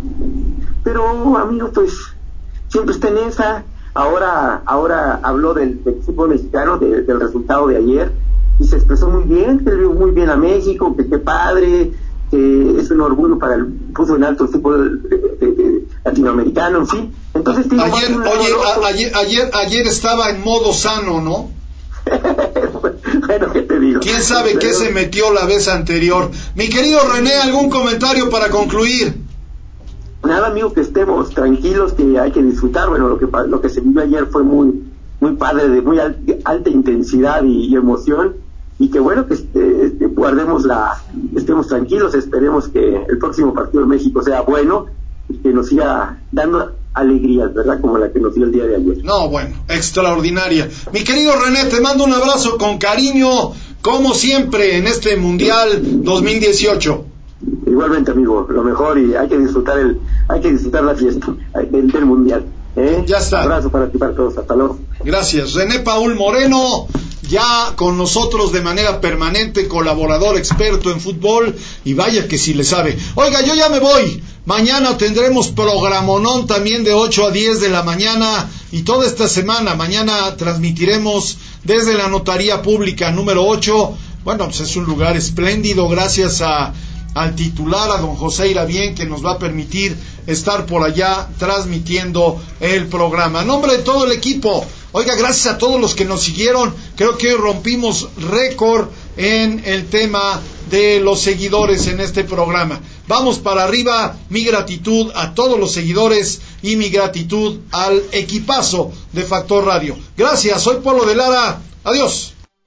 Pero, amigo, pues siempre está en esa. Ahora ahora habló del, del fútbol mexicano, de, del resultado de ayer, y se expresó muy bien, que le vio muy bien a México, que qué padre, que es un orgullo para el, puso en alto el fútbol de, de, de, latinoamericano, en fin. Entonces, digo, ayer, oye, a, ayer, ayer, ayer estaba en modo sano, ¿no? Bueno, ¿qué te digo? ¿Quién sabe qué se metió la vez anterior? Mi querido René, ¿algún comentario para concluir? nada, amigo, que estemos tranquilos, que hay que disfrutar. Bueno, lo que lo que se vivió ayer fue muy muy padre, de muy al, alta intensidad y, y emoción, y que bueno, que este, este, guardemos la, estemos tranquilos, esperemos que el próximo partido de México sea bueno y que nos siga dando alegrías, ¿verdad? Como la que nos dio el día de ayer. No, bueno, extraordinaria. Mi querido René, te mando un abrazo con cariño, como siempre, en este Mundial dos mil dieciocho. Igualmente, amigo, lo mejor, y hay que disfrutar el, hay que disfrutar la fiesta del, del Mundial. ¿Eh? Ya está. Un abrazo para ti, para todos. Hasta luego. Gracias. René Paul Moreno, ya con nosotros de manera permanente, colaborador experto en fútbol, y vaya que sí le sabe. Oiga, yo ya me voy. Mañana tendremos programonón también de ocho a diez de la mañana, y toda esta semana, mañana transmitiremos desde la Notaría Pública número ocho. Bueno, pues es un lugar espléndido, gracias a al titular, a don José Irabien, que nos va a permitir estar por allá transmitiendo el programa. A nombre de todo el equipo, oiga, gracias a todos los que nos siguieron. Creo que hoy rompimos récord en el tema de los seguidores en este programa. Vamos para arriba. Mi gratitud a todos los seguidores y mi gratitud al equipazo de Factor Radio. Gracias, soy Polo de Lara. Adiós.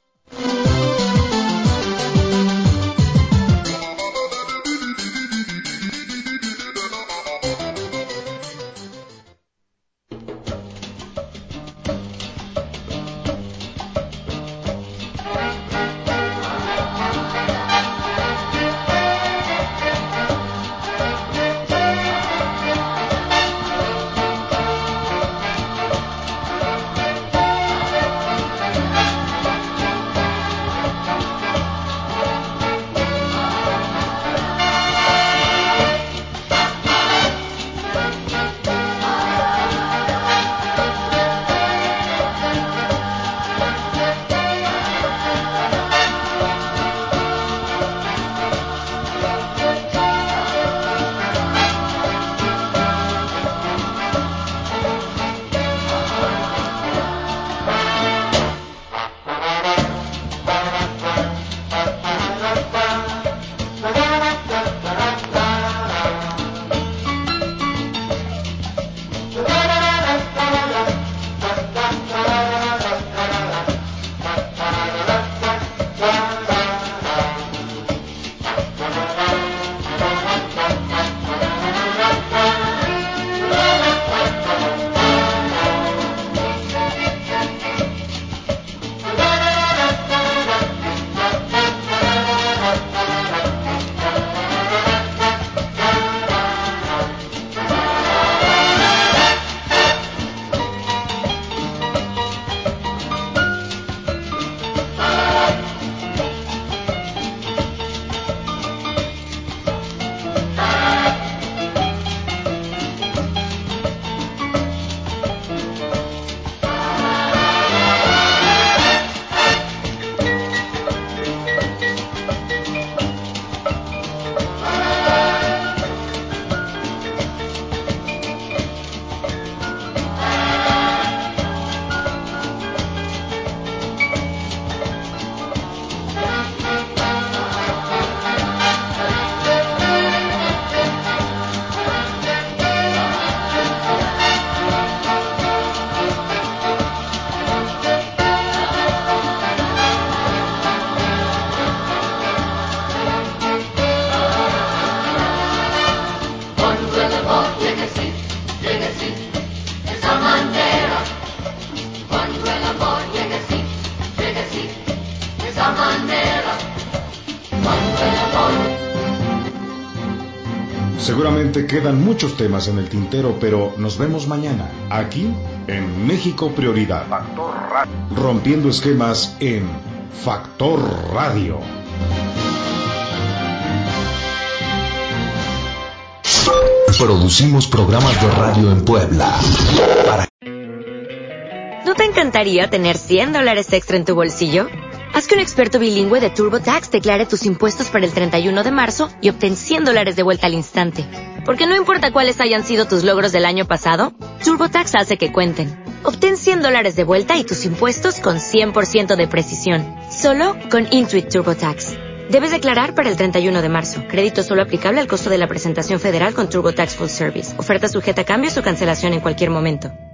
Seguramente quedan muchos temas en el tintero, pero nos vemos mañana, aquí en México Prioridad. Factor Radio. Rompiendo esquemas en Factor Radio. Producimos programas de radio en Puebla. Para... ¿No te encantaría tener cien dólares extra en tu bolsillo? Haz que un experto bilingüe de TurboTax declare tus impuestos para el treinta y uno de marzo y obtén cien dólares de vuelta al instante. Porque no importa cuáles hayan sido tus logros del año pasado, TurboTax hace que cuenten. Obtén cien dólares de vuelta y tus impuestos con cien por ciento de precisión. Solo con Intuit TurboTax. Debes declarar para el treinta y uno de marzo. Crédito solo aplicable al costo de la presentación federal con TurboTax Full Service. Oferta sujeta a cambios o cancelación en cualquier momento.